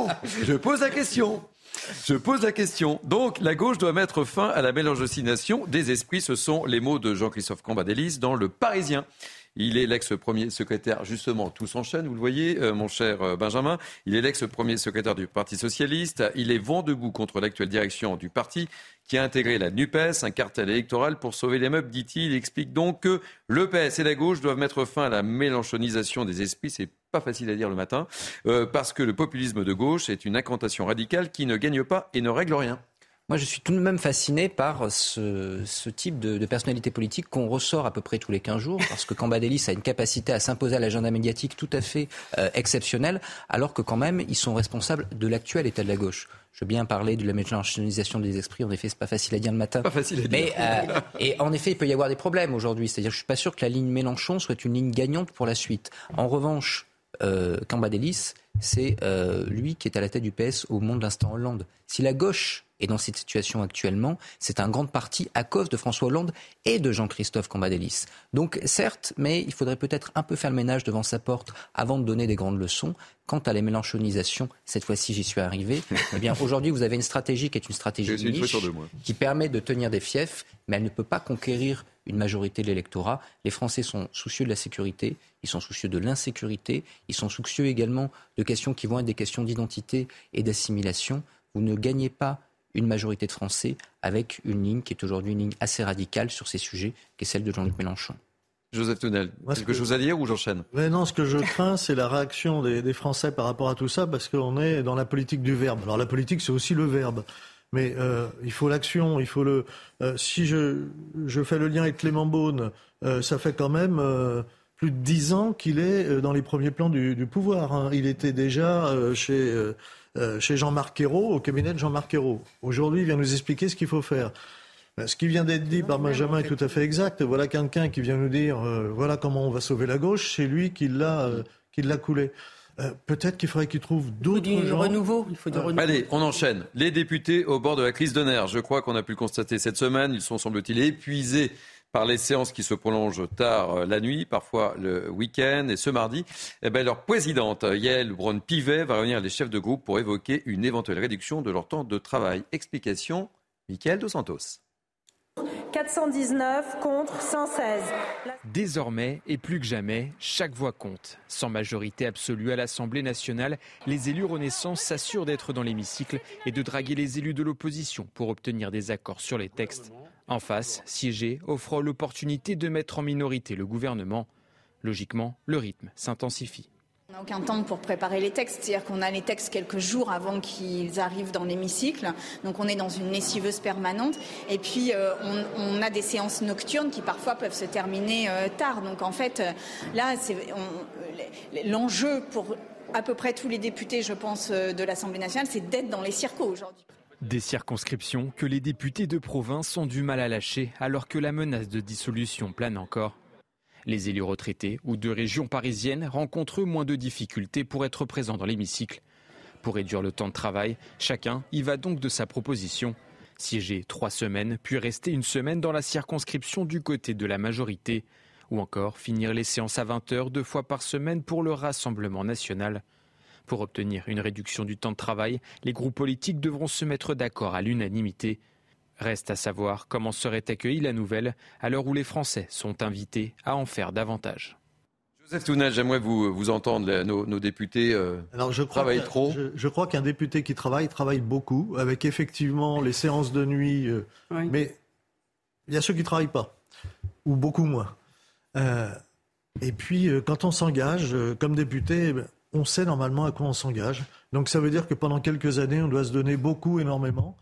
la question. Donc, la gauche doit mettre fin à la mélanchonisation des esprits. Ce sont les mots de Jean-Christophe Cambadélis dans Le Parisien. Il est l'ex-premier secrétaire, justement, tout s'enchaîne, vous le voyez, mon cher Benjamin. Il est l'ex-premier secrétaire du Parti Socialiste. Il est vent debout contre l'actuelle direction du parti qui a intégré la NUPES, un cartel électoral pour sauver les meubles, dit-il. Il explique donc que le PS et la gauche doivent mettre fin à la mélenchonisation des esprits. C'est pas facile à dire le matin, parce que le populisme de gauche est une incantation radicale qui ne gagne pas et ne règle rien. Moi, je suis tout de même fasciné par ce type de personnalité politique qu'on ressort à peu près tous les 15 jours, parce que Cambadélis a une capacité à s'imposer à l'agenda médiatique tout à fait exceptionnelle, alors que quand même, ils sont responsables de l'actuel état de la gauche. Je veux bien parler de la mélanchonisation des esprits, en effet, c'est pas facile à dire le matin. Pas facile à dire. Mais, et en effet, il peut y avoir des problèmes aujourd'hui, c'est-à-dire que je suis pas sûr que la ligne Mélenchon soit une ligne gagnante pour la suite. En revanche, Cambadélis, c'est lui qui est à la tête du PS au moment de l'instant Hollande. Si la gauche est dans cette situation actuellement, c'est en grande partie à cause de François Hollande et de Jean-Christophe Cambadélis. Donc certes, mais il faudrait peut-être un peu faire le ménage devant sa porte avant de donner des grandes leçons. Quant à la mélenchonisation, cette fois-ci j'y suis arrivé, eh bien aujourd'hui vous avez une stratégie qui est une stratégie de niche, qui permet de tenir des fiefs, mais elle ne peut pas conquérir une majorité de l'électorat. Les Français sont soucieux de la sécurité, ils sont soucieux de l'insécurité, ils sont soucieux également de questions qui vont être des questions d'identité et d'assimilation. Vous ne gagnez pas une majorité de Français avec une ligne qui est aujourd'hui une ligne assez radicale sur ces sujets, qui est celle de Jean-Luc Mélenchon. Joseph Tounel, quelque chose à dire ou j'enchaîne? Non, ce que je crains, c'est la réaction des Français par rapport à tout ça, parce qu'on est dans la politique du verbe. Alors la politique, c'est aussi le verbe. Mais il faut l'action, il faut le... si je fais le lien avec Clément Beaune, ça fait quand même plus de 10 ans qu'il est dans les premiers plans du pouvoir. Hein. Il était déjà chez Jean-Marc Ayrault, au cabinet de Jean-Marc Ayrault. Aujourd'hui, il vient nous expliquer ce qu'il faut faire. Ce qui vient d'être dit par Benjamin est tout à fait exact. Voilà quelqu'un qui vient nous dire voilà comment on va sauver la gauche. C'est lui qui l'a coulé. Peut-être qu'il faudrait qu'il trouve d'autres gens. Il faut du renouveau. Allez, on enchaîne. Les députés au bord de la crise de nerfs. Je crois qu'on a pu le constater cette semaine. Ils sont, semble-t-il, épuisés par les séances qui se prolongent tard la nuit, parfois le week-end. Et ce mardi, leur présidente, Yaël Braun-Pivet, va réunir les chefs de groupe pour évoquer une éventuelle réduction de leur temps de travail. Explication, Mickaël Dos Santos. 419, contre 116. Désormais, et plus que jamais, chaque voix compte. Sans majorité absolue à l'Assemblée nationale, les élus Renaissance s'assurent d'être dans l'hémicycle et de draguer les élus de l'opposition pour obtenir des accords sur les textes. En face, siéger offre l'opportunité de mettre en minorité le gouvernement. Logiquement, le rythme s'intensifie. On n'a aucun temps pour préparer les textes, c'est-à-dire qu'on a les textes quelques jours avant qu'ils arrivent dans l'hémicycle, donc on est dans une lessiveuse permanente, et puis on a des séances nocturnes qui parfois peuvent se terminer tard, donc en fait là l'enjeu pour à peu près tous les députés, je pense, de l'Assemblée nationale, c'est d'être dans les circos aujourd'hui. Des circonscriptions que les députés de province ont du mal à lâcher alors que la menace de dissolution plane encore. Les élus retraités ou de régions parisiennes rencontrent moins de difficultés pour être présents dans l'hémicycle. Pour réduire le temps de travail, chacun y va donc de sa proposition. Siéger 3 semaines, puis rester 1 semaine dans la circonscription du côté de la majorité. Ou encore finir les séances à 20h 2 fois par semaine pour le Rassemblement national. Pour obtenir une réduction du temps de travail, les groupes politiques devront se mettre d'accord à l'unanimité. Reste à savoir comment serait accueillie la nouvelle à l'heure où les Français sont invités à en faire davantage. Joseph Tounel, j'aimerais vous entendre. Nos députés travaillent trop. Je crois qu'un député qui travaille beaucoup, avec effectivement les séances de nuit. Oui. Mais il y a ceux qui ne travaillent pas, ou beaucoup moins. Et puis, quand on s'engage comme député, on sait normalement à quoi on s'engage. Donc ça veut dire que pendant quelques années, on doit se donner beaucoup, énormément.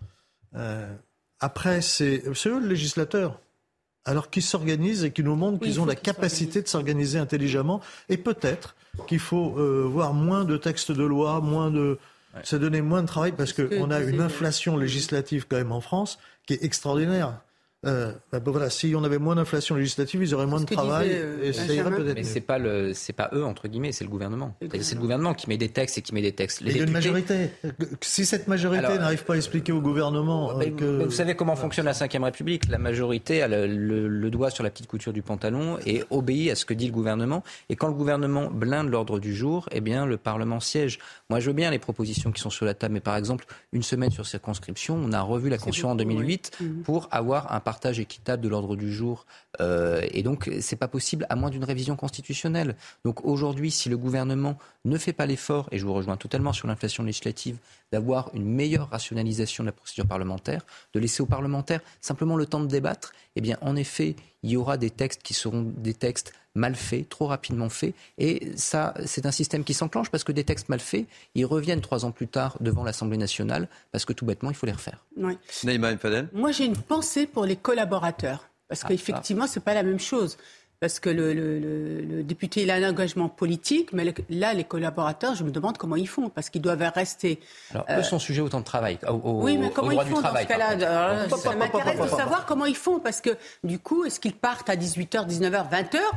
Après, c'est eux le législateur. Alors qu'ils s'organisent et qu'ils nous montrent qu'ils ont la capacité de s'organiser intelligemment. Et peut-être qu'il faut voir moins de textes de loi, se donner moins de travail, parce qu'on a une inflation législative quand même en France qui est extraordinaire. Voilà, si on avait moins d'inflation législative, ils auraient moins de travail et ça irait peut-être. Mais c'est pas eux entre guillemets, c'est le gouvernement. C'est le gouvernement qui met des textes et qui met des textes. Il y a une majorité. Si cette majorité n'arrive pas à expliquer au gouvernement mais vous savez comment fonctionne la Ve République. La majorité a le doigt sur la petite couture du pantalon et obéit à ce que dit le gouvernement. Et quand le gouvernement blinde l'ordre du jour, eh bien le Parlement siège. Moi, je veux bien les propositions qui sont sur la table, mais par exemple, 1 semaine sur circonscription, on a revu la Constitution en 2008 pour avoir un partage équitable de l'ordre du jour. Et donc, c'est pas possible à moins d'une révision constitutionnelle. Donc aujourd'hui, si le gouvernement ne fait pas l'effort, et je vous rejoins totalement sur l'inflation législative, d'avoir une meilleure rationalisation de la procédure parlementaire, de laisser aux parlementaires simplement le temps de débattre, eh bien, en effet, il y aura des textes qui seront des textes mal faits, trop rapidement faits. Et ça, c'est un système qui s'enclenche parce que des textes mal faits, ils reviennent 3 ans plus tard devant l'Assemblée nationale parce que tout bêtement, il faut les refaire. Oui. Naïma Mfadel. Moi, j'ai une pensée pour les collaborateurs parce qu'effectivement, c'est pas la même chose. Parce que le député, il a un engagement politique, mais là, les collaborateurs, je me demande comment ils font, parce qu'ils doivent rester... Alors, eux sont sujets au temps de travail, oui, mais comment au droit ils font du travail. Dans ce cas-là, ça m'intéresse de savoir comment ils font, parce que du coup, est-ce qu'ils partent à 18h, 19h,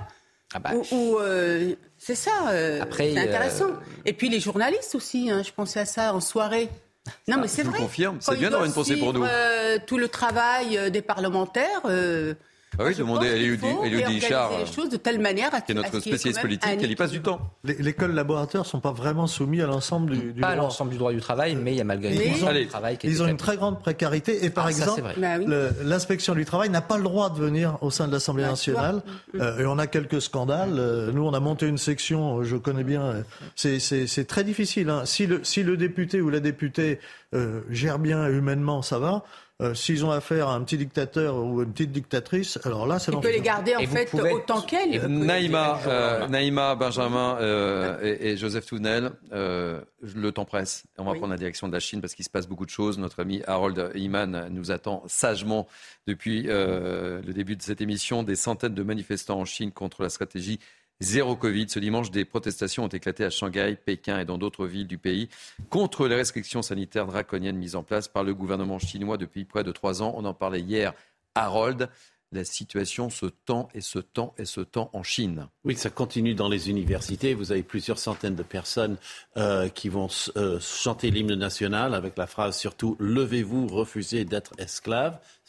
20h c'est ça, après, c'est intéressant. Et puis les journalistes aussi, je pensais à ça en soirée. Non, mais c'est vrai. Je vous confirme, c'est bien d'avoir une pensée pour nous. Tout le travail des parlementaires... oui, demandez à Élodie Huchard, les choses de telle manière qui est notre spécialiste politique, qu'elle y passe du temps. Les collaborateurs ne sont pas vraiment soumis à l'ensemble du droit. Pas à l'ensemble du droit du travail, mais il y a malgré tout un travail qui est ils ont une très grande précarité. Et par exemple, l'inspection du travail n'a pas le droit de venir au sein de l'Assemblée nationale. Et on a quelques scandales. Nous, on a monté une section, je connais bien. C'est très difficile. Si le député ou la députée gère bien humainement, ça va. S'ils ont affaire à un petit dictateur ou une petite dictatrice, alors là, c'est l'enfer. Il peut les garder en fait autant qu'elle. Naïma, Benjamin et Joseph Tounel, le temps presse. On va prendre la direction de la Chine parce qu'il se passe beaucoup de choses. Notre ami Harold Iman nous attend sagement depuis le début de cette émission. Des centaines de manifestants en Chine contre la stratégie Zéro Covid. Ce dimanche, des protestations ont éclaté à Shanghai, Pékin et dans d'autres villes du pays contre les restrictions sanitaires draconiennes mises en place par le gouvernement chinois depuis près de 3 ans. On en parlait hier. Harold, la situation se tend et se tend et se tend en Chine. Oui, ça continue dans les universités. Vous avez plusieurs centaines de personnes qui vont chanter l'hymne national avec la phrase surtout « Levez-vous, refusez d'être esclaves ».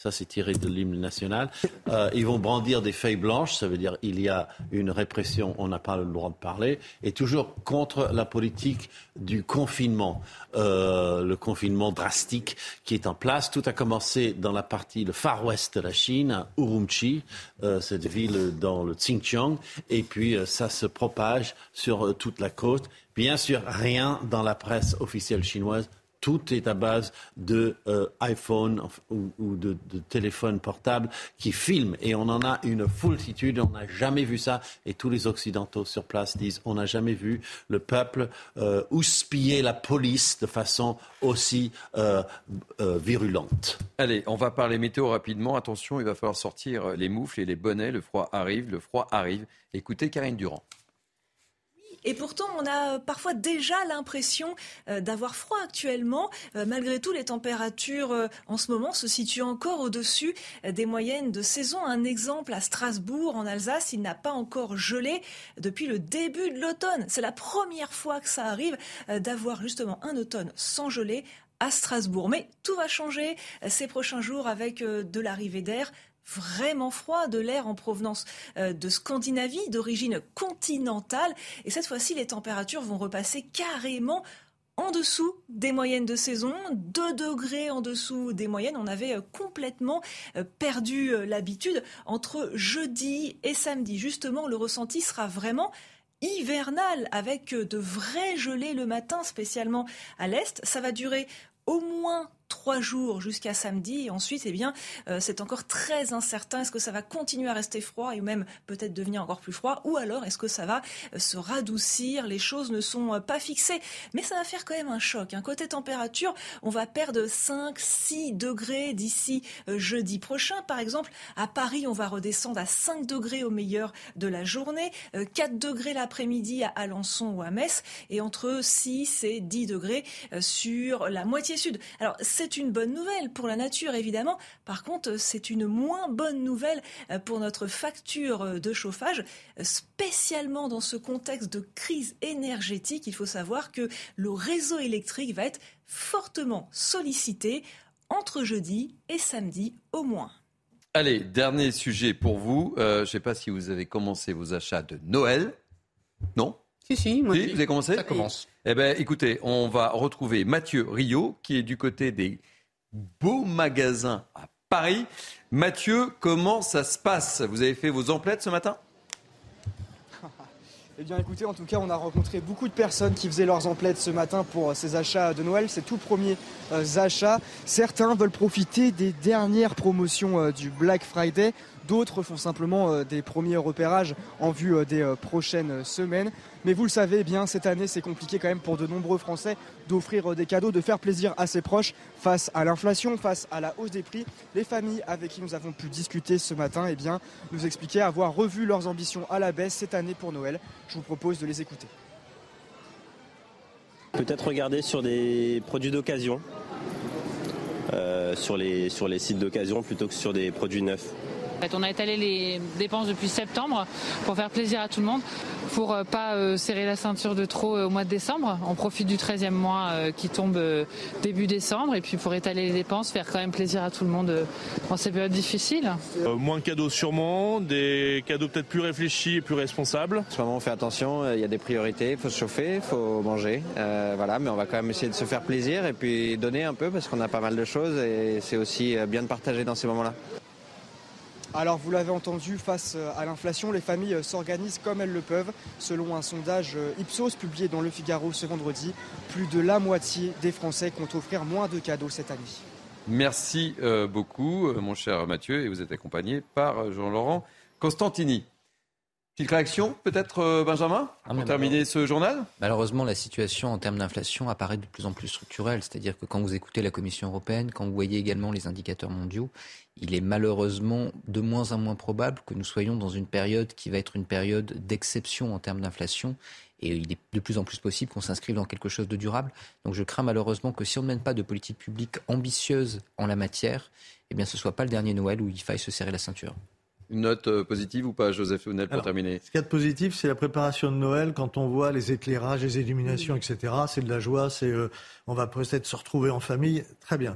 Ça, c'est tiré de l'hymne national. Ils vont brandir des feuilles blanches. Ça veut dire il y a une répression, on n'a pas le droit de parler. Et toujours contre la politique du confinement. Le confinement drastique qui est en place. Tout a commencé dans la partie, le Far West de la Chine, à Urumqi, cette ville dans le Xinjiang. Et puis, ça se propage sur toute la côte. Bien sûr, rien dans la presse officielle chinoise. Tout est à base de iPhone ou de téléphone portable qui filment. Et on en a une foultitude. On n'a jamais vu ça. Et tous les Occidentaux sur place disent on n'a jamais vu le peuple houspiller la police de façon aussi virulente. Allez, on va parler météo rapidement. Attention, il va falloir sortir les moufles et les bonnets. Le froid arrive. Écoutez Karine Durand. Et pourtant, on a parfois déjà l'impression d'avoir froid actuellement. Malgré tout, les températures en ce moment se situent encore au-dessus des moyennes de saison. Un exemple à Strasbourg, en Alsace, il n'a pas encore gelé depuis le début de l'automne. C'est la première fois que ça arrive d'avoir justement un automne sans gelée à Strasbourg. Mais tout va changer ces prochains jours avec de l'arrivée d'air vraiment froid, de l'air en provenance de Scandinavie, d'origine continentale. Et cette fois-ci, les températures vont repasser carrément en dessous des moyennes de saison, 2 degrés en dessous des moyennes. On avait complètement perdu l'habitude entre jeudi et samedi. Justement, le ressenti sera vraiment hivernal avec de vraies gelées le matin, spécialement à l'est. Ça va durer au moins 3 jours jusqu'à samedi. Et ensuite, c'est encore très incertain. Est-ce que ça va continuer à rester froid et même peut-être devenir encore plus froid? Ou alors, est-ce que ça va se radoucir? Les choses ne sont pas fixées. Mais ça va faire quand même un choc. Côté température, on va perdre 5-6 degrés d'ici jeudi prochain. Par exemple, à Paris, on va redescendre à 5 degrés au meilleur de la journée. 4 degrés l'après-midi à Alençon ou à Metz. Et entre 6 et 10 degrés sur la moitié sud. Alors, c'est une bonne nouvelle pour la nature, évidemment. Par contre, c'est une moins bonne nouvelle pour notre facture de chauffage, spécialement dans ce contexte de crise énergétique. Il faut savoir que le réseau électrique va être fortement sollicité entre jeudi et samedi au moins. Allez, dernier sujet pour vous. Je ne sais pas si vous avez commencé vos achats de Noël. Non ? Si, moi vous avez commencé ? Ça commence. Eh bien, écoutez, on va retrouver Mathieu Rio, qui est du côté des beaux magasins à Paris. Mathieu, comment ça se passe? Vous avez fait vos emplettes ce matin? Eh bien écoutez, en tout cas, on a rencontré beaucoup de personnes qui faisaient leurs emplettes ce matin pour ces achats de Noël, ces tout premiers achats. Certains veulent profiter des dernières promotions du Black Friday. D'autres font simplement des premiers repérages en vue des prochaines semaines. Mais vous le savez, eh bien, cette année, c'est compliqué quand même pour de nombreux Français d'offrir des cadeaux, de faire plaisir à ses proches face à l'inflation, face à la hausse des prix. Les familles avec qui nous avons pu discuter ce matin, eh bien, nous expliquaient avoir revu leurs ambitions à la baisse cette année pour Noël. Je vous propose de les écouter. Peut-être regarder sur des produits d'occasion, sur les sites d'occasion plutôt que sur des produits neufs. On a étalé les dépenses depuis septembre pour faire plaisir à tout le monde, pour pas serrer la ceinture de trop au mois de décembre. On profite du 13e mois qui tombe début décembre et puis pour étaler les dépenses, faire quand même plaisir à tout le monde dans ces périodes difficiles. Moins de cadeaux sûrement, des cadeaux peut-être plus réfléchis et plus responsables. En ce moment on fait attention, il y a des priorités, il faut se chauffer, il faut manger, voilà, mais on va quand même essayer de se faire plaisir et puis donner un peu parce qu'on a pas mal de choses et c'est aussi bien de partager dans ces moments-là. Alors vous l'avez entendu, face à l'inflation, les familles s'organisent comme elles le peuvent. Selon un sondage Ipsos publié dans Le Figaro ce vendredi, plus de la moitié des Français comptent offrir moins de cadeaux cette année. Merci beaucoup, mon cher Mathieu, et vous êtes accompagné par Jean-Laurent Constantini. Petite réaction, peut-être, Benjamin, pour terminer ce journal ? Malheureusement, la situation en termes d'inflation apparaît de plus en plus structurelle. C'est-à-dire que quand vous écoutez la Commission européenne, quand vous voyez également les indicateurs mondiaux, il est malheureusement de moins en moins probable que nous soyons dans une période qui va être une période d'exception en termes d'inflation. Et il est de plus en plus possible qu'on s'inscrive dans quelque chose de durable. Donc je crains malheureusement que si on ne mène pas de politique publique ambitieuse en la matière, eh bien ce ne soit pas le dernier Noël où il faille se serrer la ceinture. Une note positive ou pas, Joseph Founel, pour terminer? Ce qu'il y a de positif, c'est la préparation de Noël. Quand on voit les éclairages, les illuminations, etc., c'est de la joie. On va peut-être se retrouver en famille. Très bien.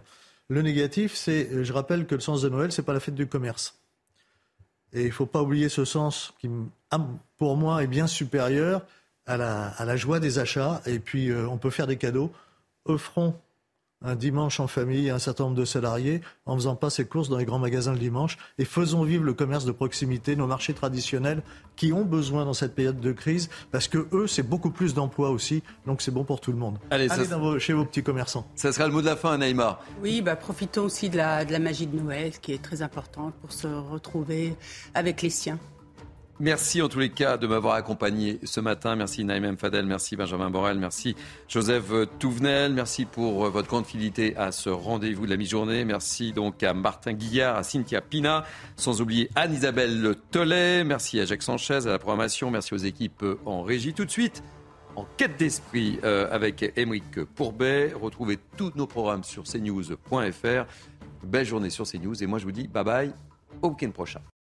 Le négatif, c'est, je rappelle que le sens de Noël, c'est pas la fête du commerce. Et il ne faut pas oublier ce sens qui, pour moi, est bien supérieur à la joie des achats. Et puis, on peut faire des cadeaux. Offrons un dimanche en famille à un certain nombre de salariés en ne faisant pas ses courses dans les grands magasins le dimanche. Et faisons vivre le commerce de proximité, nos marchés traditionnels qui ont besoin dans cette période de crise, parce que eux, c'est beaucoup plus d'emplois aussi. Donc, c'est bon pour tout le monde. Allez chez vos petits commerçants. Ça sera le mot de la fin, Naïma. Oui, profitons aussi de la magie de Noël, qui est très importante pour se retrouver avec les siens. Merci en tous les cas de m'avoir accompagné ce matin. Merci Naïma M. Fadel, merci Benjamin Borel, merci Joseph Touvenel, merci pour votre grande fidélité à ce rendez-vous de la mi-journée. Merci donc à Martin Guillard, à Cynthia Pina, sans oublier Anne-Isabelle Tollet. Merci à Jacques Sanchez, à la programmation, merci aux équipes en régie. Tout de suite, en quête d'esprit avec Émeric Pourbet. Retrouvez tous nos programmes sur cnews.fr. Belle journée sur CNews et moi je vous dis bye bye, au week-end prochain.